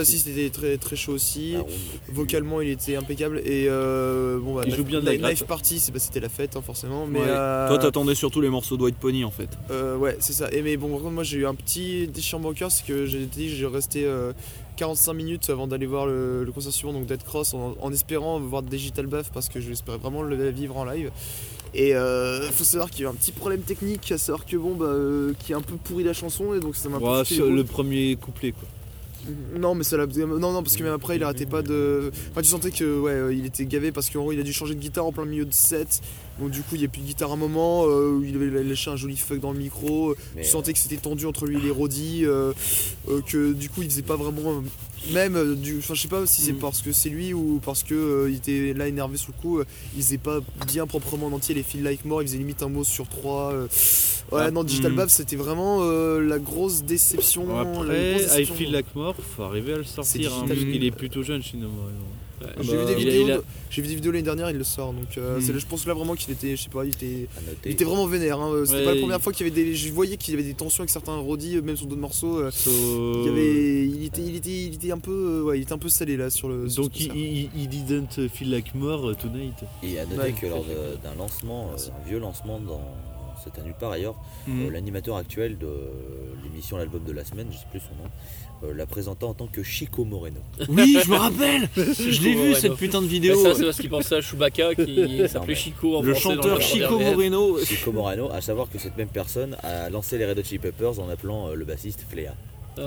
bassiste était très très chaud aussi. Ah, on- Vocalement, il était impeccable. Et euh, bon, bah, Il Knife- joue bien de la Knife gratte. Party, c'est- bah, c'était la fête, hein, forcément. Mais Ouais. euh, Toi, t'attendais surtout les morceaux de White Pony en fait. euh, ouais, c'est ça. Et mais bon, par contre, moi j'ai eu un petit déchirement au cœur, c'est que j'ai dit j'ai resté euh, quarante-cinq minutes avant d'aller voir le, le concert suivant, donc Dead Cross, en, en espérant voir Digital Bath parce que j'espérais vraiment le vivre en live. Et euh, faut savoir qu'il y a eu un petit problème technique, à savoir que bon, bah, euh, qui a un peu pourri la chanson, et donc ça m'a un peu Ouais, foutu sur les le boules. premier couplet quoi. Non, mais ça l'a. Non, non, parce que même après, il arrêtait pas de. Enfin, tu sentais que, ouais, euh, il était gavé parce qu'en gros, il a dû changer de guitare en plein milieu de set. Donc, du coup, il n'y a plus de guitare à un moment. Euh, il avait lâché un joli fuck dans le micro. Mais, Tu sentais que c'était tendu entre lui et les Roddy. Euh, euh, que du coup, il faisait pas vraiment. euh, Même, euh, du. Enfin, je sais pas si c'est Mm. parce que c'est lui ou parce que euh, il était là énervé sur le coup. euh, il faisait pas bien proprement en entier les Feel Like More. Il faisait limite un mot sur trois. euh. Ouais, Ah, non, Digital mm. Bath, c'était vraiment euh, la grosse déception. Bon, la après, grosse I déception. Feel Like More, faut arriver à le C'est sortir, hein, digital. parce qu'il est plutôt jeune chez nous. Ouais, J'ai bah, vu des il a- vidéos, il a- de- j'ai vu des vidéos l'année dernière, il le sort, donc euh, Mm. c'est le- je pense là vraiment qu'il était, je sais pas, il était, à noter. il était vraiment vénère. Hein. C'était Ouais, pas la première il- fois qu'il y avait des, je voyais qu'il y avait des tensions avec certains Roddy, même sur d'autres morceaux. euh, So- il y avait, il était, il était, il était un peu, euh, ouais, il était un peu salé là sur le. sur Donc ce il, concert. il, il didn't feel like more tonight. Et à noter Ouais. que lors de- d'un lancement, euh, un vieux lancement dans C'est à nulle part ailleurs, Mhm. euh, l'animateur actuel de l'émission L'album de la semaine, je sais plus son nom, euh, l'a présentant en tant que Chico Moreno. Oui, je me rappelle. Je l'ai vu Moreno. cette putain de Mais vidéo. ça, c'est parce qu'il pensait à Chewbacca qui Non, s'appelait mais Chico en Le français dans chanteur la Chico première V F. Moreno. Chico Moreno, à savoir que cette même personne a lancé les Red Hot Chili Peppers en appelant euh, le bassiste Flea. Ah,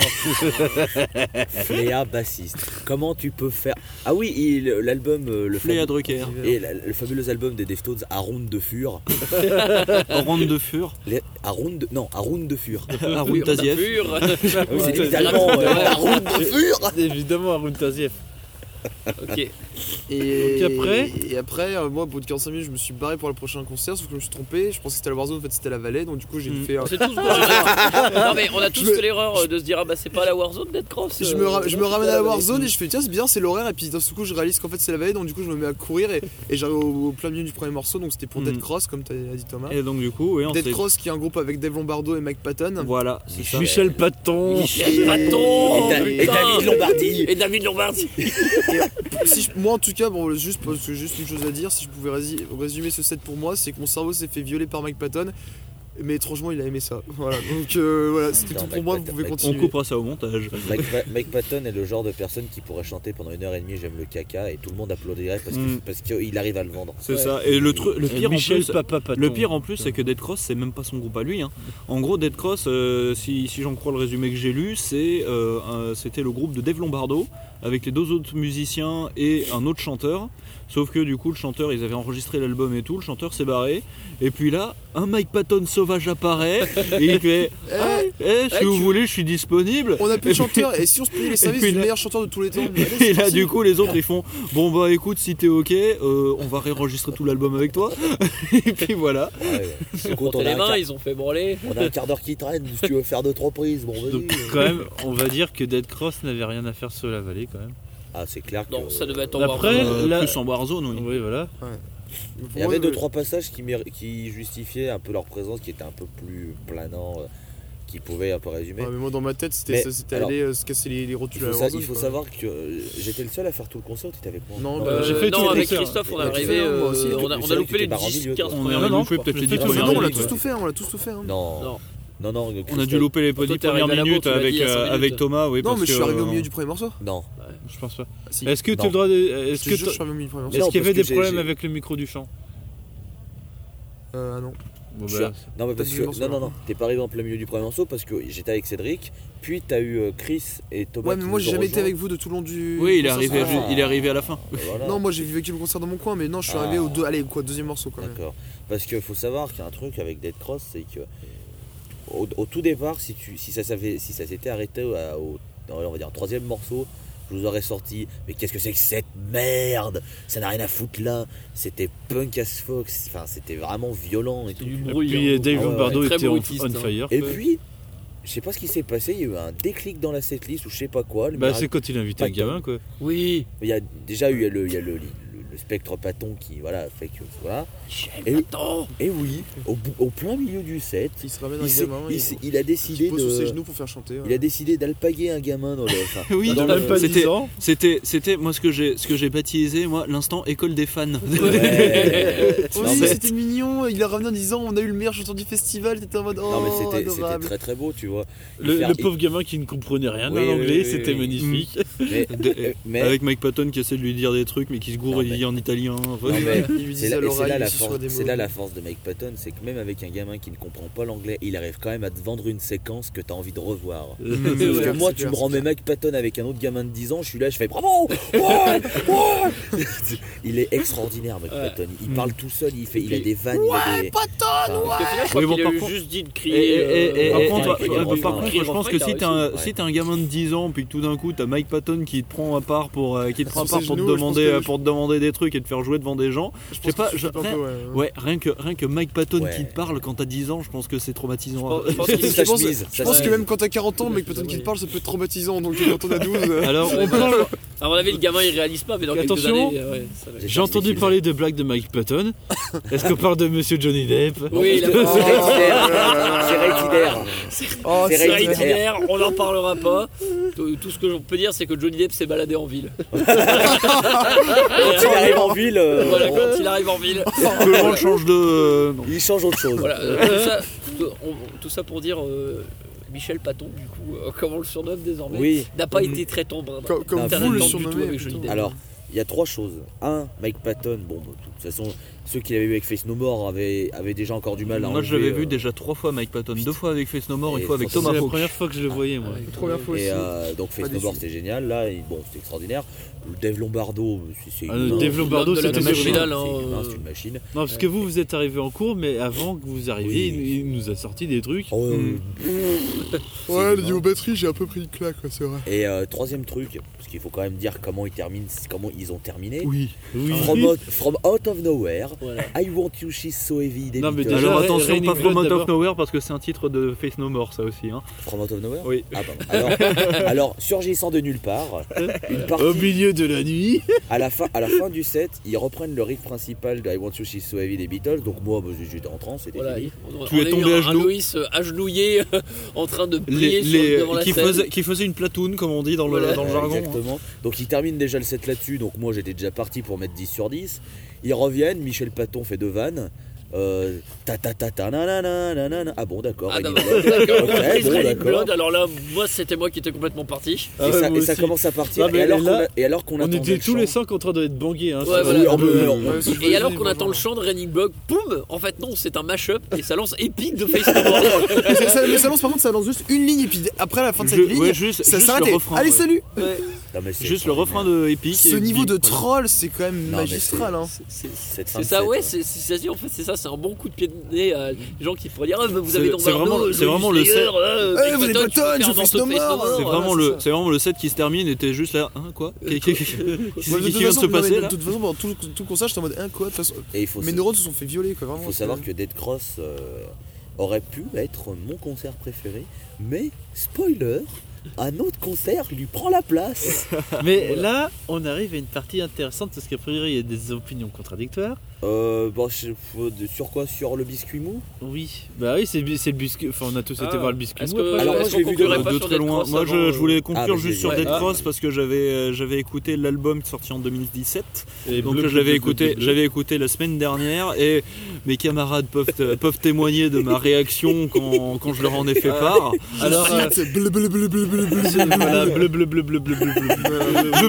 Flea bassiste. Comment tu peux faire... Ah oui, il- l'album... euh, le Flea fameux- Drucker. Et la- le fabuleux album des Deftones, Around de Fur. Ronde de Fur. Les... Around... Non, Around de Fur. Arun Taziev. Pur. Ah oui, c'est limite allemand, euh, Around de Fur. Évidemment, Arun Taziev. Ok. Et Donc après et après, euh, moi, au bout de quarante-cinq minutes, je me suis barré pour le prochain concert, sauf que je me suis trompé. Je pensais que c'était la Warzone, en fait, c'était la Vallée, donc du coup, j'ai Mm. fait. euh, C'est tout ce qu'on a fait. Non mais on a tous Je me- fait l'erreur euh, de se dire ah bah c'est pas la Warzone Dead Cross. Je euh, me, ra- je me non, ramène c'est à la Vallée. Warzone et je fais tiens c'est bizarre c'est l'horaire et puis d'un coup je réalise qu'en fait c'est la veille donc du coup je me mets à courir et, et j'arrive au, au plein milieu du premier morceau donc c'était pour Mm. Dead Cross comme t'as dit Thomas. Et donc du coup, oui, on Dead s'est... Cross qui est un groupe avec Dave Lombardo et Mike Patton. Voilà, c'est ça. Michel Paton. Michel Patton, Et Da- et putain. David Lombardi. Et David Lombardi. Si je- moi en tout cas bon juste parce que juste une chose à dire si je pouvais rési- résumer ce set pour moi c'est que mon cerveau s'est fait violer par Mike Patton mais étrangement il a aimé ça voilà donc euh, voilà c'était Non, tout pour Mike moi Patton, vous pouvez Mike- On continuer. coupera ça au montage. Mike, Pa- Mike Patton est le genre de personne qui pourrait chanter pendant une heure et demie J'aime le caca et tout le monde applaudirait parce que- Mm. parce qu'il arrive à le vendre. C'est Ouais. ça. Et le, tru- le pire en Michel plus, Papa Paton. le pire en plus, c'est que Dead Cross, c'est même pas son groupe à lui. Hein. En gros, Dead Cross, euh, si, si j'en crois le résumé que j'ai lu, c'est, euh, un- c'était le groupe de Dave Lombardo avec les deux autres musiciens et un autre chanteur. Sauf que du coup, le chanteur, ils avaient enregistré l'album et tout, le chanteur s'est barré. Et puis là, un Mike Patton sauvage apparaît et il fait Eh, Eh, si eh, vous tu- voulez, je suis disponible. on a plus de chanteur et si on se payait les services puis du là- meilleur chanteur de tous les temps allez, Et c'est là, parti. du coup, les autres ils font Bon, bah écoute, si t'es ok, euh, on va réenregistrer tout l'album avec toi. Et puis voilà. Ouais, ouais. Écoute, Contre on, a les un mains quart, ils ont fait branler. on a un quart d'heure qui traîne, si tu veux faire deux trois prises, bon vas-y. Donc quand même, on va dire que Dead Cross n'avait rien à faire sur la vallée quand même. Ah c'est clair que... Non ça devait être en Après, Warzone. Euh, là- Plus en Warzone, oui. Oui, voilà. Pour Il y moi, avait deux le- trois passages qui, méri- qui justifiaient un peu leur présence, qui étaient un peu plus planants, euh, qui pouvaient un peu résumer. Ouais, mais moi dans ma tête c'était Mais, ça, c'était alors, aller euh, se casser les, les rotules Il à faut, la sa- Warzone, il faut quoi. savoir que euh, j'étais le seul à faire tout le concert ou t'étais avec moi Non, Euh, bah, j'ai fait non, tous les avec concerts. Christophe, on est Ouais, tu arrivé, fais, moi euh, aussi, on a, tu on a sais loupé que les t'es pas rendu dix milieu, quinze toi. On premières a minutes. loupé je peut-être crois. les dix Ah, premières non, on l'a minutes, tous ouais. tout fait, on l'a tous tout fait. hein. Non. Non. Non, non, On a Christophe- dû louper les Toi, dix t'es premières arrivé à la minutes bourre, tu l'as avec, dit il y a cinq euh, minutes. avec Thomas, oui. Non parce mais je suis que, arrivé au euh, milieu du premier morceau. Non. Je pense pas. Si. Est-ce que tu as Non. le droit de. Je Est-ce te que jure, je t'as- suis arrivé au milieu du premier morceau. est-ce Non, qu'il y avait parce des que j'ai- problèmes j'ai- avec le micro du chant? Euh, ah non. Bon, Je bah, Non, mais parce Pas que. du morceau, Non, non, alors. non. T'es pas arrivé en plein milieu du premier morceau parce que j'étais avec Cédric, puis t'as eu euh, Chris et Thomas. Ouais mais qui moi nous j'ai ont jamais été rejoints. avec vous de tout le long du. Oui, il est, concert, arrivé, ça. Ah. il est arrivé à la fin. Voilà. Non moi j'ai vécu le concert dans mon coin mais non je suis Ah. arrivé au deux, allez quoi deuxième morceau quand même. D'accord. Parce qu'il faut savoir qu'il y a un truc avec Dead Cross, c'est que au, au tout départ, si, tu, si ça s'avait, si ça s'était arrêté au, au- on va dire, troisième morceau, je vous aurais sorti. Mais qu'est-ce que c'est que cette merde? Ça n'a rien à foutre là. C'était punk as fuck. Enfin, c'était vraiment violent et C'est tout. du Et bruit. puis hein. Dave Ah ouais, Lombardo ouais. Très était on, brutiste, on hein. fire. Et quoi. puis, je sais pas ce qui s'est passé. Il y a eu un déclic dans la setlist ou je sais pas quoi. Le Bah, miracle- c'est quand il a invité un gamin quoi. Oui. Il y a déjà eu le, il y a le, le- le spectre Patton qui voilà fait que voilà. Et, et oui, au, au plein milieu du set, Il se ramène un il, s'est- gamin. il, il, s'est- il a il décidé pose sur ses de, genoux pour faire chanter. il a décidé d'alpaguer un gamin dans le. Enfin, Oui, dans dans le- le- Pas c'était, dix ans. c'était, c'était moi ce que j'ai, ce que j'ai baptisé moi l'instant école des fans. Ouais. Oui, Non, mais- c'était mignon. Il a ramené en disant on a eu le meilleur chanteur du festival. T'étais en mode oh, Non mais c'était, c'était adorable. très très beau, tu vois. Le, Faire- le pauvre gamin qui ne comprenait rien Oui, en oui, anglais, oui, c'était oui. magnifique. Mais, De- mais- Avec Mike Patton qui essaie de lui dire des trucs mais qui se gourre Non, et il mais- dit en italien. Enfin, Non, mais Il lui c'est disait là, à et c'est l'oreille là la ce soit force, des c'est mots. là la force de Mike Patton, c'est que même avec un gamin qui ne comprend pas l'anglais, il arrive quand même à te vendre une séquence que tu as envie de revoir. Mm. Parce que Ouais, moi, c'est tu clair, me c'est remets clair. Mike Patton avec un autre gamin de dix ans, je suis là, je fais bravo, ouais, ouais. Il est extraordinaire, Mike Ouais. Patton. Il Mm. parle tout seul, il fait, il a des vannes, il a des. Parce qu'au final, je crois Oui, bon, qu'il a par eu contre- juste dit de Et, crier. et- et- euh, et- et- par et- contre, et- ouais, et- par et- contre, et- je pense et- que il a si t'es un, réussi. si t'es un gamin de dix ans puis que tout d'un coup t'as Mike Patton qui te prend à part pour euh, qui te prend à Sur part ses pour te genoux, je demander pense que- euh, pour te demander des trucs et te faire jouer devant des gens. Je sais pense pas, qu'il je- flippe un rien- peu, ouais. Ouais, rien que rien que Mike Patton Ouais. qui te parle quand t'as dix ans, je pense que c'est traumatisant. Je pense- je pense Surtout qu'il- sa Je pense, chemise, je sa pense que chemise. même quand t'as quarante ans, mec, peut-être qu'il te parle, ça peut être traumatisant. Donc quand on a douze. euh, Alors on parle. À mon avis, le gamin il réalise pas, mais dans quelques Attention. années. ouais, ça va. J'ai entendu parler de blagues de Mike Patton. Est-ce qu'on parle de Monsieur Johnny Depp? Oui, il a C'est réitidaire. C'est réitidaire. Oh, C'est c'est réitidaire. réitidaire, on n'en parlera pas. Tout tout ce que l'on peut dire, c'est que Johnny Depp s'est baladé en ville. Quand il arrive en ville, euh, Voilà, on- quand il arrive en ville. Tout le monde change de. euh, non. il change autre chose. Voilà, euh, tout, ça, tout, on- tout ça pour dire euh, Michel Patton, du coup, euh, comme on le surnomme désormais, Oui. n'a pas Mhm. été très tendre. Comme, comme Non, T'as vous rien le de du tout surnommez. avec Johnny putain. Depp. Alors, il y a trois choses. Un, Mike Patton, bon, bah, de toute façon, ceux qui l'avaient vu avec Face No More avaient, avaient déjà encore du mal à Moi je enlever, l'avais vu euh, déjà trois fois Mike Patton, deux fois avec Face No More, Et une fois avec franchement, Thomas C'est la Hawk. première fois que je le voyais, moi. Première fois aussi. Et euh, donc Face Pas No More déçu. c'était génial, là, et bon, c'était extraordinaire. Le Dave Lombardo, c'est c'est Ah, le humain. Dave Lombardo, L'homme de la c'était machine, génial. là, C'est hein, humain, euh, c'est une machine. Non, parce que vous, vous êtes arrivé en cours, mais avant que vous arriviez, Oui. il, il nous a sorti des trucs. Oh, euh, Mm. Ouais, le c'est niveau humain. batterie, j'ai un peu pris une claque, ouais, c'est vrai. Et euh, troisième truc, parce qu'il faut quand même dire comment ils terminent, comment ils ont terminé. Oui. Oui. From out, from out of nowhere, Voilà. I want you, she's so heavy. des Non, mais Beatles. déjà, Alors Ra- attention, Raining pas From Blood Out of d'abord. Nowhere parce que c'est un titre de Face No More ça aussi. Hein. From out of nowhere. Oui. Ah pardon. Alors, alors, surgissant de nulle part, une partie Au milieu de la nuit. à la fin, à la fin du set, ils reprennent le riff principal de I Want You She's So Heavy des Beatles. Donc moi, bah, j'étais en transe, c'était Voilà, fini. on, Tu on es a eu tombé un, à un genoux. Loïs euh, agenouillé en train de prier Les, sur, les- devant la qui, scène. faisait, qui faisait une platoon comme on dit dans le, Voilà. dans le Ouais, jargon. hein. exactement. Donc ils terminent déjà le set là-dessus. Donc moi, j'étais déjà parti pour mettre dix sur dix. Ils reviennent. Michel Patton fait deux vannes. Euh, ta ta ta ta nanana, nanana. Ah bon, d'accord. Ah, Raining d'accord, Blood. d'accord. Ok, Reprise bon, Raining d'accord. Blood, alors là, moi c'était moi qui étais complètement parti. Ah Et, ouais, ça, moi et ça aussi. commence à partir. Ah, mais et, alors là, qu'on a- et alors qu'on On attendait était le tous les chant- cinq en train d'être bangés. Hein, Ouais, sur- voilà. Oui, oh, mais, Euh, euh, Ouais, c'est- Et alors vas-y, qu'on vas-y, attend le vas-y. chant de Raining Blood, boum, en fait non, c'est un mash-up et ça lance épique de Face No More. Mais ça- ça- mais ça lance par contre, ça lance juste une ligne et puis après à la fin de cette Je- ligne, ouais, juste, ça juste s'arrête. le et- refrain. Allez, ouais. salut. Non, mais c'est Juste le refrain de Epic. Ce et niveau bip, de voilà. troll, c'est quand même Non, mais magistral. Hein. Cette fin C'est de ça, set, ouais, hein. c'est c'est- c'est- en fait c'est ça, c'est un bon coup de pied de nez à les gens qui pourraient dire ah, mais vous avez C'est- dans c'est vraiment- c'est vraiment le set- Eh, vous êtes pas tonnes, je fais ce mort. C'est Voilà, vraiment, c'est le- ça. c'est vraiment le set qui se termine et t'es juste là. Hein, quoi Qu'est- qu'est- Qu'est-ce Ouais, de qui toute vient de façon- se non, mais passer de là toute façon, pendant tout, tout le concert, j'étais en mode, hein, quoi, de toute façon. Et il faut Mes neurones se sont fait violer, quoi, vraiment. Il faut c'est- savoir que Dead Cross euh, aurait pu être mon concert préféré, mais spoiler, un autre concert lui prend la place. Mais là, on arrive à une partie intéressante parce qu'à priori, il y a des opinions contradictoires. Euh, bon, je- faut- de- sur quoi? Sur le biscuit mou? Oui, bah oui, c'est c'est le biscuit. Enfin, on a tous été Ah. voir le biscuit Est-ce mou que- après. Alors, moi, est-ce je l'ai qu'on vu de- conclurait pas de sur très Dead loin. Cross Moi, je, avant, je voulais Ah, conclure vas-y, juste sur vas-y. Dead Ouais. Cross parce que j'avais euh, j'avais écouté l'album sorti en deux mille dix-sept. Et Donc bleu, je bleu, l'avais bleu, écouté, bleu, bleu. j'avais écouté la semaine dernière et mes camarades peuvent, euh, peuvent témoigner de ma réaction quand, quand je leur en ai fait part. Alors, euh, C'est bleu, bleu, bleu, bleu, bleu, bleu, voilà, bleu, bleu, bleu, bleu, bleu, bleu, bleu. Je,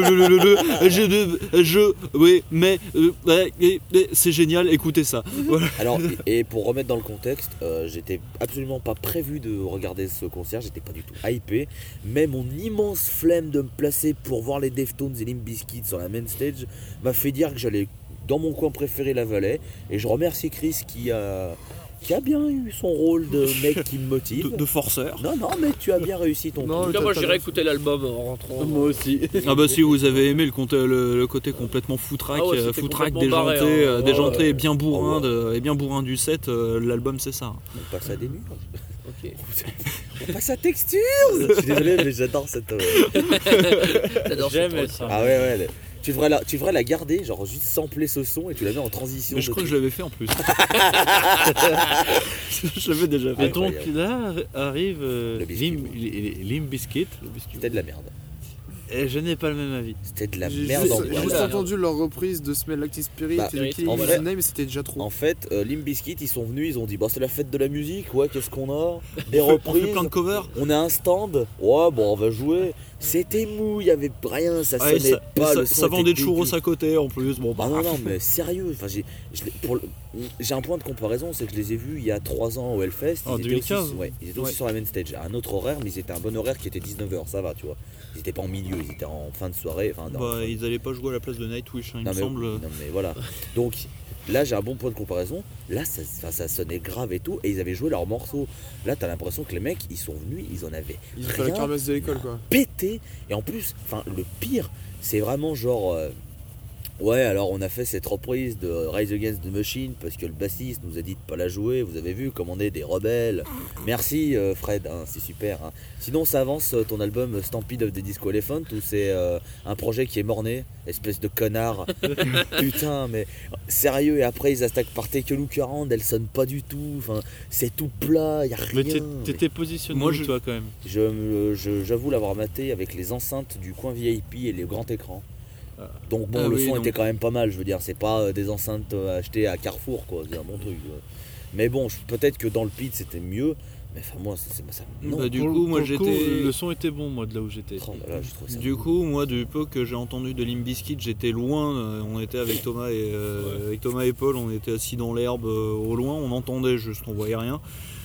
je, je, oui, mais euh, ouais, et- et c'est génial, écoutez ça. Voilà. Alors, et et pour remettre dans le contexte, euh, j'étais absolument pas prévu de regarder ce concert, j'étais pas du tout hypé, mais mon immense flemme de me placer pour voir les Deftones et Limp Bizkit sur la main stage m'a fait dire que j'allais dans mon coin préféré la Valais, et je remercie Chris qui a, qui a bien eu son rôle de mec qui me motive. De, de forceur. Non, non, mais tu as bien réussi ton Non, coup. En tout cas, moi j'irai écouter l'album en rentrant. Moi aussi. Ah bah si vous avez aimé le, côté- le, le côté complètement foutraque, Ah ouais, euh, c'était foutraque complètement déjanté, barré, hein. euh, Ouais, déjanté ouais. et bien bourrin, Oh, ouais. de, et bien bourrin du set, euh, l'album c'est ça. On passe à des murs. Ok. On passe à texture. Je suis désolé, mais j'adore cette. euh, T'adores ce J'aime truc. ça. Ah ouais, ouais. le- tu, devrais la, tu devrais la garder, genre juste sampler ce son et tu la mets en transition. Mais je de crois que truc. je l'avais fait en plus. Je l'avais déjà Et fait. donc Incroyable. là arrive euh, Le biscuit. Lim- Lim- Limp Bizkit. C'était de la merde. Et je n'ai pas le même avis. C'était de la J'ai merde juste, en j'ai boîte. juste Oula. entendu leur reprise de Smell Like Teen Spirit Bah, et de Killing en Me vrai- With Name, mais c'était déjà trop. En fait, euh, Limp Bizkit, ils sont venus, ils ont dit bah c'est la fête de la musique, ouais qu'est-ce qu'on a Des On fait reprises, plein de covers. on a un stand, ouais bon on va jouer. C'était mou, il y avait rien, ça Ah, et sonnait ça, pas. ça, le son ça était vendait de churros dégueu. à côté en plus. Bon, Ah bah non non mais sérieux, enfin j'ai je l'ai- pour le- j'ai un point de comparaison, c'est que je les ai vus il y a trois ans au Hellfest. Ils En étaient deux mille quinze. aussi, ouais, ils étaient aussi Ouais. sur la main stage, à un autre horaire, mais ils étaient un bon horaire qui était dix-neuf heures, ça va tu vois. Ils étaient pas en milieu, ils étaient en fin de soirée. Enfin, non, Bah, enfin, ils allaient pas jouer à la place de Nightwish, hein, il non, me mais, semble. non mais voilà. Donc là j'ai un bon point de comparaison. Là ça, enfin, ça sonnait grave et tout, et ils avaient joué leurs morceaux. Là t'as l'impression que les mecs ils sont venus, ils en avaient Ils ont fait la rien kermesse de l'école, quoi. pété. Et en plus, enfin le pire, c'est vraiment genre euh, ouais alors on a fait cette reprise de Rise Against the Machine parce que le bassiste nous a dit de pas la jouer. Vous avez vu comme on est des rebelles. Merci euh, Fred, hein, c'est super. Hein. Sinon ça avance euh, ton album Stampede of the Disco Elephant ou c'est euh, un projet qui est mort-né, espèce de connard. Putain mais sérieux, et après ils attaquent par Take a Look Around, elle sonne pas du tout. Enfin c'est tout plat, y a rien. Mais t'es- mais- t'étais positionné Moi, où, je- toi quand même. je, me- je- j'avoue l'avoir maté avec les enceintes du coin V I P et les grands écrans. Ah. Donc bon, Ah le oui, son donc- était quand même pas mal, je veux dire, c'est pas euh, des enceintes euh, achetées à Carrefour, quoi, c'est un bon truc. ouais. Mais bon, je- peut-être que dans le pit c'était mieux, mais enfin moi, c'est, c'est- ça, non, Bah, du Pour- coup, moi pour le coup, j'étais. le son était bon, moi, de là où j'étais. oh là là, je trouve ça Du coup, moi, du peu que j'ai entendu de Limp Bizkit, j'étais loin. euh, On était avec Thomas et euh, avec Thomas et Paul, on était assis dans l'herbe euh, au loin. On entendait juste, on voyait rien.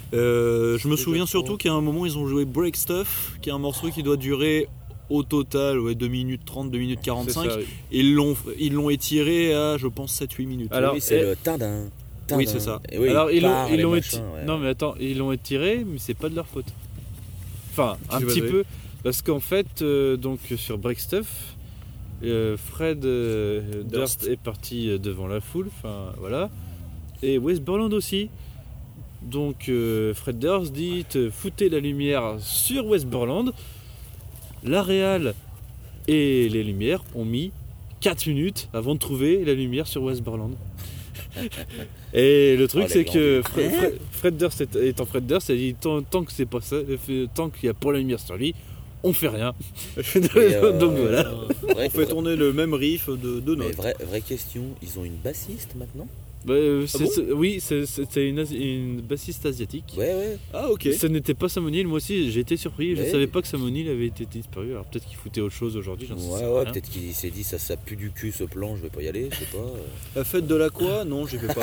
Euh, je me souviens surtout qu'à un moment, ils ont joué Break Stuff, qui est un morceau qui doit durer au total ouais, deux minutes trente, deux minutes quarante-cinq. C'est ça. Et ils l'ont, ils l'ont étiré à, je pense, sept huit minutes. Alors, oui, c'est eh, le tindin. Oui, c'est ça. Et oui, Alors ils l'ont, par ils les l'ont machins, éti- ouais, Non ouais. mais attends, ils l'ont étiré, mais c'est pas de leur faute. Enfin, un Je petit vais peu, parce qu'en fait, euh, donc sur Break Stuff, euh, Fred euh, Durst est parti euh, devant la foule, enfin voilà, et West Borland aussi. Donc euh, Fred Durst dit euh, foutez la lumière sur West Borland. La réal et les lumières ont mis quatre minutes avant de trouver la lumière sur West Borland. Et le truc Oh, les c'est que glandus. Fred, Fred- Fred Durst est- étant Fred Durst, il a dit tant, tant que c'est pas ça, fait- tant qu'il y a pas la lumière sur lui, on fait rien. Et, euh, Donc voilà. Vrai, On fait tourner le même riff de deux mais notes. vraie, vraie question, ils ont une bassiste maintenant? Bah, euh, c'est- bon c'est- oui, c'est- c'était une, Asi- une bassiste asiatique. Ouais, ouais. Ah, ok. Ce n'était pas Sam O'Neill, moi aussi j'ai été surpris, je Ouais. savais pas que Sam O'Neill avait été disparu, alors peut-être qu'il foutait autre chose aujourd'hui, j'en sais Ouais, rien. ouais, peut-être qu'il s'est dit ça, ça pue du cul ce plan, je vais pas y aller, je sais pas. La fête de la quoi? Non, j'y vais pas.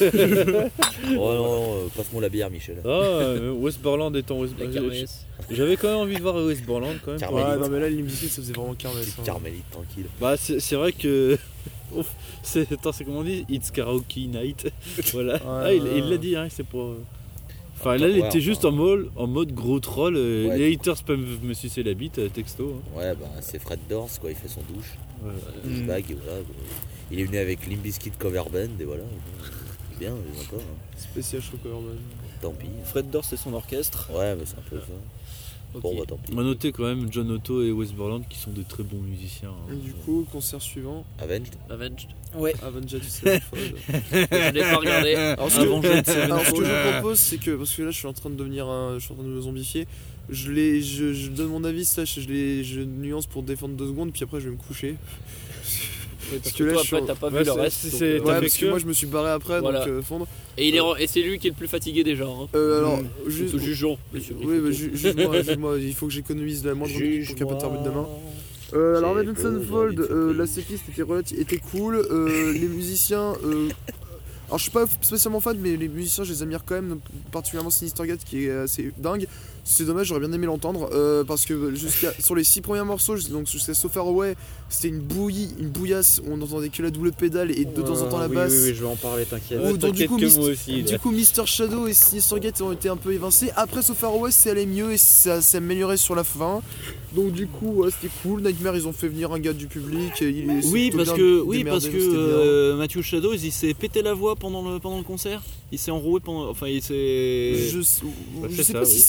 Oh non, non, euh, passe-moi la bière, Michel. Ah, euh, West Borland étant West La Borland. kermesse. J'avais quand même envie de voir West Borland quand même. Car- pour- Carmélite. Ouais, non, mais là, Limp Bizkit, ça faisait vraiment kermesse. hein. Carmélite, tranquille. Bah c'est c'est vrai que Ouf, c'est attends, c'est comment on dit, It's Karaoke Night. Voilà. Ah, il ouais. il l'a dit hein, c'est pour euh, enfin Attends, là il ouais, était juste enfin. en mode en mode gros troll, euh, Ouais. les haters peuvent me sucer la bite euh, texto hein. Ouais, bah c'est Fred Durst, quoi, il fait son douche. Voilà. Il Mm. bag, et voilà. Il est venu avec Limp Bizkit cover band, et voilà. C'est bien, je les entends, hein. Spécial Chocoverman. Tant pis. Fred Durst et son orchestre. Ouais, mais c'est un peu ça. Bon, Ok. bah tant pis. On va noter quand même John Otto et West Borland qui sont de très bons musiciens. hein. Et du coup, concert suivant, Avenged. Avenged. Avenged Sevenfold. Je n'ai pas regardé. Alors, ce que, Avant Jet Sevenfold. alors, ce que je vous propose, c'est que, parce que là, je suis en train de devenir un, je suis en train de me zombifier, je, les, je, je donne mon avis, slash, je, les, je nuance pour défendre deux secondes, puis après, je vais me coucher. Oui, parce que que là, toi, je suis après, en- t'as pas Ouais, vu le c'est- reste. c'est- donc, c'est- euh, t'as Ouais, fait parce que que- moi, je me suis barré après, Voilà. donc euh, fondre. Et, il est, et c'est lui qui est le plus fatigué déjà. Hein. Euh, alors, Nous juste. te jugeons, monsieur Oui, bah, Bricoteau. ju- juge-moi, juge-moi, il faut que j'économise la moindre minute pour qu'il n'y ait pas de termine demain. Euh, alors, J'ai Avenged besoin Sevenfold, d'une euh, la surprise. setlist était, relati- était cool, euh, les musiciens. Euh, alors, je suis pas spécialement fan, mais les musiciens, je les admire quand même, particulièrement Sinister Gate qui est assez dingue. C'est dommage, j'aurais bien aimé l'entendre euh, parce que jusqu'à sur les six premiers morceaux, donc jusqu'à So Far Away, c'était une bouillie, une bouillasse. On n'entendait que la double pédale et de temps en temps la Oui, basse. Oui, oui, je vais en parler, t'inquiète. Oh, donc, du T'inquiète coup, que Mist- moi aussi. Du là. coup, Mister Shadow et Sinister Gate ont été un peu évincés. Après So Far Away, c'est allé mieux et ça s'est amélioré sur la fin. Donc du coup, ouais, c'était cool. Nightmare, ils ont fait venir un gars du public. Il est Oui, plutôt parce bien que, oui, démerdé, parce que c'était bien. euh, Matthew Shadows, il s'est pété la voix pendant le, pendant le concert. Il s'est enroué pendant. Enfin, il s'est. Je, je c'est sais ça, pas oui. si c'est Il vrai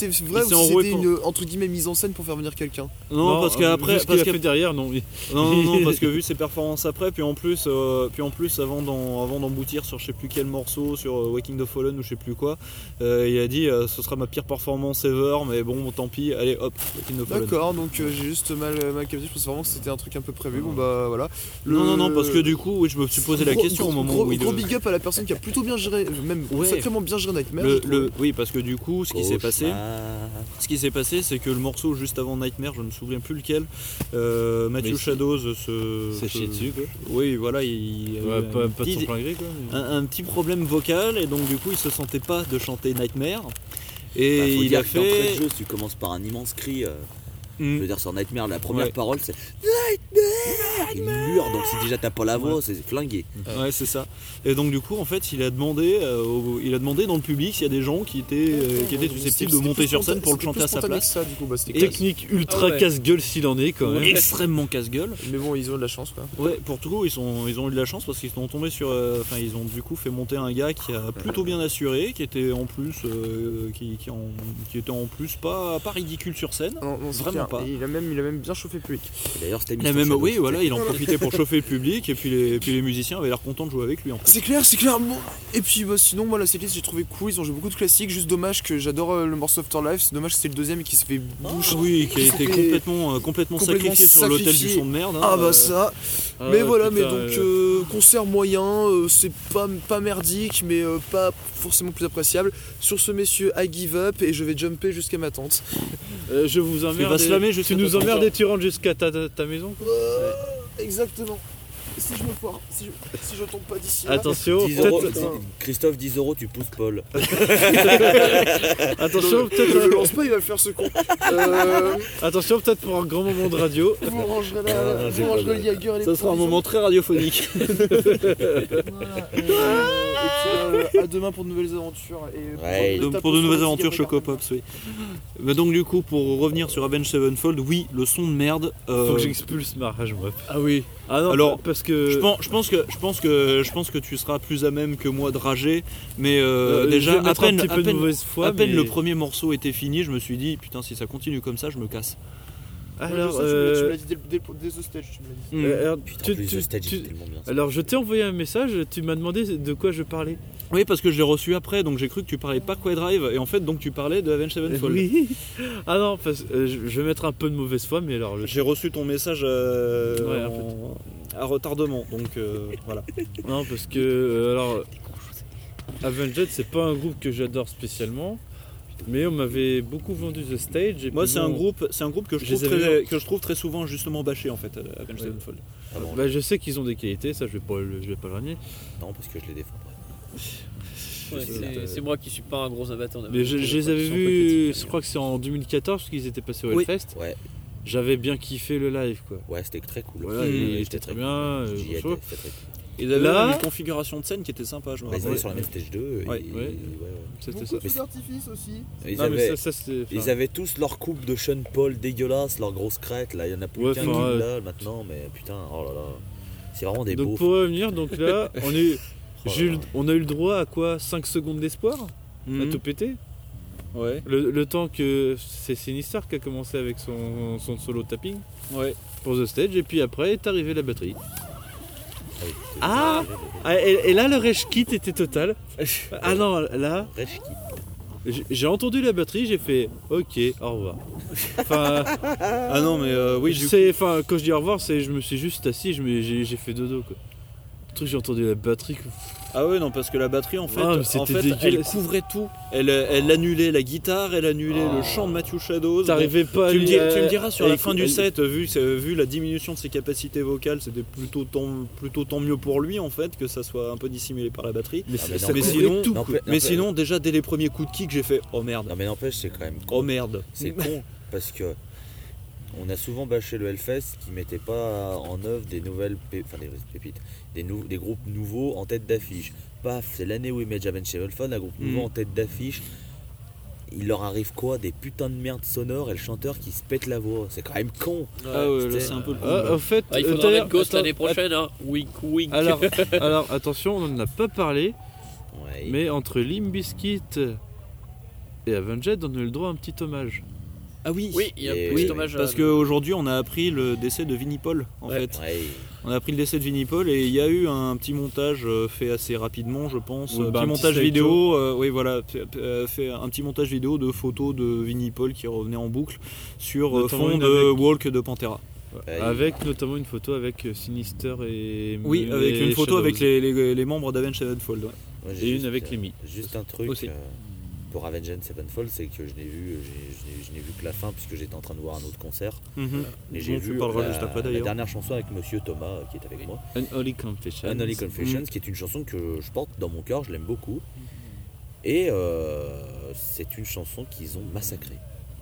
ou s'est si enroué c'était pour- une entre guillemets mise en scène pour faire venir quelqu'un. Non, parce euh, qu'après, vu ce qu'il parce a que fait derrière, non. mais- non, non, non, parce que vu ses performances après, puis en plus, euh, puis en plus, avant d'en, avant d'emboutir sur je sais plus quel morceau, sur euh, Waking the Fallen ou je sais plus quoi, euh, il a dit euh, ce sera ma pire performance ever, mais bon, tant pis, allez, hop, Waking the Fallen. D'accord, donc euh, j'ai juste mal, mal capté. Je pensais vraiment que c'était un truc un peu prévu. Bon bah voilà. Le- Non, non, non, parce que du coup, oui, je me suis posé la Gros- question au gros- moment gros, où il gros le- big up à la personne qui a plutôt bien géré, même Ouais. sacrément bien géré Nightmare. le, je trouve. le- oui, parce que du coup, ce qui s'est passé, Cauchemar. ce qui s'est passé, c'est que le morceau juste avant Nightmare, je ne me souviens plus lequel, euh, Matthew Mais c'est- Shadows se, C'est se- chié dessus, quoi. Oui, voilà, il y a eu Ouais, un pas, pas de petit- son plein gré, quoi. mais- un, un petit problème vocal et donc du coup il se sentait pas de chanter Nightmare et Bah, faut il dire a que d'entrée fait de jeu, si tu commences par un immense cri, euh, je Mm. veux dire sur Nightmare, la première Ouais. parole c'est Nightmare. Il hurle, donc si déjà t'as pas la voix, c'est flingué. ouais c'est ça et donc du coup en fait il a demandé euh, au- il a demandé dans le public s'il y a des gens qui étaient euh, qui étaient susceptibles de C'était monter plus sur scène pour le spontané- chanter à sa c'était plus place. spontané que ça, du coup, bah, c'était Et- classe. Technique ultra Ah ouais. casse-gueule s'il en est, quand même. Extrêmement casse-gueule. Mais bon, ils ont de la chance quoi. Ouais, pour tout coup, ils, sont, ils ont eu de la chance parce qu'ils sont tombés sur. euh, Enfin, ils ont du coup fait monter un gars qui a plutôt bien assuré, qui était en plus. euh, qui, qui, en, qui était en plus pas, pas ridicule sur scène. Non, non, c'est Vraiment clair. pas. Et il a même, il a même bien chauffé le public. Et d'ailleurs, c'était Il a même, oui, voilà, il en profitait pour chauffer le public et puis les, puis les musiciens avaient l'air contents de jouer avec lui en plus. C'est clair, c'est clair. Bon. Et puis bah, sinon, moi la séquence j'ai trouvé cool. Ils ont joué beaucoup de classiques. Juste dommage que j'adore euh, le morceau Afterlife. C'est dommage que c'est le deuxième et qui se fait bouche. Oui, qui a été C'était complètement, euh, complètement, complètement sacrifié sur l'hôtel du sacrifié. son de merde. hein, Ah bah euh, ça. Ah mais ouais, voilà, putain, mais donc euh, euh, concert moyen, euh, c'est pas, pas merdique, mais euh, pas forcément plus appréciable. Sur ce messieurs, I give up et je vais jumper jusqu'à ma tante. euh, je vous emmerde. vas et- slammer jusqu'à Tu nous ta emmerdes tente. et tu rentres jusqu'à ta, ta, ta maison, quoi. Euh, exactement. Si je me foire, si je, si je tombe pas d'ici là. Attention, dix euros, peut-être. Christophe, dix euros, tu pousses Paul. Attention, Je le peut-être. lance pas, il va le faire ce con. Euh, Attention, peut-être pour un grand moment de radio. vous rangerez Ah, la, non, vous j'ai pas rangerez de- le Jaeger et les Ça sera un provisions. moment très radiophonique. Voilà, et, euh, et puis, euh, à demain pour de nouvelles aventures. Et Ouais. pour, Donc, pour de nouvelles aventures Choco Pops, oui. Bah donc du coup, pour revenir sur Avenged Sevenfold, oui, le son de merde. euh, Faut que j'expulse ma rage, moi. Ah oui. Ah non, Alors, parce que. Je pense, je pense que je pense que je pense que tu seras plus à même que moi de rager, mais euh, Euh, je vais déjà à mettre un peine, petit à peu de peine, mauvaise foi, à peine mais- le premier morceau était fini, je me suis dit putain si ça continue comme ça, je me casse. Alors, Alors, tu me l'as- tu me euh, l'as dit dès, dès, dès The Stage, tu me l'as dit. Mm. euh, alors, Putain, tu- en plus, tu- The Stage, tu- c'est tellement bien. ça. alors, je t'ai envoyé un message, tu m'as demandé de quoi je parlais. Oui, parce que je l'ai reçu après, donc j'ai cru que tu parlais de Parkway Drive et en fait donc tu parlais de Avenged Sevenfold. Oui. Ah non, parce, euh, je je vais mettre un peu de mauvaise foi, mais alors. je- J'ai reçu ton message euh, Ouais, un en- à retardement, donc euh, voilà. Non, parce que. euh, alors. Avenged, c'est pas un groupe que j'adore spécialement, mais on m'avait beaucoup vendu The Stage. Et Moi puis c'est bon, un groupe, c'est un groupe que je, je trouve les avais très, vus. que je trouve très souvent justement bâché en fait, euh, Avenged Ouais. Sevenfold. Ah bon, Bah, je sais qu'ils ont des qualités, ça je vais pas, le- je vais pas le renier. non, parce que je les défendrai. Ouais, sais, c'est- euh, c'est moi qui suis pas un gros amateur Mais d'Avenged je, je les Sevenfold, avais ils sont un peu vus, critiqués. je crois que c'est en deux mille quatorze parce qu'ils étaient passés au Oui. Hellfest. Ouais, J'avais bien kiffé le live quoi. ouais, c'était très cool. Voilà, Mmh, il c'était était très bien. euh, J'y étais, franchement. c'était très cool. Ils avaient Là- même une configuration de scène qui était sympa, je me Bah, ils rappelle. avaient sur la même stage deux. et- Ouais. et- Ouais. ouais, ouais. C'était Beaucoup ça. de feux d'artifice aussi. Ils, Non, mais avaient, ça, ça, c'était- ils enfin, avaient tous leur coupe de Sean Paul dégueulasse, leur grosse crête. Là, il y en a plus Ouais, qu'un enfin, qui ouais. l'a maintenant, mais putain, oh là là. C'est vraiment des Donc beaux. pour revenir, donc là, on, est, Oh j'ai eu là le- là. on a eu le droit à quoi cinq secondes d'espoir à Mhm. tout péter. Ouais, Le, le temps que c'est Sinister qui a commencé avec son, son solo tapping ouais. pour The Stage, et puis après est arrivée la batterie. Ah, oui, Ah Ah, et, et là le rage kit était total. Ah non, là, Rage Kit. j'ai- j'ai entendu la batterie, j'ai fait ok, au revoir. Enfin, Ah non mais euh, oui, je du sais, enfin, quand je dis au revoir, c'est je me suis juste assis, je me- j'ai j'ai fait dodo quoi. Le truc, j'ai entendu la batterie. Ah ouais non parce que la batterie en fait, Ah, mais en c'était fait elle dégueulasse. couvrait tout. Elle, elle annulait la guitare, elle annulait Ah. le chant de Matthew Shadows. Bon, T'arrivais pas à tu, me lui- dis- à- tu me diras sur à la écou- fin du à- set, vu, c'est- vu la diminution de ses capacités vocales, c'était plutôt tant, plutôt tant mieux pour lui en fait que ça soit un peu dissimulé par la batterie. Mais, Ah, ça- mais ça non, mais couvrait sinon- tout, Non, quoi. mais- Mais sinon déjà dès les premiers coups de kick j'ai fait oh merde, Non, mais n'empêche, c'est quand même oh con. merde. C'est con parce que on a souvent bâché le Hellfest qui mettait pas en œuvre des nouvelles pé- enfin des pépites, des, nou- des groupes nouveaux en tête d'affiche. Paf, c'est l'année où ils mettent Avenged Sevenfold, un groupe nouveau Mm. en tête d'affiche. Il leur arrive quoi? Des putains de merde sonores et le chanteur qui se pète la voix. C'est quand même con. Ah ouais là c'était- c'est un peu le Ah, combat. en fait, Ah, il euh, faudra d'ailleurs, mettre Ghost attends, l'année prochaine, hein. Wink wink. Alors, alors attention, on n'en a pas parlé, Ouais. mais entre Limp Bizkit et Avenged, on a eu le droit à un petit hommage. Ah oui, Oui, il y a un Et petit oui, hommage à- parce qu'aujourd'hui on a appris le décès de Vinnie Paul en Ouais. fait. Ouais. On a appris le décès de Vinnie Paul et il y a eu un petit montage euh, fait assez rapidement, je pense. Oui, un bah, petit un petit montage slideshow. vidéo, euh, oui voilà, fait, euh, fait un petit montage vidéo de photos de Vinnie Paul qui revenait en boucle sur euh, Notamment fond une de avec- Walk de Pantera. Ouais, Avec notamment une photo avec Sinister et. Oui, avec et une photo Shadows. avec les, les, les membres d'Avenged Sevenfold. Ouais. Moi, j'ai Et une juste, avec euh, les Mi. Juste un truc Aussi. euh, pour Avenged Sevenfold, c'est que je n'ai vu, j'ai- je n'ai- je n'ai vu que la fin puisque j'étais en train de voir un autre concert. Mhm. Mais j'ai On vu parlera la, juste après, la d'ailleurs. dernière chanson avec Monsieur Thomas euh, qui est avec moi. Unholy Confession. Unholy Confessions, Mm. qui est une chanson que je porte dans mon cœur, je l'aime beaucoup. Et euh, c'est une chanson qu'ils ont massacrée.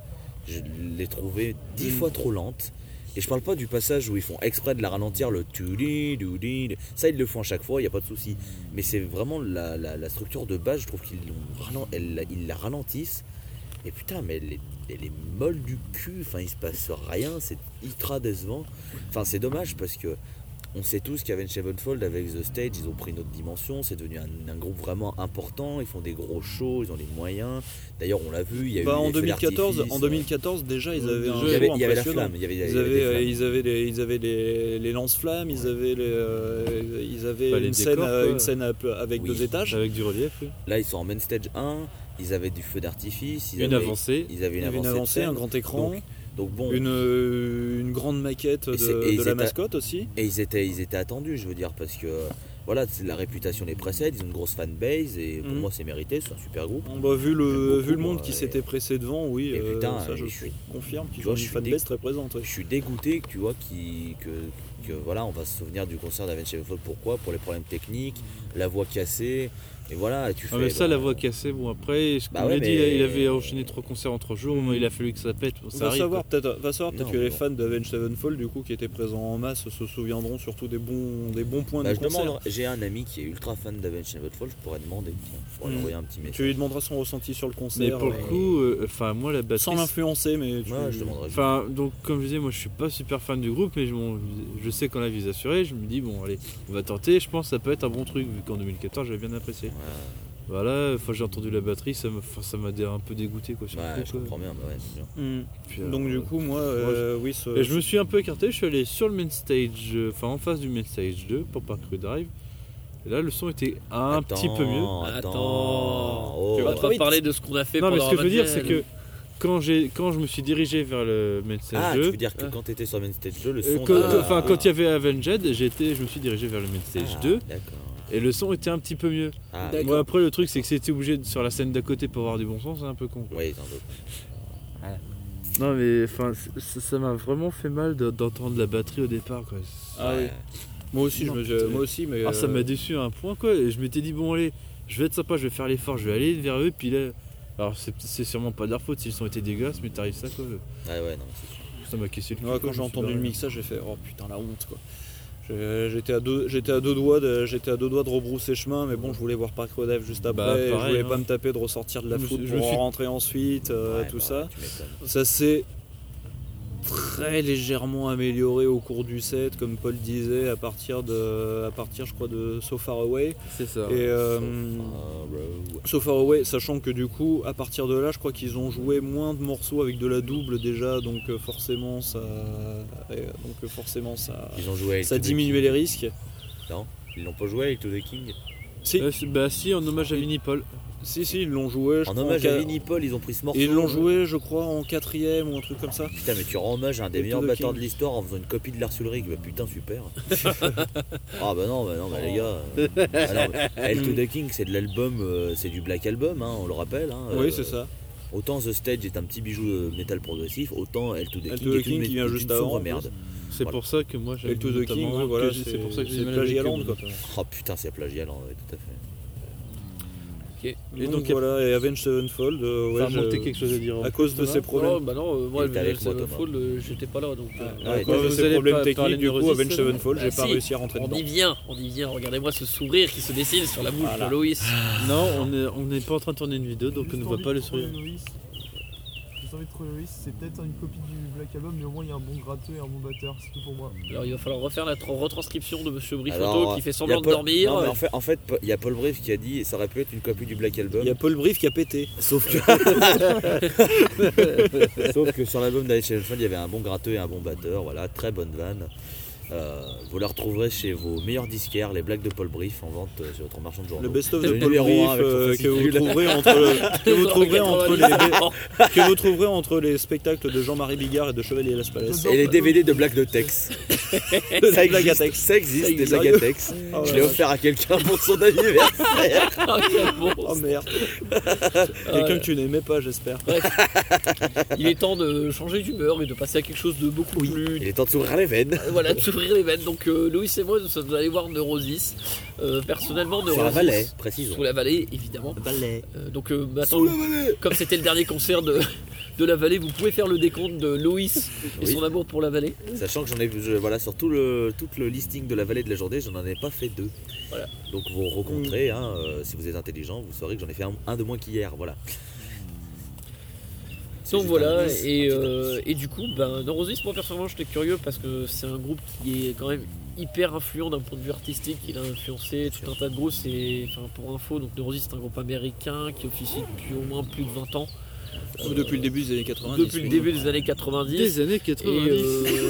Je l'ai trouvée dix Mm. fois trop lente. Et je parle pas du passage où ils font exprès de la ralentir, le tudi, doudi. Ça, ils le font à chaque fois, il n'y a pas de souci. Mais c'est vraiment la, la- la structure de base, je trouve qu'ils l'ont ralen- elle- ils la ralentissent. Et putain, mais elle est, elle est molle du cul, enfin, il se passe rien, c'est ultra décevant. Enfin, c'est dommage parce que on sait tous qu'Avenged Sevenfold, avec The Stage, ils ont pris une autre dimension, c'est devenu un, un groupe vraiment important, ils font des gros shows, ils ont les moyens. D'ailleurs, on l'a vu, il y a Bah, eu en les feux deux mille quatorze, d'artifice, en deux mille quatorze déjà ils avaient un il y avait, show il y avait la impressionnant. flamme, il y avait, il y Ils avait avaient, des euh, flammes. ils avaient, les, ils avaient les, les lance-flammes, ils avaient, les, euh, ils avaient Bah, les une, scène, décors, euh, quoi. une scène à peu- avec Oui. deux étages. Avec du relief, oui. Là, ils sont en main stage un, ils avaient du feu d'artifice, ils Une avaient, avancée. ils avaient Il une y avait une avancée, de avancée, scène. un grand écran, Donc, donc bon, une, euh, une grande maquette Et de, c'est- et de ils la étaient- mascotte aussi. et ils étaient, ils étaient attendus, je veux dire, parce que voilà, c'est- la réputation les précède, ils ont une grosse fanbase et pour Mhm. moi c'est mérité, c'est un super groupe. Bon, bah, vu, le, J'aime beaucoup, vu le monde moi, qui et- s'était pressé devant, oui, et euh, putain, ça je et je suis- confirme qu'ils tu vois, ont je une suis fanbase dé- très présente. ouais. Je suis dégoûté que tu vois qui, que, que voilà, on va se souvenir du concert d'Avenged Sevenfold. Pourquoi? Pour les problèmes techniques, la voix cassée, et voilà, et tu fais. Ah mais ça, bah, la voix cassée, bon après, ce qu'on Bah ouais, a dit, mais- il avait enchaîné trois concerts en trois jours, Mm. il a fallu que ça pète, bon, ça va arrive. savoir quoi. peut-être, va savoir peut-être Non, que mais les bon. fans d'Avenged Sevenfold du coup qui étaient présents en masse se souviendront surtout des bons, des bons points bah, du je concert. demande, j'ai un ami qui est ultra fan d'Avenged Sevenfold, je pourrais demander, tiens, je pourrais lui Mm. envoyer un petit message. Tu lui demanderas son ressenti sur le concert. Mais pour le euh, coup, euh, enfin moi la batterie... sans l'influencer, mais tu Ouais, je demanderai. Enfin, donc comme je disais, moi je suis pas super fan du groupe, mais je, bon, je sais qu'en live ils assuraient, je me dis bon allez, on va tenter, je pense que ça peut être un bon truc, vu qu'en deux mille quatorze j'avais bien apprécié. Ouais, Voilà, enfin j'ai entendu la batterie, ça m'a enfin, ça m'a dé- un peu dégoûté quoi. sur le ouais, coup, je quoi. comprends bien, bah ouais, c'est sûr. Mm. Puis, euh, Donc du coup moi, euh, oui, ce- Et je me suis un peu écarté, je suis allé sur le main stage, euh, enfin en face du main stage deux pour Park Rue Drive. Et là le son était un Attends, petit peu mieux. Attends, oh. Tu vas trop pas vite. parler de ce qu'on a fait Non mais pendant ce que je veux dire Avenged, c'est que quand, j'ai, quand je me suis dirigé vers le main stage Ah, tu deux, veux dire que Ah. quand t'étais sur Main Stage deux, le euh, son. quand, de- quand- enfin, quand il y avait Avenged, j'étais, je me suis dirigé vers le main stage Ah, deux D'accord. et le son était un petit peu mieux. Ah, D'accord. Moi après le truc c'est que c'était obligé de, sur la scène d'à côté pour avoir du bon son, c'est un peu con. quoi. oui, c'est un peu. Non mais enfin c- c- ça m'a vraiment fait mal de- d'entendre la batterie au départ quoi. Ah oui. Ouais. Moi aussi, je Non, me, putain. moi aussi, mais Ah ça euh, m'a déçu à un point quoi et je m'étais dit bon allez je vais être sympa, je vais faire l'effort, je vais aller vers eux puis là alors c'est, c'est sûrement pas de leur faute s'ils ont été dégueulasses mais t'arrives ça quoi. Ouais, ouais, non, c'est sûr. Ça m'a cassé le cul. ouais, quoi, quand je j'ai me suis entendu le barré. mixage, j'ai fait oh putain la honte quoi. J'ai- J'étais à deux, j'étais à deux doigts, de, j'étais à deux doigts de rebrousser chemin, mais bon, je voulais voir Park Road Live juste après. Bah, et je pareil, voulais hein. pas me taper de ressortir de la Je me foot suis- je pour me suis- rentrer ensuite, euh, Ouais, tout bah, ça. Tu m'étonnes. Ça s'est très légèrement amélioré au cours du set, comme Paul disait, à partir de, à partir, je crois, de So Far Away. C'est ça. Et euh, Sorrow. So Far Away, sachant que du coup, à partir de là, je crois qu'ils ont joué moins de morceaux avec de la double déjà, donc euh, forcément ça, euh, donc euh, forcément ça, Ils ont joué avec ça To The diminuait King. les risques. Non, ils l'ont pas joué avec To The King. Si, Euh, c'est- bah si en hommage à Vinnie Paul. si, si, ils l'ont joué. Je En crois, hommage ca- à Vinnie Paul, ils ont pris ce morceau. Ils l'ont joué, je crois, en quatrième ou un truc comme ça. Putain, mais tu rends hommage à un des Et meilleurs To The batteurs King. de l'histoire en faisant une copie de Lars Ulrich. Bah putain, super. Ah bah non, bah non, bah les gars. euh, ah non, bah, Hell to the King, c'est de l'album, euh, c'est du Black Album, hein, on le rappelle. Hein, Oui, euh, c'est ça. Autant The Stage est un petit bijou de métal progressif, autant Hell to the Hell King to the est King une, qui vient est juste une sombre avant, en merde. C'est Voilà. pour ça que moi j'aime Et To The King, notamment ouais, que voilà, j'ai- c'est c'est pour ça que j'ai c'est du mal avec plagialand, eux, quoi. notamment. Oh putain, c'est plagialement, ouais, tout à fait. Ok. Et Et donc, donc, voilà, et Avenged Sevenfold, euh, ouais, Enfin, bon, je- t'as quelque chose à dire à cause de Thomas ces problèmes. Non, bah non, euh, moi, Il était avec le moi, Sevenfold, euh, j'étais pas là donc. euh, À Ouais, cause de vous ces allez problèmes pas parler techniques, de du coup, Neurosis, Avenged ça Sevenfold, j'ai Bah pas si, réussi à rentrer On dedans. y vient, on y vient. Regardez-moi ce sourire qui se dessine sur la bouche Voilà. de Loïs. Non, on est, on n'est pas en train de tourner une vidéo donc on ne voit pas le sourire. j'ai envie de trouver Loïs, c'est peut-être une copie du Black Album, mais au moins il y a un bon gratteux et un bon batteur, c'est tout pour moi. Alors il va falloir refaire la tra- retranscription de Monsieur Brifotto Alors, qui fait il y a semblant de Paul- dormir. Non, mais en fait, en fait, il y a Paul Brief qui a dit ça aurait pu être une copie du Black Album. Il y a Paul Brief qui a pété. Sauf que. Sauf que sur l'album d'Alex Schenfeld, il y avait un bon gratteux et un bon batteur. Voilà, très bonne vanne. Euh, vous la retrouverez chez vos meilleurs disquaires, les blagues de Paul Brief en vente euh, sur votre marchand de journaux. Le best-of Le de Paul numéro Brief un avec son euh, que vous fascicule. trouverez entre le- que vous trouverez entre les que vous trouverez entre les spectacles de Jean-Marie Bigard et de Chevalier Las Palais. Et les D V D de blagues de Tex. ça, blagues à existe, Tex. ça existe, Ça des existe. blagues à Tex. Oh, Je la l'ai vache. offert à quelqu'un pour son anniversaire. Ah, quel bon. Oh merde. Euh, Quelqu'un que tu n'aimais pas, j'espère. Il est temps de changer d'humeur et de passer à quelque chose de beaucoup plus. Il est temps de s'ouvrir les veines. Euh, Voilà, de s'ouvrir les veines. Donc euh, Loïs et moi, nous sommes allés voir Neurosis. Euh, personnellement, Neurosis. Sur la vallée, précisons. Sous la vallée, évidemment. Ballet. Euh, donc euh, maintenant, comme c'était le dernier concert de, de la vallée, vous pouvez faire le décompte de Loïs et Oui. son amour pour la vallée. Sachant que j'en ai vu, je- voilà, sur tout le, tout le listing de la vallée de la journée, j'en en ai pas fait deux. Voilà. Donc vous rencontrez, hein, euh, si vous êtes intelligent, vous saurez que j'en ai fait un, un de moins qu'hier. Voilà. C'est Donc juste voilà, un indice, et, un petit euh, indice. et du coup, ben, Neurosis, moi personnellement j'étais curieux parce que c'est un groupe qui est quand même hyper influent d'un point de vue artistique. Il a influencé tout un tas de groupes. C'est, enfin, pour info, donc Neurosis c'est un groupe américain qui officie depuis au moins plus de vingt ans. Ou depuis le début des années quatre-vingt-dix. Depuis le oui. début des années quatre-vingt-dix. Des années Et quatre-vingt-dix. euh,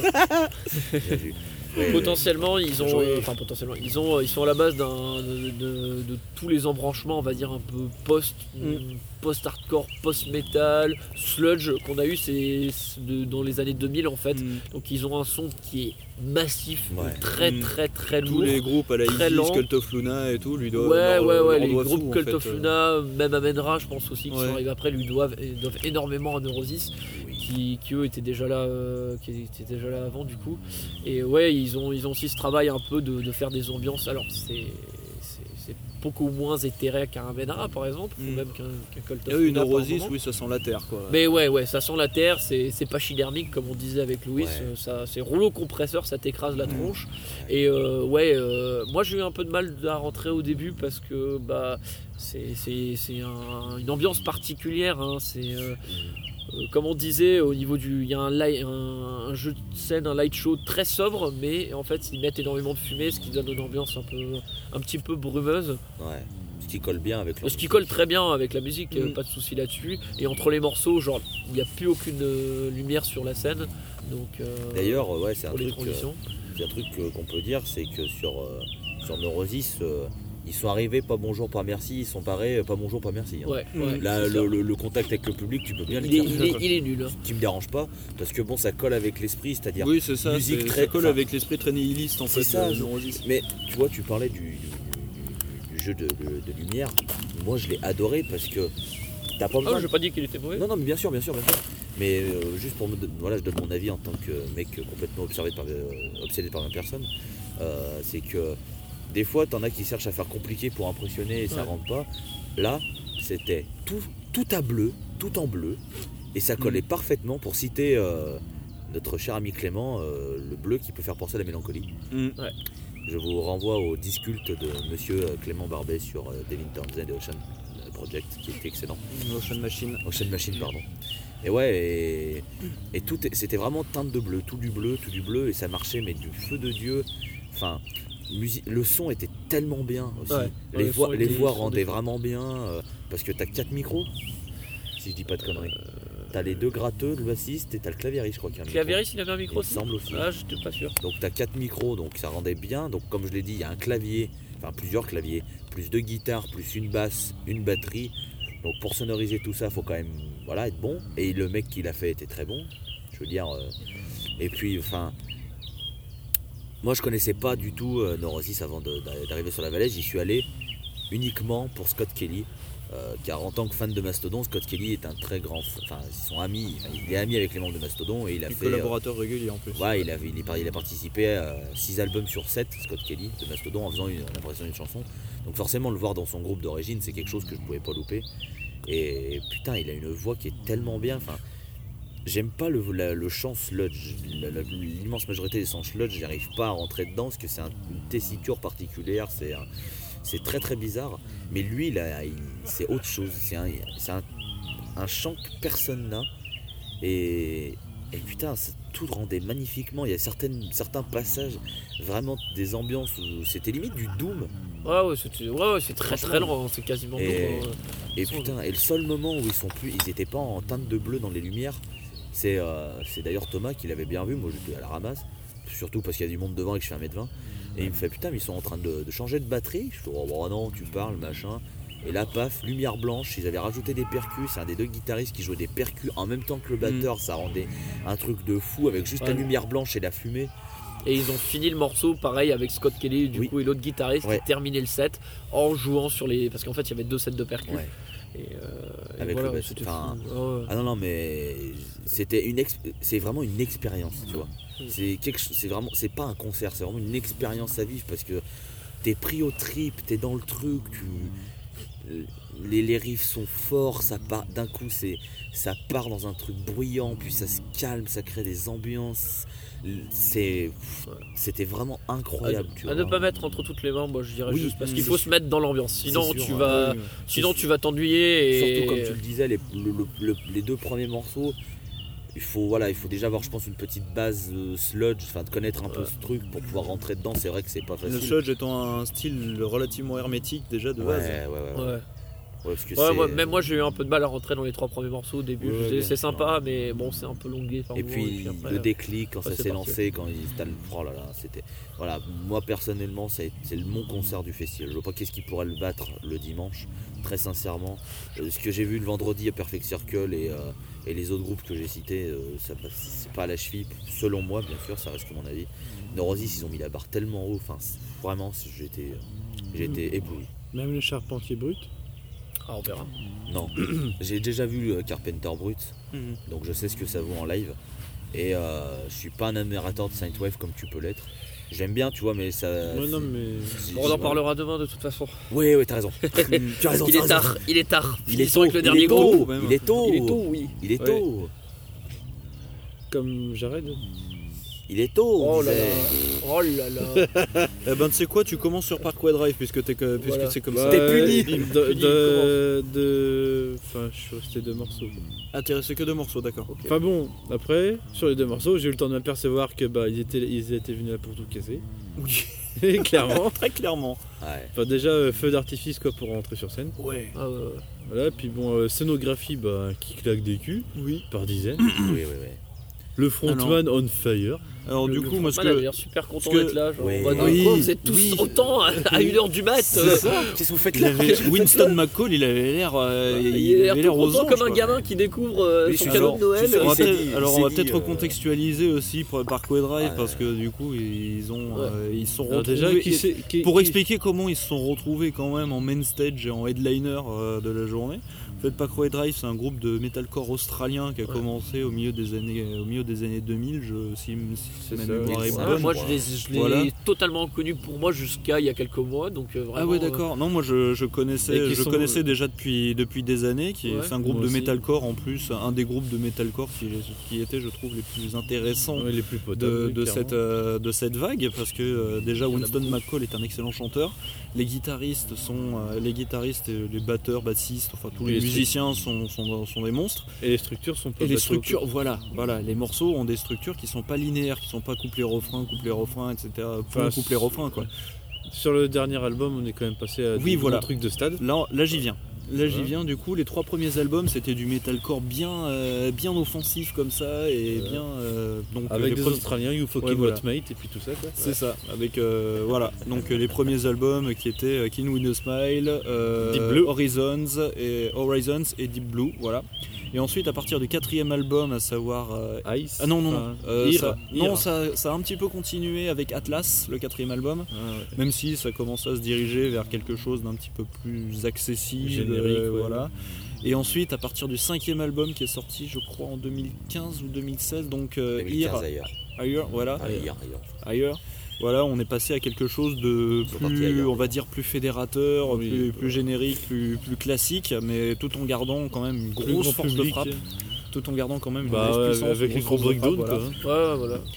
Bien vu. Ouais, potentiellement, ils ont, Joué. euh, enfin potentiellement, ils ont, ils sont à la base d'un, de, de- de tous les embranchements, on va dire un peu post, Mm. post-hardcore, post-metal, sludge qu'on a eu, c'est c'est de- dans les années deux mille en fait. Mm. Donc ils ont un son qui est massif, Ouais. très Mm. très très Tous lourd. les groupes à la très Isis, lent. Cult of Luna et tout lui doivent. Ouais, leur- ouais, leur ouais, les doivent groupes tout, en Cult fait, of euh. Luna, même Amenra, je pense aussi, qui Ouais. sont arrivés après, lui doivent, doivent énormément à Neurosis, qui, qui eux étaient déjà là, euh, qui étaient déjà là avant du coup. Et ouais, ils ont, ils ont aussi ce travail un peu de, de faire des ambiances. Alors c'est, c'est, c'est beaucoup moins éthéré qu'un Amenra par exemple, ou Mm. même qu'un, qu'un Cult of Et oui, Luna. par Neurosis, moment. oui, ça sent la terre quoi. Mais ouais, ouais, ça sent la terre, c'est, c'est pachydermique comme on disait avec Louis, Ouais. euh, ça, c'est rouleau compresseur, ça t'écrase la tronche. Et euh, ouais, euh, moi j'ai eu un peu de mal à rentrer au début parce que bah c'est, c'est, c'est un- une ambiance particulière, hein, c'est euh, euh, comme on disait au niveau du, il y a un, light- un, un jeu de scène, un light show très sobre, mais en fait ils mettent énormément de fumée, ce qui donne une ambiance un peu, un petit peu brumeuse. Ouais. Ce qui colle bien avec le. Ce qui colle très bien avec la musique, euh, Mm. pas de souci là-dessus. Et entre les morceaux, genre, il n'y a plus aucune euh, lumière sur la scène. Donc, euh, D'ailleurs, ouais, c'est un pour les truc. euh, transitions. c'est un truc euh, qu'on peut dire, c'est que sur, euh, sur Neurosis, euh, ils sont arrivés pas bonjour, pas merci, ils sont parés euh, pas bonjour, pas merci. hein. Ouais, Mm. ouais, Là, c'est le, ça. le- le contact avec le public, tu peux bien le il, est, dire. il, est, il est nul. hein. Ce qui me dérange pas, parce que bon, ça colle avec l'esprit, c'est-à-dire. Oui, c'est ça, musique c'est- très- ça colle enfin, avec l'esprit très nihiliste en c'est fait ça, de je- Neurosis. Mais tu vois, tu parlais du, du- du- du jeu de, de- de lumière. Moi, je l'ai adoré parce que t'as pas Ah, besoin. je n'ai pas dit qu'il était mauvais. Non, non, mais bien sûr, bien sûr, bien sûr. Mais euh, juste pour me don- voilà, je donne mon avis en tant que mec complètement observé par, euh, obsédé par ma personne. Euh, c'est que des fois, t'en as qui cherchent à faire compliqué pour impressionner et ça Ouais. rentre pas. Là, c'était tout, tout à bleu, tout en bleu, et ça collait Mm. parfaitement pour citer euh, notre cher ami Clément, euh, le bleu qui peut faire penser à la mélancolie. Mm. Je vous renvoie au disculte de monsieur euh, Clément Barbet sur euh, Devin Townsend et Ocean Project, qui était excellent. Ocean Machine. Ocean Machine, pardon. Et ouais, et, et tout, est- c'était vraiment teinte de bleu, tout du bleu, tout du bleu, et ça marchait, mais du feu de Dieu. Enfin, musi- le son était tellement bien aussi. Ouais, les le voix, son les était- voix le son rendaient était- vraiment bien, euh, parce que t'as quatre micros, si je dis pas de conneries. T'as les deux gratteux, le bassiste, et t'as le claviériste, je crois qu'il y a un micro. Clavéris, il avait un Il micro me aussi. semble aussi. Ah, j'étais pas sûr. Donc tu as quatre micros, donc ça rendait bien. Donc comme je l'ai dit, il y a un clavier, enfin plusieurs claviers, plus deux guitares, plus une basse, une batterie. Donc pour sonoriser tout ça, faut quand même voilà, être bon. Et le mec qui l'a fait était très bon. Je veux dire. euh, Et puis enfin. Moi je connaissais pas du tout euh, Neurosis avant de- d'a- d'arriver sur la vallée. J'y suis allé uniquement pour Scott Kelly. Euh, car en tant que fan de Mastodon, Scott Kelly est un très grand. f- Enfin, ils sont amis. Enfin, il est ami avec les membres de Mastodon et il a Du fait. euh, collaborateur régulier en plus. Ouais, il a, il, est par- il a participé à six albums sur sept, Scott Kelly, de Mastodon, en faisant une, l'impression d'une chanson. Donc forcément, le voir dans son groupe d'origine, c'est quelque chose que je pouvais pas louper. Et putain, il a une voix qui est tellement bien. Enfin, j'aime pas le, la- le chant sludge. La- la- L'immense majorité des sons sludge, j'arrive pas à rentrer dedans parce que c'est un- une tessiture particulière. C'est un- c'est très très bizarre. Mais lui, là, il- c'est autre chose. C'est un, c'est un, un chant que personne n'a. Et, et putain, c'est- tout rendait magnifiquement. Il y a certaines, certains passages, vraiment des ambiances où c'était limite du Doom. Ouais, ouais, c'est, ouais, ouais, c'est très très lent, hein, c'est quasiment Et- tout, hein. Et putain, et le seul moment où ils sont plus, ils étaient pas en teinte de bleu dans les lumières, c'est, euh, c'est d'ailleurs Thomas qui l'avait bien vu. Moi j'étais à la ramasse, surtout parce qu'il y a du monde devant et que je fais un mètre vingt. Et il me fait putain, mais ils sont en train de, de changer de batterie. Je fais oh bon, non, tu parles, machin. Et là, paf, lumière blanche, ils avaient rajouté des percus. C'est un des deux guitaristes qui jouait des percus en même temps que le batteur. Ça rendait un truc de fou avec juste Ouais. la lumière blanche et la fumée. Et ils ont fini le morceau pareil avec Scott Kelly du Oui. coup et l'autre guitariste Ouais. qui terminait le set en jouant sur les. Parce qu'en fait il y avait deux sets de percus. Ouais. Et, euh, et Avec voilà, le bass- c'était enfin, fou. Ah ouais. Ah non, non, mais c'était une ex- c'est vraiment une expérience, tu vois. Mm. C'est quelque chose, c'est vraiment, c'est pas un concert, c'est vraiment une expérience à vivre parce que t'es pris au trip, t'es dans le truc, tu, les, les riffs sont forts, ça part d'un coup, c'est, ça part dans un truc bruyant, puis ça se calme, ça crée des ambiances. C'est, c'était vraiment incroyable, tu À vois. ne pas mettre entre toutes les mains, moi je dirais Oui, juste parce mm, qu'il c'est faut sûr. se mettre dans l'ambiance. Sinon C'est sûr, tu ouais, vas, ouais, ouais. sinon C'est tu sûr. vas t'ennuyer et. Surtout comme tu le disais, les, le- le- le- les deux premiers morceaux, il faut, voilà, il faut déjà avoir, je pense, une petite base euh, sludge, enfin de connaître un peu Ouais. ce truc pour pouvoir rentrer dedans. C'est vrai que c'est pas Le facile. sludge étant un style relativement hermétique déjà de Ouais, base. ouais, ouais, ouais. Ouais. Ouais, parce que Ouais, c'est- moi- même moi j'ai eu un peu de mal à rentrer dans les trois premiers morceaux au début. Ouais, Je disais, bien c'est sûr. sympa, mais bon, c'est un peu longué. par Et moments, puis, après, le euh, déclic quand ouais, ça c'est s'est parti. lancé, quand il installe, oh là là, c'était, voilà, moi personnellement, c'est, c'est le mon concert du festival. Je vois pas qu'est-ce qui pourrait le battre le dimanche, très sincèrement. Euh, Ce que j'ai vu le vendredi à Perfect Circle et, euh, et les autres groupes que j'ai cités, euh, ça, passe- c'est pas à la cheville, selon moi, bien sûr, ça reste que mon avis. Neurosis, ils ont mis la barre tellement haut, enfin, c'est- vraiment, c'est- j'ai été, j'ai été ébloui. Même les charpentiers bruts. Ah, on verra. Non, j'ai déjà vu euh, Carpenter Brut, Mhm. donc je sais ce que ça vaut en live. Et euh, je suis pas un admirateur de Synthwave comme tu peux l'être. J'aime bien, tu vois, mais ça. Ouais, non, mais. c'est- Bon, on en c'est- parlera demain de toute façon. Oui, oui, t'as raison. tu as raison. Il t'as est raison. tard, il est tard. Il est Finissons tôt. avec le il dernier est groupe. tôt. Il est tôt. Il est tôt, oui. Il est Ouais. tôt. Comme Jared. Il est tôt. on Oh là disait. là. Oh là là. Eh ben tu sais quoi, tu commences sur Parkway Drive puisque, t'es que- puisque Voilà. c'est comme Bah, ça. T'es puni. De, Puni, de, de- Enfin, je suis resté deux morceaux. Ah t'es resté que deux morceaux, d'accord. Enfin bon, après, sur les deux morceaux, j'ai eu le temps de m'apercevoir que bah ils étaient, ils étaient venus là pour tout casser. Oui. Et clairement. Très clairement. Ouais. Enfin déjà euh, feu d'artifice quoi pour rentrer sur scène. Ouais. Ah, ouais, ouais. Voilà, puis bon euh, scénographie bah qui claque des culs Oui. par dizaines. Oui, oui, oui. Le frontman on fire. Alors Le- du le coup, moi ce frontman a que. l'air super content que- d'être là. Genre, Oui. en mode, Oui. quoi, vous êtes tous Oui. autant à- à une heure du mat. euh, Qu'est-ce que vous faites Il là avait, Winston McCall, il avait l'air, euh, Il, il, a avait l'air l'air tout aux content anges, comme un quoi. gamin qui découvre euh, Oui, son je suis cadeau sûr. de Noël. Je suis sûr, On va il s'est peut-être- dit- il alors s'est on va dit, peut-être euh, recontextualiser aussi pour Parkway Drive Ouais. parce que du coup ils ont, Ouais. euh, ils se sont Alors retrouvés. déjà qui c'est qui- Pour qui- expliquer comment ils se sont retrouvés quand même en main stage et en headliner euh, de la journée. En fait, Parkway Drive, c'est un groupe de metalcore australien qui a Ouais. commencé au milieu des années, au milieu des années deux mille, je, si, si C'est ma ça, mémoire est oui. Ouais, bonne. moi je l'ai, je l'ai Voilà. totalement connu pour moi jusqu'à il y a quelques mois. Donc, euh, vraiment, Ah ouais euh, d'accord, non moi je, je Et connaissais, qui je sont- connaissais déjà depuis, depuis des années, qui est- Ouais, c'est un groupe moi de aussi. metalcore en plus, un des groupes de metalcore qui, qui était je trouve les plus intéressants Ouais, les plus potables. de, oui, de clairement. cette, euh, de cette vague parce que euh, déjà Il y en a Winston beaucoup. McCall est un excellent chanteur, les guitaristes sont euh, les guitaristes et les batteurs, bassistes, enfin tous Et les les musiciens sont, sont, sont des monstres Et les structures sont pas et les bateaux, structures voilà voilà les morceaux ont des structures qui sont pas linéaires, qui sont pas couplet refrain couplet refrain etc Enfin, couplet refrain quoi. Sur le dernier album, on est quand même passé à Oui, des voilà. gros trucs de stade. Là, là j'y viens. Là j'y Voilà. viens du coup, les trois premiers albums c'était du metalcore bien, euh, bien offensif comme ça et Voilà. bien euh, donc euh, Avec les des premiers- Australiens, You Fucking Ouais, voilà. What Mate et puis tout ça quoi. C'est ça, avec euh, voilà, donc euh, les premiers albums qui étaient euh, Kill with a Smile, euh, Deep Blue. Horizons et Horizons et Deep Blue, voilà. Et ensuite à partir du quatrième album, à savoir euh, Ice. ah non non non, enfin, euh, Ira, ça, Ira. non ça, ça a un petit peu continué avec Atlas, le quatrième album, Ah, ouais. même si ça commençait à se diriger vers quelque chose d'un petit peu plus accessible, Générique, euh, ouais. voilà. Et ensuite à partir du cinquième album qui est sorti, je crois en deux mille quinze ou deux mille seize, donc euh, deux mille quinze Ira, d'ailleurs. ailleurs, voilà. Ah, hier, hier. ailleurs. Voilà, on est passé à quelque chose de Ils sont partis plus, ailleurs. on va dire, plus fédérateur, Oui. plus, plus générique, plus, plus classique, mais tout en gardant quand même une Plus grosse grand force de public. frappe, tout en gardant quand même une Bah grosse ouais, puissance, avec une les grosse gros force de breakdowns frappe, quoi. voilà. Ouais, voilà.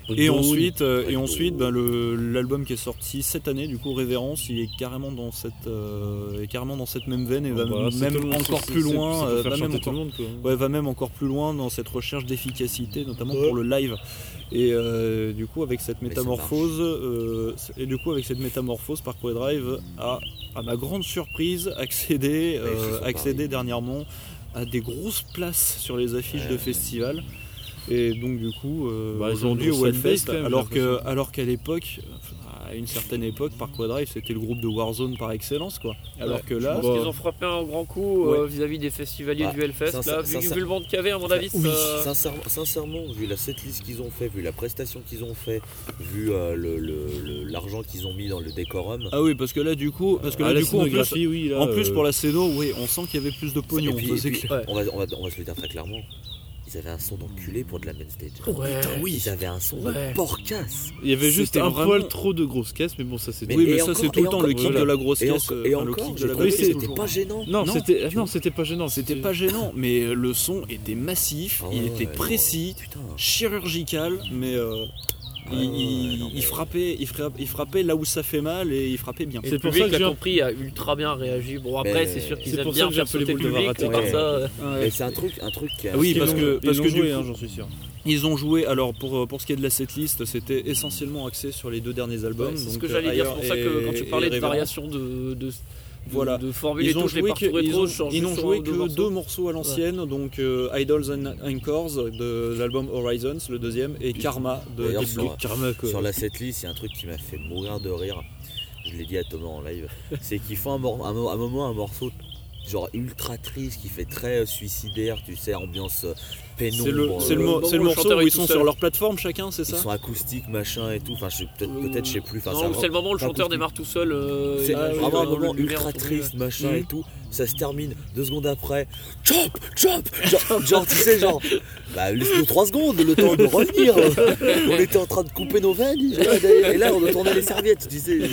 Et ensuite, euh, et ensuite bah, le, l'album qui est sorti cette année, du coup Révérence, il est carrément dans cette, euh, est carrément dans cette même veine et va Voilà, c'est même tout le monde, encore c'est- plus c'est- loin, c'est pour euh, faire va même chanter tout encore, le monde, quoi. ouais, va même encore plus loin dans cette recherche d'efficacité, notamment pour le live. Et euh, du coup avec cette Mais ça métamorphose, euh, et du coup avec cette métamorphose, Parkway Drive a, à ma grande surprise, accédé, Ouais, ils se euh, sont accédé pareils. dernièrement à des grosses places sur les affiches Ouais, de ouais. festivals. Et donc du coup, euh, Bah, ils ont aujourd'hui une au grosse Hellfest, fanbase, quand même, alors j'ai que, l'impression. alors qu'à l'époque, à une certaine époque, Parkway Drive c'était le groupe de Warzone par excellence, quoi. Alors Ouais. que Je là, pense qu'ils ont frappé un grand coup euh, vis-à-vis des festivaliers Bah, du Hellfest. sincère- Là, vu, sincère- vu le monde qu'il y avait, à mon avis, Oui, ça... sincèrement, sincèrement, vu la setlist qu'ils ont fait, vu la prestation qu'ils ont fait, vu euh, le, le- le- l'argent qu'ils ont mis dans le décorum. ah oui, parce que là du coup, parce que Ah, là la du coup, en plus, scénographie, oui, là, en plus euh, pour la scéno, oui, on sent qu'il y avait plus de pognon. Et puis- ça, et c'est puis, clair. on, va, on, va, on va se le dire très clairement. Ils avaient un son d'enculé pour de la main stage. Ouais. Ils avaient un son Ouais. de porcasse. Il y avait juste C'était un vraiment- poil trop de grosses caisses, mais bon, ça c'est. Mais- Oui, et mais ça encore- c'est tout le et temps encore- le kick voilà. de la grosse Et, caisse. encore- et enfin, le encore, kick de j'ai la trouvé grosse que caisse, c'était toujours. pas gênant. Non, Non. c'était non, c'était pas gênant. C'était pas gênant, mais le son était massif, Ah il ouais, était ouais, précis, Putain. chirurgical, mais euh, il, ouais, il- non, mais- il frappait, il frappait, il frappait là où ça fait mal et il frappait bien. Et C'est le pour public ça que l'a j'ai un- compris, a ultra bien réagi. Bon, après, Mais- c'est sûr qu'ils c'est aiment pour bien ça que j'ai faire un peu les sauter le boules de public, rater. mais comme Ouais. ça... euh, Mais c'est un truc, un truc qui a- Oui, Ils parce l'ont- que- ils parce l'ont que joué, du hein, coup- j'en suis sûr. Ils ont joué, alors pour, pour ce qui est de la setlist, c'était essentiellement axé sur les deux derniers albums. Ouais, c'est ce donc, que euh, j'allais dire, c'est Ailleurs pour ça que et- quand tu et parlais de Révérence. variation de, de, Voilà. de, de formule et Ils tout, ont je l'ai joué, pas que, retrouvé ils trop, ont, je change ils juste n'ont sur joué un ou que morceaux. deux morceaux à l'ancienne, donc euh, Idols and Anchors de l'album Horizons, le deuxième, et Karma de D'ailleurs, Deep Blue. sur- Karma, quoi. Sur la setlist, il y a un truc qui m'a fait mourir de rire. Je l'ai dit à Thomas en live. C'est qu'ils font un, mor- un, mo- un moment un morceau genre ultra triste qui fait très euh, suicidaire, tu sais, ambiance euh, pénombre. C'est le, c'est le, euh, mo- moment c'est le où le morceau chanteur où est ils tout sont seul. sur leur plateforme chacun, c'est Ils ça sont acoustiques, machin et tout. Enfin, je, peut-être, Euh, peut-être, je sais plus. Enfin, Non, ça c'est le moment où le pas chanteur acoustique. démarre tout seul. euh, C'est et là, vraiment il un y a moment une lumière ultra autour de- triste, machin Mhm. et tout. Ça se termine deux secondes après. Chop, chop, genre, genre, tu sais, genre, bah laisse-nous trois secondes, le temps de revenir. On était en train de couper nos veines, et là on doit tourner les serviettes, tu sais.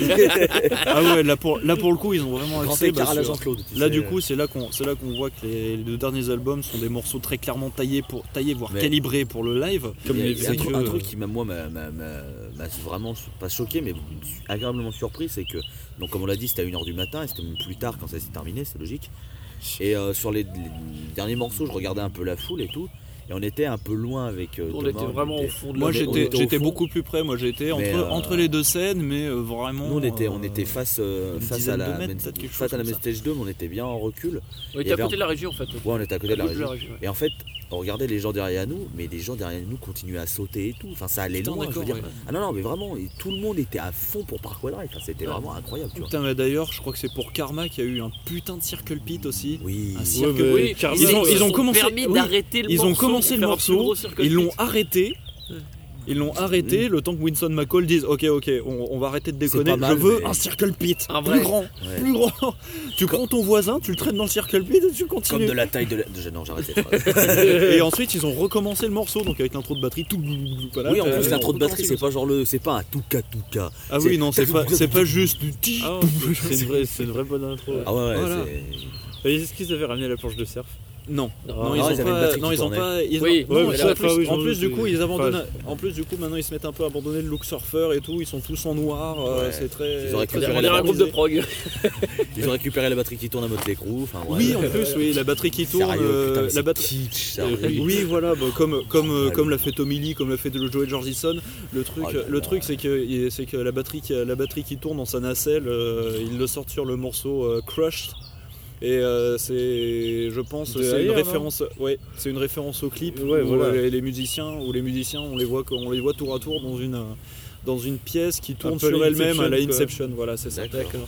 Ah ouais, là pour, là pour le coup, ils ont vraiment Grand axé. écart bah, à la sur- Jean-Claude. tu Là sais. du coup, c'est là qu'on, c'est là qu'on voit que les, les deux derniers albums sont des morceaux très clairement taillés pour taillés, voire Mais- calibrés pour le live. Comme il y a, les il y a un, c'est truc- que- un truc qui m'a moi m'a, m'a- m'a- m'a vraiment pas choqué mais agréablement surpris, c'est que donc comme on l'a dit c'était à une heure du matin et c'était même plus tard quand ça s'est terminé, c'est logique. Et euh, sur les, les derniers morceaux je regardais un peu la foule et tout et on était un peu loin avec euh, On Thomas, était vraiment au fond de Moi la on j'étais, était au j'étais fond. beaucoup plus près. Moi j'étais entre, Mais, euh, entre les deux scènes, mais euh, vraiment. Nous on était, euh, on était face, euh, une face à dizaine la de mètres, main- peut-être quelque face chose à la comme main stage deux mais on était bien en recul. On il était y à avait côté un- de la régie en fait. Ouais on était à côté de la Au bout régie. ouais. Et en fait, on regardait les gens derrière nous, mais les gens derrière nous continuaient à sauter et tout. Enfin, ça allait Putain, loin. Je veux d'accord, dire. ouais. Ah non, non, mais vraiment, et tout le monde était à fond pour Parkway Drive. Enfin, c'était Ouais. vraiment incroyable, tu vois. Putain, mais d'ailleurs, je crois que c'est pour Karma qu'il y a eu un putain de circle pit aussi. Oui. Un cirque- Ouais, mais Oui, Karma, ils ont- se ils ont sont commencé- permis oui, d'arrêter le Ils ont morceau commencé pour le faire un plus gros morceau, circle ils l'ont pit. arrêté. Ils l'ont arrêté le temps que Winston McCall dise ok ok on, on va arrêter de déconner, pas mal, je veux mais- un circle pit Un plus vrai. grand, Ouais. plus grand. Tu prends ton voisin, tu le traînes dans le circle pit et tu Comme continues. de la taille de la. de- Non, j'arrête cette phrase. Et ensuite ils ont recommencé le morceau donc avec l'intro de batterie tout. Voilà, Oui, en t'as- plus, ils l'intro ont de batterie, c'est recommencé pas genre le. C'est pas un touka touka. Ah oui non c'est pas c'est pas juste du ti. Ah, c'est une vraie, c'est une vraie bonne intro. Ah ouais, ouais, Voilà. c'est. Et est-ce qu'ils avaient ramené la planche de surf? Non, Non, non, non, ils ils ont avaient une pas, batterie non, qui ils ont tournait. pas, ils ont- Oui, non, ouais, et mais en ça, plus, enfin, oui, en j'en- plus, du coup, ils abandonnent, Enfin, en plus, du coup, maintenant, ils se mettent un peu à abandonner le look surfer et tout, ils sont tous en noir, euh, Ouais. c'est très. Ils auraient très On récupéré dirait la un groupe de prog. Ils ont récupéré la batterie qui tourne à Motley Crue. Enfin, ouais. Oui, en plus, oui, la batterie qui tourne, Sérieux, euh, putain, mais la c'est batterie. kitsch, sérieux. Oui, voilà, bah, comme comme euh, Ouais, comme le- l'a fait Tommy Lee, comme l'a fait Joey Jordison. Le truc, Oh là le là. truc, c'est que c'est que la batterie, qui- la batterie qui tourne dans sa nacelle, euh, ils le sortent sur le morceau euh, Crushed. Et euh, c'est, je pense, De c'est une Air, non référence. Ouais, c'est une référence au clip. Ouais, où voilà. euh, les musiciens ou les musiciens, on les voit, on les voit tour à tour dans une dans une pièce qui tourne peu sur elle-même l'Inception, à la quoi. Inception. Voilà, c'est ça. D'accord.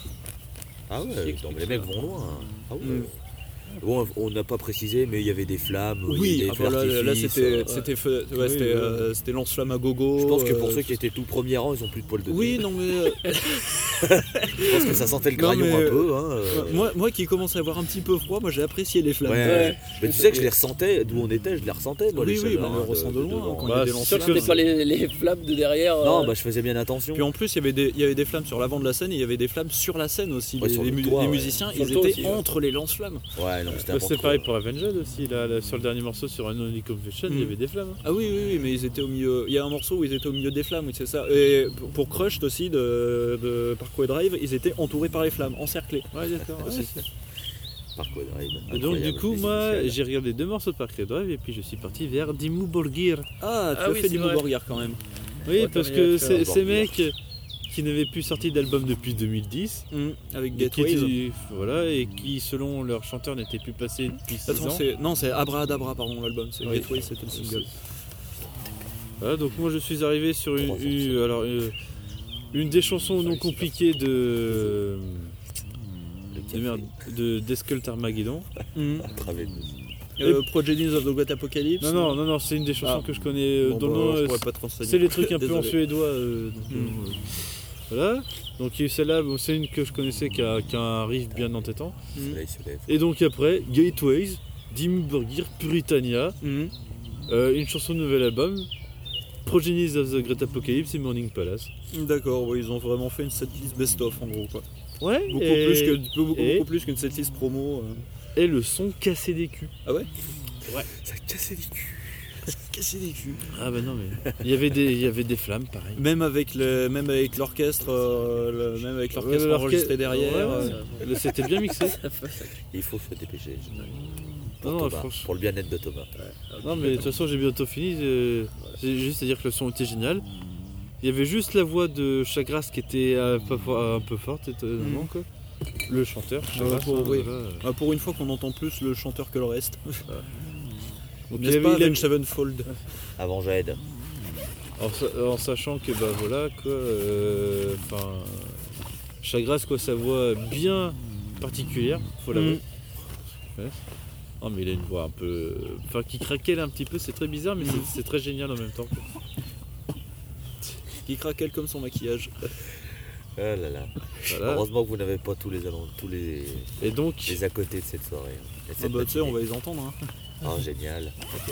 Ah ouais, non, mais les mecs vont loin. Ah ouais. Mm. Bon, on n'a pas précisé, mais il y avait des flammes, il y Oui, avait ah des bah là, feux là, d'artifice, c'était euh, c'était feu- ouais, Oui, c'était ouais. euh, c'était lance-flamme à gogo. Je pense que pour euh, ceux qui étaient tout premier rang, ils ont plus de poils de nez. Oui, non mais euh, Je pense que ça sentait le Non, crayon mais- un peu. Hein, euh. Moi, moi qui commence à avoir un petit peu froid, moi j'ai apprécié les flammes. Ouais. Ouais. Mais tu sais que je les ressentais, d'où on était, je les ressentais. Moi, Oui, les oui, chaleurs, bah, on les hein, ressent de loin, devant. quand il y Bah, a des c'est lancers. sûr Sûr que que c'était pas les, les flammes de derrière. Non, euh, bah je faisais bien attention. Puis en plus, il y avait des, il y avait des flammes sur l'avant de la scène et il y avait des flammes sur la scène aussi. Ouais, les, sur les le mu- toit, les ouais. musiciens, Sur ils le toit étaient aussi, ouais. entre les lance-flammes. Ouais, non, c'était Bah, un c'est peu pareil trop. pour Avenged aussi, là, là, sur le dernier morceau sur un Only Confession, il y Mm. avait des flammes. hein. Ah oui, oui, oui, mais ils étaient au milieu. Il y a un morceau où ils étaient au milieu des flammes, oui, c'est ça. Et pour- pour Crushed aussi de, de Parkway Drive, ils étaient entourés par les flammes, encerclés. Ouais, d'accord. Ah, ouais. c'est- Parkway Drive. Et donc, du Incroyable, coup, les moi, initiales. j'ai regardé deux morceaux de Parkway Drive et puis je suis parti vers Dimmu Borgir. Ah, tu Ah as oui, fait c'est du vrai. Borgir quand même. Oui, Ouais, parce t'as que bien fait c'est- un ces Borgir. mecs qui n'avaient plus sorti d'album depuis deux mille dix, Mm, avec et qui, Gateways. étaient- voilà, et qui, selon leur chanteur, n'étaient plus passés depuis six Attends, ans. c'est... Non, c'est Abracadabra, pardon, l'album. C'est Oui. Gateways, c'était le single. Voilà, donc moi je suis arrivé sur une, Trois ans, une- alors, euh, une des chansons non compliquées de, de, merde, de Descult Armageddon. Mm. À travers Euh, Progenies of the Great Apocalypse. Non, non, non, non, c'est une des chansons Ah. que je connais euh, Bon, dont bah, le nom, je euh, pourrais pas te renseigner. c'est les trucs un peu en Désolé. suédois. euh, donc, Mm. euh, voilà, donc il y a eu celle-là, bon, c'est une que je connaissais qui a, qui a un riff bien entêtant. Mm. soleil se lève. Et donc après, Gateways, Dimmu Borgir, Puritania, Mm. euh, une chanson de nouvel album, Progenies of the Great Apocalypse et Morning Palace. D'accord, ouais, ils ont vraiment fait une setlist best-of en gros. Quoi. Ouais, Beaucoup, et, plus que, beaucoup, et- beaucoup plus qu'une setlist promo. euh. et le son cassé des culs. Ah ouais Ça cassait les culs. Casser les culs. Ah bah non mais il y avait des il y avait des flammes pareil. Même avec le, même avec l'orchestre, euh, le- même avec l'orchestre Ouais, l'orchestre- enregistré derrière. ouais, ouais. euh, Le- C'était bien mixé. Il faut se dépêcher. Pour, Non, non, Thomas, franchement. pour le bien-être de Thomas. Non mais de toute façon j'ai bientôt fini. euh, C'est juste à dire que le son était génial. Il y avait juste la voix de Chagras qui était un peu, un peu forte étonnamment quoi. Le chanteur. Chagras, pour- hein, oui. voilà. ah, pour une fois qu'on entend plus le chanteur que le reste. Donc, il y N'est-ce avait- pas il avait- Avenged Sevenfold? Avant Jade. En, sa- en sachant que bah voilà quoi, euh, enfin Chagras quoi, sa voix bien particulière, faut l'avouer. Mm. Ouais. Non mais il a une voix un peu, enfin qui craquelle un petit peu, c'est très bizarre mais c'est- c'est très génial en même temps. quoi. Qui craquelle comme son maquillage. Oh là là. Voilà. Heureusement que vous n'avez pas tous les allant- tous les, Et donc les à côté de cette soirée. Et de Ah cette bah tu sais, on matinée. va les entendre. Hein. Oh génial.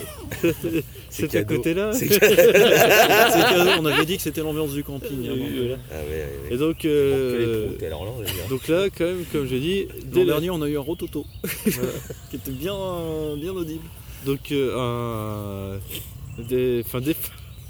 c'est à cadeau. côté là. C'est C'est cadeau, on avait dit que c'était l'ambiance du camping. hein, Oui, donc, voilà. Ah ouais, ouais, ouais. Et donc, Bon, euh, que les proutes, alors là, on va dire. donc là quand même comme j'ai dit, dès L'an la- dernier, on a eu un rototo qui était bien, bien audible. donc euh, un des, enfin des,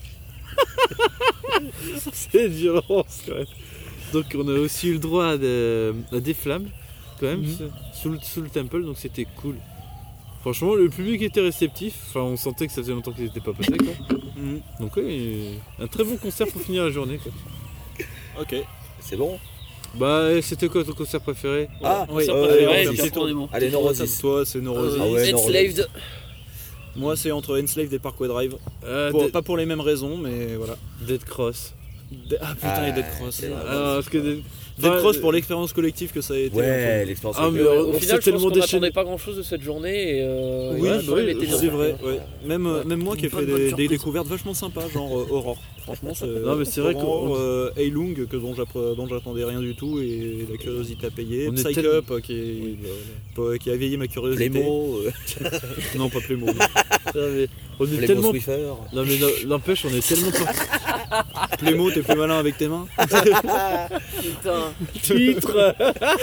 c'est une violence quand même. Donc on a aussi eu le droit à des, à des flammes quand même Mhm. sous, le, sous le temple, donc c'était cool. Franchement, le public était réceptif. Enfin, on sentait que ça faisait longtemps qu'ils n'étaient pas passés quoi. Mm. Donc ouais, un très bon concert pour finir la journée quoi. Ok. C'est bon. Bah c'était quoi ton concert préféré? Ah, oui, Ça euh, préféré, Neurosis. bien profondément. Allez, Neurosis. Toi, c'est Neurosis. Ah ouais, Enslaved. Moi, c'est entre Enslaved et Parkway Drive. Euh, Pour- Dead, pas pour les mêmes raisons, mais voilà. Dead Cross. De- Ah putain, Ah, et Dead Cross. c'est vrai. Ah, parce que Dead, Dead enfin, Cross pour l'expérience collective que ça a été. Ouais, l'expérience. Ah, avec mais le- on Au s'est final, je pense tellement qu'on déchaîné. n'attendait pas grand chose de cette journée. Et euh, Oui, ouais, bah bah, oui, elle était bien c'est faite, vrai. hein. Ouais. Même, euh, même moi qui ai Une fait bonne, bonne des, des surprise. découvertes vachement sympas, genre euh, Aurore. Franchement, c'est. Non, mais c'est vrai Aurore, qu'on- euh, Heilung, que dont j'appre- dont j'attendais rien du tout, et la curiosité à payer. On est Psych tel- Up, euh, qui, est- pas- qui a éveillé ma curiosité. Les mots. euh, Non, pas Playmo. Non, mais on est Les tellement. mots Swiffer. Non mais non, n'empêche, on est tellement pas. Playmo, t'es plus malin avec tes mains. Putain. Titre.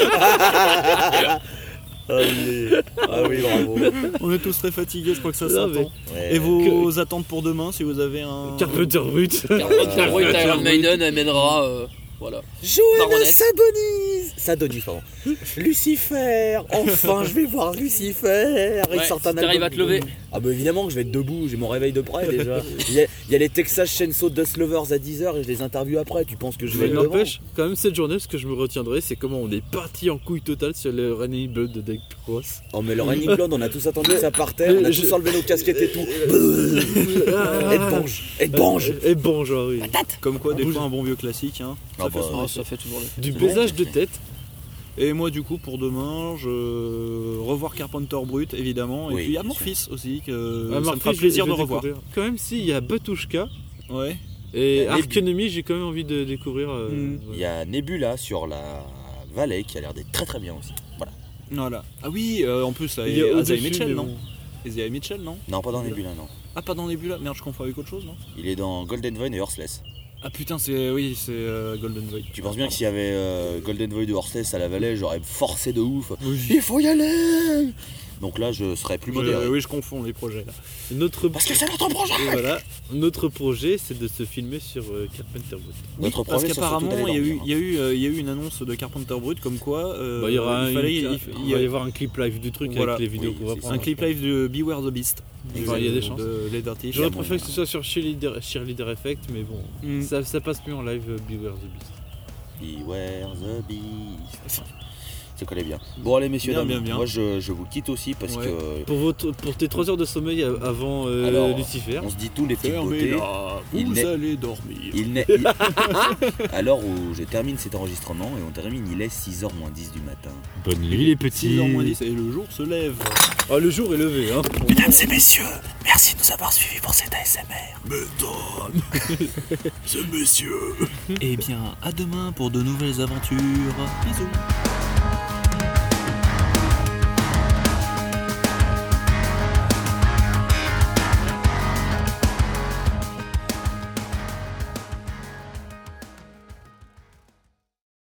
Ah oui, ah oui, bravo. On est tous très fatigués, je crois que ça Non, s'attend. Ouais. Et vos attentes pour demain, si vous avez un. Carpenter Brut. Carpenter Iron Maiden amènera. euh, Voilà. Joël Baroness. Sadonis Sadonis, pardon. Lucifer. Enfin, je vais voir Lucifer. Il Ouais, sort si un t'arrives album. à te lever. Ah bah évidemment que je vais être debout, j'ai mon réveil de près déjà. Il y a, il y a les Texas Chainsaw Dust Lovers à dix heures et je les interviewe après. Tu penses que je vais Mais être devant? n'empêche, quand même cette journée, ce que je me retiendrai, c'est comment on est parti en couille totale sur le Raining Blood de Dead Cross. Oh mais le Raining Blood, on a tous attendu que ça partait, on a Je- tous enlevé nos casquettes et tout. Et de bange, et de bange. Et bon, genre oui. Comme quoi, des Bouge. fois, un bon vieux classique. Hein. Ah Ça bah, fait son Ah, effet. ça fait toujours le. Du baisage de tête. Et moi, du coup, pour demain, je revoir Carpenter Brut, évidemment. Et Oui, puis bien Amorphis aussi, que Ah, ça me Murphy, fera je- plaisir je de vais revoir. découvrir. Quand même, s'il y a Batushka, Ouais. Il Et y a Arc Enemy, j'ai quand même envie de découvrir. euh, Mm. Il y a Nebula sur la vallée qui a l'air d'être très très bien aussi. Voilà. Voilà. Ah oui, euh, en plus, Il y a et au-dessus, Azaï Mitchell, mais non bon. Azaï Mitchell, non Non, pas dans Nebula, non. Ah, pas dans Nebula. Merde, je confonds avec autre chose, non Il est dans Golden Void et Horseless. Ah putain, c'est oui, c'est euh, Golden Void. Tu penses bien que s'il y avait euh, Golden Void et Horseless à la vallée, j'aurais forcé de ouf. Il faut y aller. Donc là, je serais plus Je- modéré. oui, je confonds les projets là. Notre... Parce que c'est notre projet. Et voilà, notre projet, c'est de se filmer sur euh, Carpenter Brut. Notre Parce projet, c'est surtout qu'apparemment, d'aller il y, a eu, dormir, il, y a eu, euh, il y a eu une annonce de Carpenter Brut comme quoi euh, Bah, il y aura un, il fallait, une- il- il il y a va y avoir un clip live du truc Voilà. avec les vidéos Oui, qu'on va c'est prendre. un clip live de Beware the Beast. Enfin, il y a des de- chances. De les Dirty. J'aurais Il y a préféré moyen. que ce soit sur Cheerleader, Cheerleader Effect, mais bon, Mm. ça, ça passe mieux en live euh, Beware the Beast. Beware the Beast. Ça collait bien. Bon allez messieurs, Bien, dames, bien, bien. moi je, je vous quitte aussi parce Ouais. que Pour, votre, pour tes trois heures de sommeil a- avant euh, Alors, Lucifer. on se dit tous les petites beautés. Fermez-la, Il vous n'est- allez dormir. Il n'est. il- À l'heure où je termine cet enregistrement et on termine, il est six heures moins dix du matin. Bonne nuit les six heures moins dix et le jour se lève. Ah, le jour est levé, hein. Mesdames et messieurs, merci de nous avoir suivis pour cet A S M R. Eh bien, à demain pour de nouvelles aventures. Bisous.